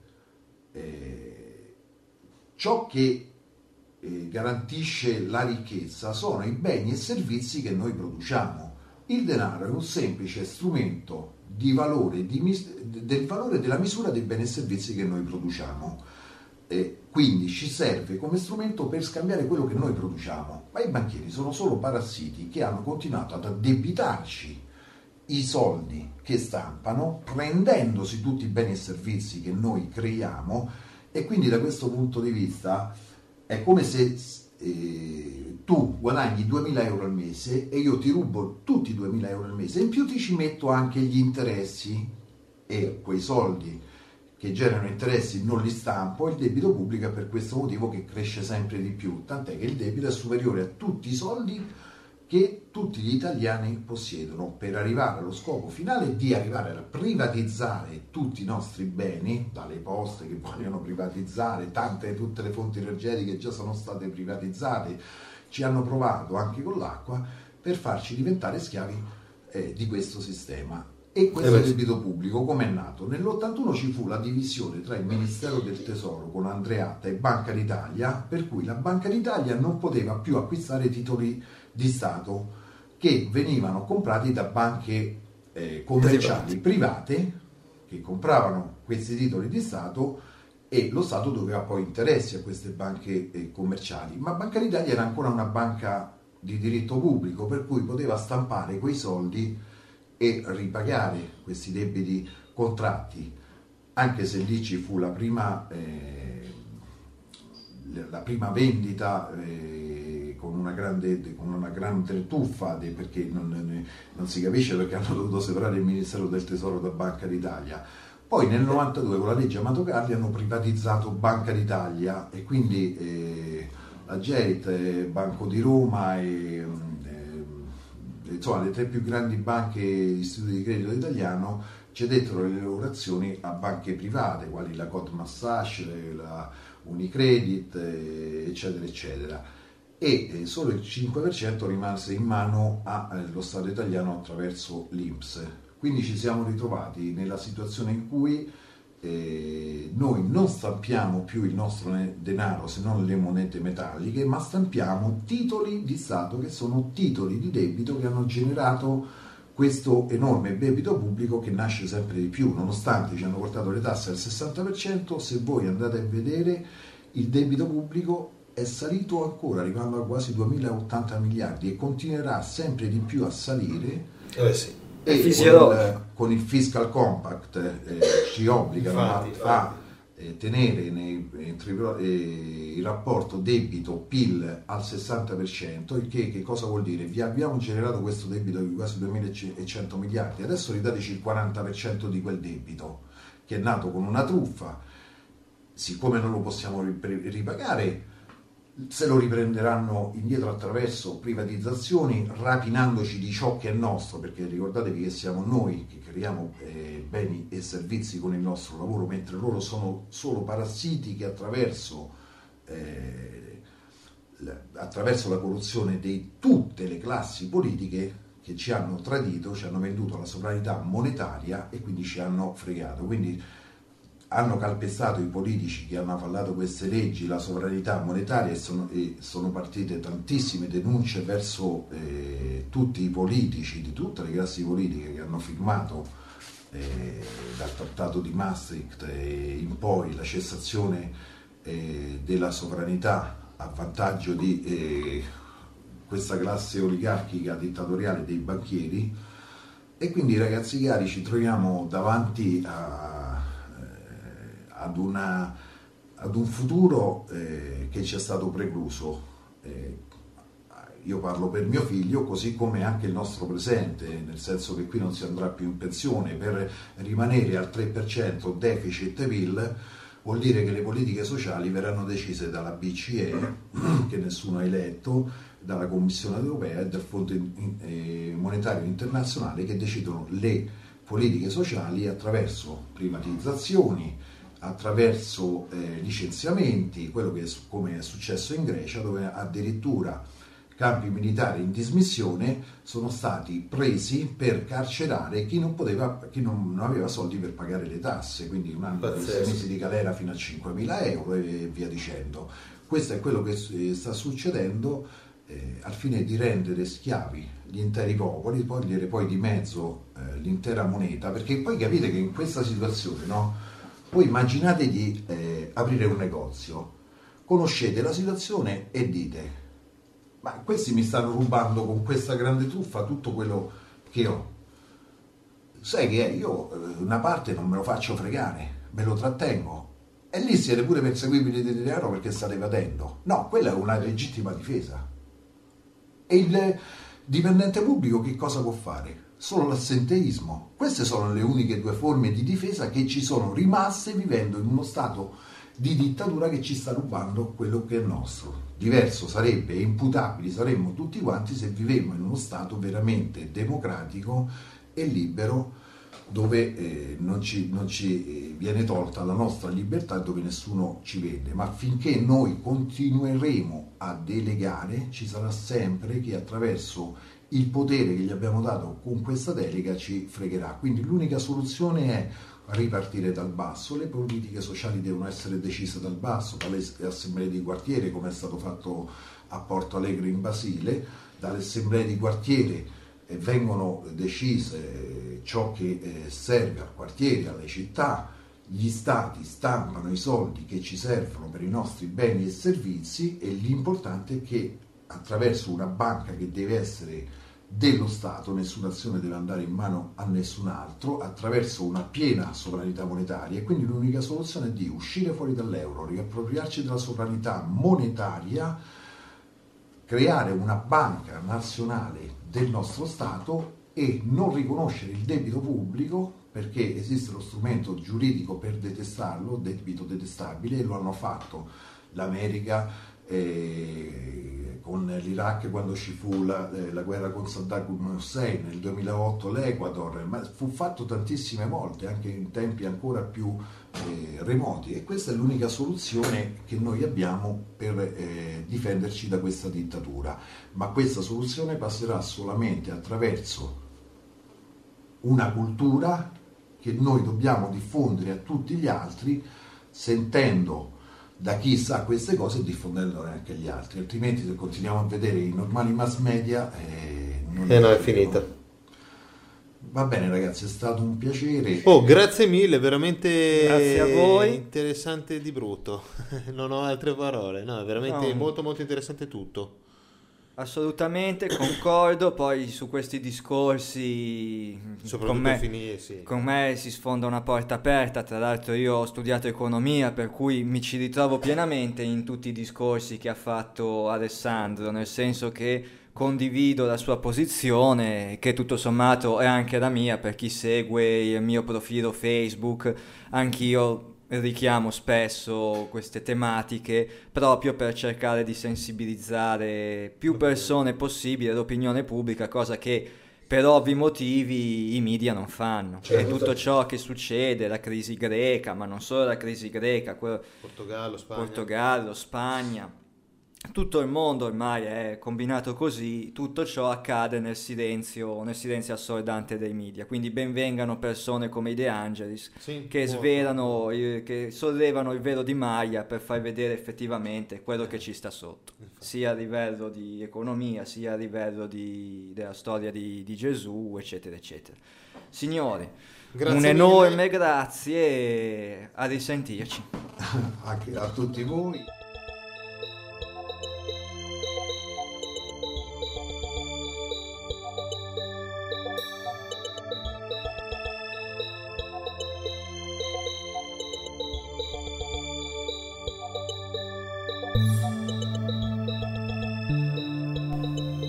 ciò che garantisce la ricchezza sono i beni e servizi che noi produciamo. Il denaro è un semplice strumento di valore, del valore della misura dei beni e servizi che noi produciamo. Quindi ci serve come strumento per scambiare quello che noi produciamo, ma i banchieri sono solo parassiti che hanno continuato ad addebitarci i soldi che stampano, prendendosi tutti i beni e servizi che noi creiamo, e quindi da questo punto di vista è come se tu guadagni 2.000 euro al mese e io ti rubo tutti i 2.000 euro al mese, in più ti ci metto anche gli interessi, e quei soldi che generano interessi non li stampo, il debito pubblico è per questo motivo che cresce sempre di più, tant'è che il debito è superiore a tutti i soldi che tutti gli italiani possiedono, per arrivare allo scopo finale di arrivare a privatizzare tutti i nostri beni, dalle poste che vogliono privatizzare, tutte le fonti energetiche già sono state privatizzate, ci hanno provato anche con l'acqua, per farci diventare schiavi di questo sistema. E questo debito pubblico come è nato? Nell'81 ci fu la divisione tra il Ministero del Tesoro con Andreatta e Banca d'Italia, per cui la Banca d'Italia non poteva più acquistare titoli di Stato che venivano comprati da banche commerciali private che compravano questi titoli di Stato, e lo Stato doveva poi interessi a queste banche commerciali, ma Banca d'Italia era ancora una banca di diritto pubblico, per cui poteva stampare quei soldi e ripagare questi debiti contratti, anche se lì ci fu la prima vendita con una grande truffa, perché non si capisce perché hanno dovuto separare il Ministero del Tesoro da Banca d'Italia. Poi nel 92 con la legge Amato Carli hanno privatizzato Banca d'Italia, e quindi la Gerit, Banco di Roma insomma le tre più grandi banche di istituti di credito italiano cedettero le loro azioni a banche private quali la Code Massage, la Unicredit, eccetera eccetera, e solo il 5% rimase in mano allo Stato italiano attraverso l'INPS. Quindi ci siamo ritrovati nella situazione in cui noi non stampiamo più il nostro denaro, se non le monete metalliche, ma stampiamo titoli di Stato che sono titoli di debito che hanno generato questo enorme debito pubblico che nasce sempre di più, nonostante ci hanno portato le tasse al 60%. Se voi andate a vedere, il debito pubblico è salito ancora, arrivando a quasi 2.080 miliardi, e continuerà sempre di più a salire. Sì. E con il fiscal compact ci obbligano a tenere il rapporto debito-PIL al 60%, il che cosa vuol dire? Vi abbiamo generato questo debito di quasi 2.100 miliardi, adesso ridateci il 40% di quel debito, che è nato con una truffa. Siccome non lo possiamo ripagare, se lo riprenderanno indietro attraverso privatizzazioni, rapinandoci di ciò che è nostro, perché ricordatevi che siamo noi che creiamo beni e servizi con il nostro lavoro, mentre loro sono solo parassiti che attraverso la corruzione di tutte le classi politiche che ci hanno tradito, ci hanno venduto la sovranità monetaria e quindi ci hanno fregato. Quindi hanno calpestato i politici che hanno avallato queste leggi, la sovranità monetaria, e sono partite tantissime denunce verso tutti i politici di tutte le classi politiche che hanno firmato dal Trattato di Maastricht in poi la cessazione della sovranità a vantaggio di questa classe oligarchica dittatoriale dei banchieri. E quindi, ragazzi cari, ci troviamo davanti ad ad un futuro che ci è stato precluso. Io parlo per mio figlio, così come anche il nostro presente, nel senso che qui non si andrà più in pensione. Per rimanere al 3% deficit PIL vuol dire che le politiche sociali verranno decise dalla BCE, che nessuno ha eletto, dalla Commissione europea e dal Fondo Monetario Internazionale, che decidono le politiche sociali attraverso privatizzazioni, attraverso licenziamenti, quello che come è successo in Grecia, dove addirittura campi militari in dismissione sono stati presi per carcerare chi non aveva soldi per pagare le tasse, quindi un anno di 6 mesi di galera fino a 5.000 euro e via dicendo. Questo è quello che sta succedendo al fine di rendere schiavi gli interi popoli, togliere poi di mezzo l'intera moneta, perché poi capite che in questa situazione, no? Voi immaginate di aprire un negozio, conoscete la situazione e dite: ma questi mi stanno rubando con questa grande truffa tutto quello che ho. Sai che io una parte non me lo faccio fregare, me lo trattengo. E lì siete pure perseguibili di denaro perché state evadendo. No, quella è una legittima difesa. E il dipendente pubblico che cosa può fare? Solo l'assenteismo. Queste sono le uniche due forme di difesa che ci sono rimaste vivendo in uno stato di dittatura che ci sta rubando quello che è nostro. Diverso sarebbe, e imputabili saremmo tutti quanti se vivemmo in uno stato veramente democratico e libero, dove non ci viene tolta la nostra libertà, dove nessuno ci vede. Ma finché noi continueremo a delegare, ci sarà sempre chi attraverso il potere che gli abbiamo dato con questa delega ci fregherà. Quindi l'unica soluzione è ripartire dal basso. Le politiche sociali devono essere decise dal basso, dalle assemblee di quartiere, come è stato fatto a Porto Alegre in Basile. Dalle assemblee di quartiere vengono decise ciò che serve al quartiere, alle città. Gli stati stampano i soldi che ci servono per i nostri beni e servizi, e l'importante è che attraverso una banca che deve essere dello Stato, nessuna azione deve andare in mano a nessun altro, attraverso una piena sovranità monetaria. E quindi l'unica soluzione è di uscire fuori dall'euro, riappropriarci della sovranità monetaria, creare una banca nazionale del nostro Stato e non riconoscere il debito pubblico, perché esiste lo strumento giuridico per detestarlo, debito detestabile, e lo hanno fatto l'America con l'Iraq quando ci fu la guerra con Saddam Hussein, nel 2008 l'Ecuador, ma fu fatto tantissime volte, anche in tempi ancora più remoti, e questa è l'unica soluzione che noi abbiamo per difenderci da questa dittatura. Ma questa soluzione passerà solamente attraverso una cultura che noi dobbiamo diffondere a tutti gli altri, sentendo da chi sa queste cose e diffondendole anche agli altri, altrimenti se continuiamo a vedere i normali mass media non è finita. Va bene ragazzi, è stato un piacere. Grazie mille, veramente grazie a voi. Interessante di brutto. Non ho altre parole, no, è veramente molto molto interessante tutto. Assolutamente, concordo. Poi su questi discorsi con me si sfonda una porta aperta. Tra l'altro io ho studiato economia, per cui mi ci ritrovo pienamente in tutti i discorsi che ha fatto Alessandro, nel senso che condivido la sua posizione, che tutto sommato è anche la mia. Per chi segue il mio profilo Facebook, anch'io richiamo spesso queste tematiche proprio per cercare di sensibilizzare più persone possibile, l'opinione pubblica, cosa che per ovvi motivi i media non fanno. E tutto ciò che succede, la crisi greca, ma non solo la crisi greca, Portogallo, Spagna, tutto il mondo ormai è combinato così, tutto ciò accade nel silenzio assordante dei media. Quindi benvengano persone come i De Angelis, che svelano, che sollevano il velo di Maya per far vedere effettivamente quello che ci sta sotto, sia a livello di economia, sia a livello della storia di Gesù, eccetera eccetera. Signori, un enorme grazie e a risentirci. Anche a tutti voi.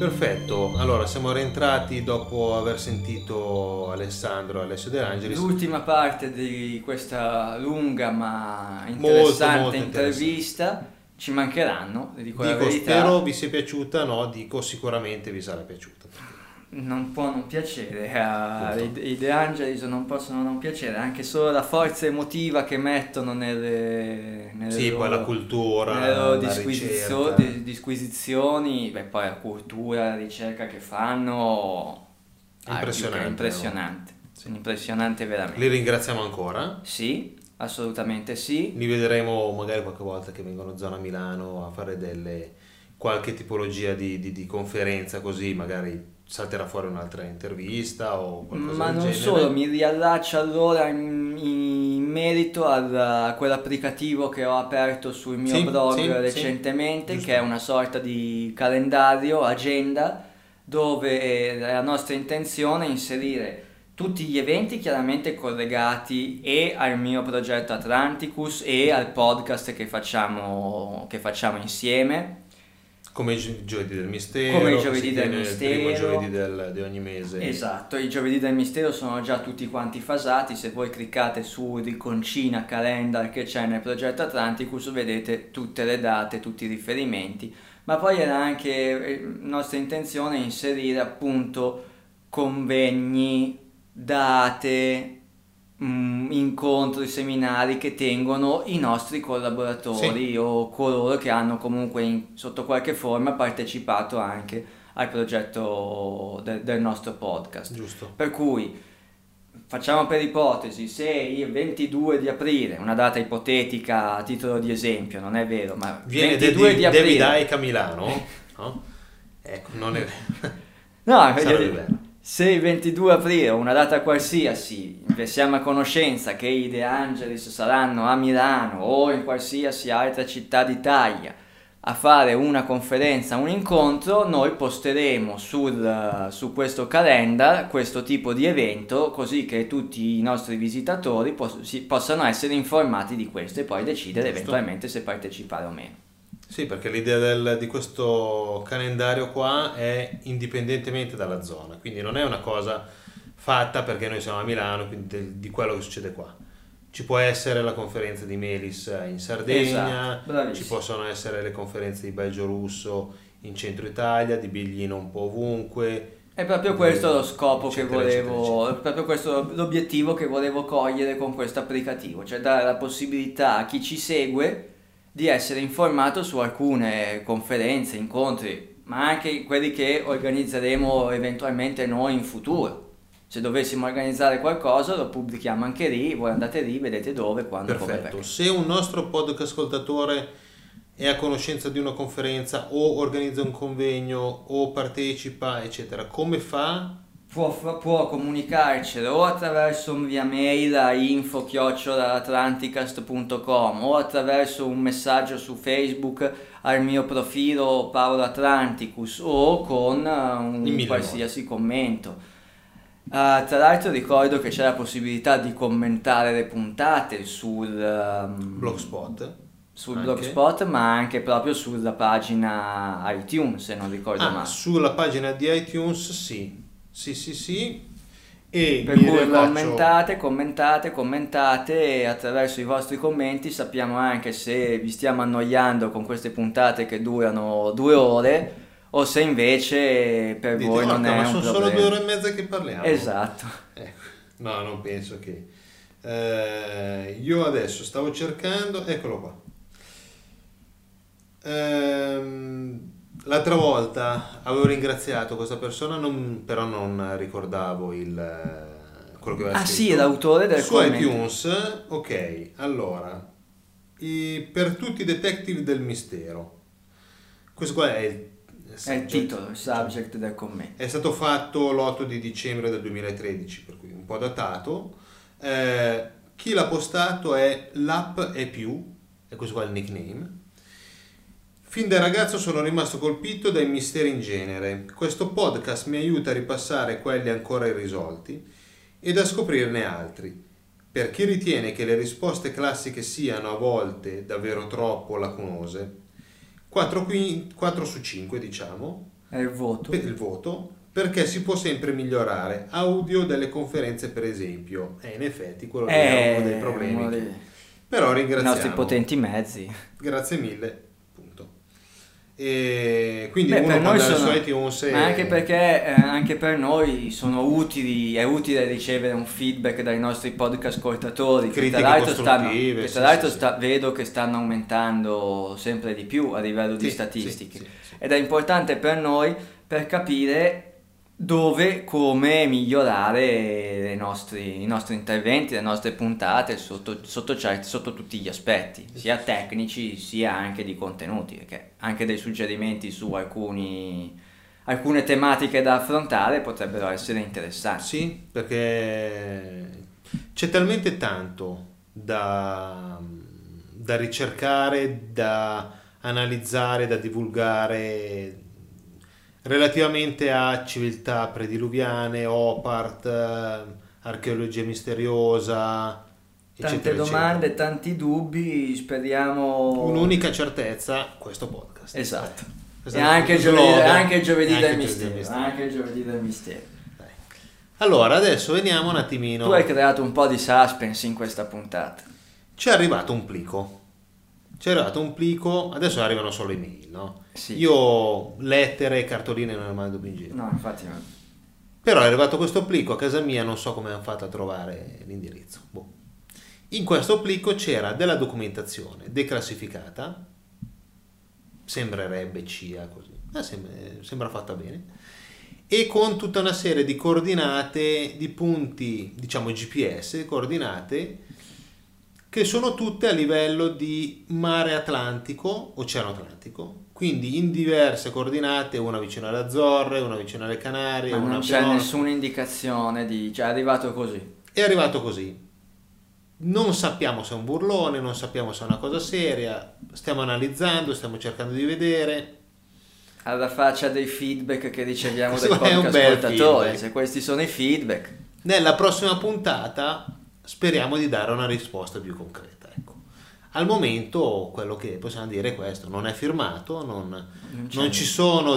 Perfetto, allora siamo rientrati dopo aver sentito Alessio De Angelis. L'ultima parte di questa lunga ma interessante intervista. Ci mancheranno, dico la verità. Spero vi sia piaciuta, no? Dico sicuramente vi sarà piaciuta. Non può non piacere, i De Angelis non possono non piacere, anche solo la forza emotiva che mettono nelle sì, loro, poi la cultura, nelle loro la disquisizioni, beh, poi la cultura, la ricerca che fanno, impressionante, Sì. Impressionante veramente. Li ringraziamo ancora? Sì, assolutamente sì. Li vedremo magari qualche volta che vengono in zona Milano a fare qualche tipologia di conferenza, così magari salterà fuori un'altra intervista o qualcosa ma del non genere. solo, mi riallaccio allora in merito a quell'applicativo che ho aperto sul mio blog recentemente, che è una sorta di calendario, agenda, dove è la nostra intenzione inserire tutti gli eventi chiaramente collegati e al mio progetto Atlanticus e al podcast che facciamo insieme. Come i giovedì del mistero, come i giovedì del mistero, il primo giovedì di ogni mese. Esatto, i giovedì del mistero sono già tutti quanti fasati. Se voi cliccate sull'iconcina calendar che c'è nel progetto Atlanticus vedete tutte le date, tutti i riferimenti, ma poi era anche nostra intenzione inserire appunto convegni, date, incontri, seminari che tengono i nostri collaboratori o coloro che hanno comunque sotto qualche forma partecipato anche al progetto del nostro podcast. Giusto. Per cui facciamo per ipotesi, se il 22 di aprile, una data ipotetica a titolo di esempio, non è vero, ma viene 22 di aprile David Icke a Milano, no? Ecco, non è no, se il 22 aprile o una data qualsiasi siamo a conoscenza che i De Angelis saranno a Milano o in qualsiasi altra città d'Italia a fare una conferenza, un incontro, noi posteremo su questo calendar questo tipo di evento, così che tutti i nostri visitatori possano essere informati di questo e poi decidere eventualmente se partecipare o meno. Sì, perché l'idea di questo calendario qua è indipendentemente dalla zona, quindi non è una cosa fatta perché noi siamo a Milano, quindi di quello che succede qua. Ci può essere la conferenza di Melis in Sardegna, ci possono essere le conferenze di Belgio Russo in centro Italia, di Biglino un po' ovunque. È proprio questo lo scopo che volevo, è proprio questo l'obiettivo che volevo cogliere con questo applicativo, cioè dare la possibilità a chi ci segue di essere informato su alcune conferenze, incontri, ma anche quelli che organizzeremo eventualmente noi in futuro. Se dovessimo organizzare qualcosa lo pubblichiamo anche lì, voi andate lì, vedete dove, quando, come, perché. Se un nostro podcast ascoltatore è a conoscenza di una conferenza o organizza un convegno o partecipa, eccetera, come fa? Può comunicarcelo o attraverso via mail a info@atlanticast.com o attraverso un messaggio su Facebook al mio profilo Paolo Atlanticus o con un qualsiasi commento. Tra l'altro ricordo che c'è la possibilità di commentare le puntate sul Blogspot, ma anche proprio sulla pagina iTunes, se non ricordo male. Sulla pagina di iTunes sì. E per cui commentate e attraverso i vostri commenti sappiamo anche se vi stiamo annoiando con queste puntate che durano 2 ore o se invece per voi non è un problema. Sono solo 2 ore e mezza che parliamo. Esatto. No, non penso che io adesso stavo cercando, eccolo qua. L'altra volta avevo ringraziato questa persona, però non ricordavo quello che aveva scritto. Sì, l'autore del su commento. iTunes, ok, allora, per tutti i detective del mistero. Questo qua è il titolo, il subject del commento. È stato fatto l'8 di dicembre del 2013, per cui un po' datato. Chi l'ha postato è L'app è più, e questo qua è il nickname. Fin da ragazzo sono rimasto colpito dai misteri in genere. Questo podcast mi aiuta a ripassare quelli ancora irrisolti ed a scoprirne altri. Per chi ritiene che le risposte classiche siano a volte davvero troppo lacunose, 4 su 5 diciamo, È il voto. Il voto, perché si può sempre migliorare. Audio delle conferenze, per esempio. In effetti quello lì è uno dei problemi. Però ringraziamo. I nostri potenti mezzi. Grazie mille. Punto. E quindi per noi su iTunes ma anche perché anche per noi sono utili, è utile ricevere un feedback dai nostri podcast ascoltatori, che tra l'altro vedo che stanno aumentando sempre di più a livello di statistiche, sì. Ed è importante per noi per capire dove, come migliorare i nostri interventi, le nostre puntate sotto tutti gli aspetti, sia tecnici sia anche di contenuti, perché anche dei suggerimenti su alcune tematiche da affrontare potrebbero essere interessanti. Sì, perché c'è talmente tanto da ricercare, da analizzare, da divulgare relativamente a civiltà prediluviane, Opart, archeologia misteriosa, tante domande, eccetera. Tanti dubbi, speriamo Un'unica certezza, questo podcast. Esatto. Questo E è anche il il giovedì slogan. del mistero. Anche il giovedì del mistero. Allora, adesso veniamo un attimino. Tu hai creato un po' di suspense in questa puntata. Ci è arrivato un plico. Adesso arrivano solo email, no? Sì. Io lettere e cartoline non ne mando più in giro. No, infatti no. Però è arrivato questo plico a casa mia, non so come hanno fatto a trovare l'indirizzo. In questo plico c'era della documentazione declassificata, sembrerebbe CIA così, sembra fatta bene, e con tutta una serie di coordinate, di punti, diciamo GPS, coordinate, che sono tutte a livello di mare Atlantico, Oceano Atlantico, quindi in diverse coordinate, una vicino alle Azzorre, una vicino alle Canarie, Ma una non c'è nessuna indicazione cioè è arrivato così. È arrivato così. Non sappiamo se è un burlone, non sappiamo se è una cosa seria, stiamo analizzando, stiamo cercando di vedere. Alla faccia dei feedback che riceviamo dai È un podcast bel ascoltatori, feedback. se questi sono i feedback. Nella prossima puntata speriamo di dare una risposta più concreta. Ecco. Al momento quello che possiamo dire è questo: non è firmato, non ci sono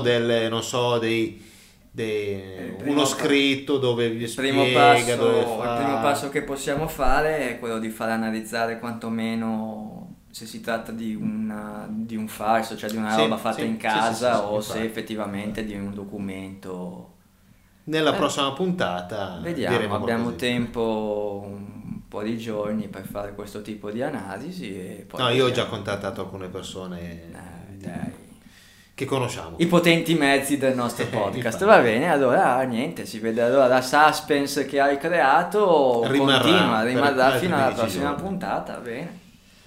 uno scritto dove vi spiega dove fa. Il primo passo che possiamo fare è quello di far analizzare quantomeno se si tratta di un falso, cioè di una roba fatta in casa, o se effettivamente di un documento. Nella prossima puntata vediamo, abbiamo tempo, un po' di giorni per fare questo tipo di analisi e poi io ho già contattato alcune persone che conosciamo, i potenti mezzi del nostro podcast. Va bene, allora niente, si vede. Allora la suspense che hai creato rimarrà fino alla prossima puntata. Bene,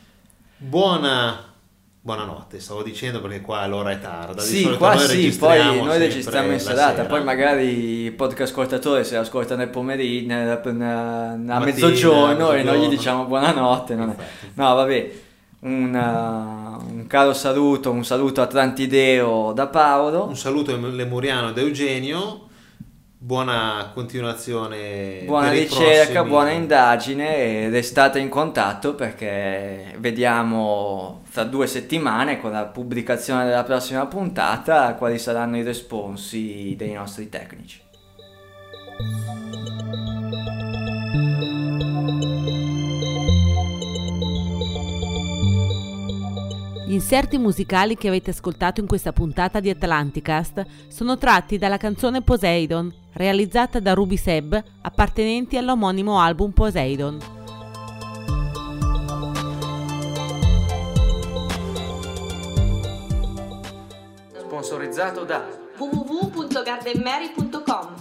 buonanotte, stavo dicendo, perché qua l'ora è tarda. Sì, qua poi noi registriamo in serata, poi magari i podcast ascoltatori se ascoltano nel pomeriggio, a mezzogiorno, e noi gli diciamo buonanotte. No, vabbè, un caro saluto, un saluto atlantideo da Paolo, un saluto lemuriano da Eugenio. Buona continuazione, buona ricerca, buona indagine, e restate in contatto, perché vediamo fra 2 settimane, con la pubblicazione della prossima puntata, quali saranno i responsi dei nostri tecnici. Gli inserti musicali che avete ascoltato in questa puntata di Atlanticast sono tratti dalla canzone Poseidon, realizzata da Ruby Seb, appartenenti all'omonimo album Poseidon. Sponsorizzato da www.gardenmary.com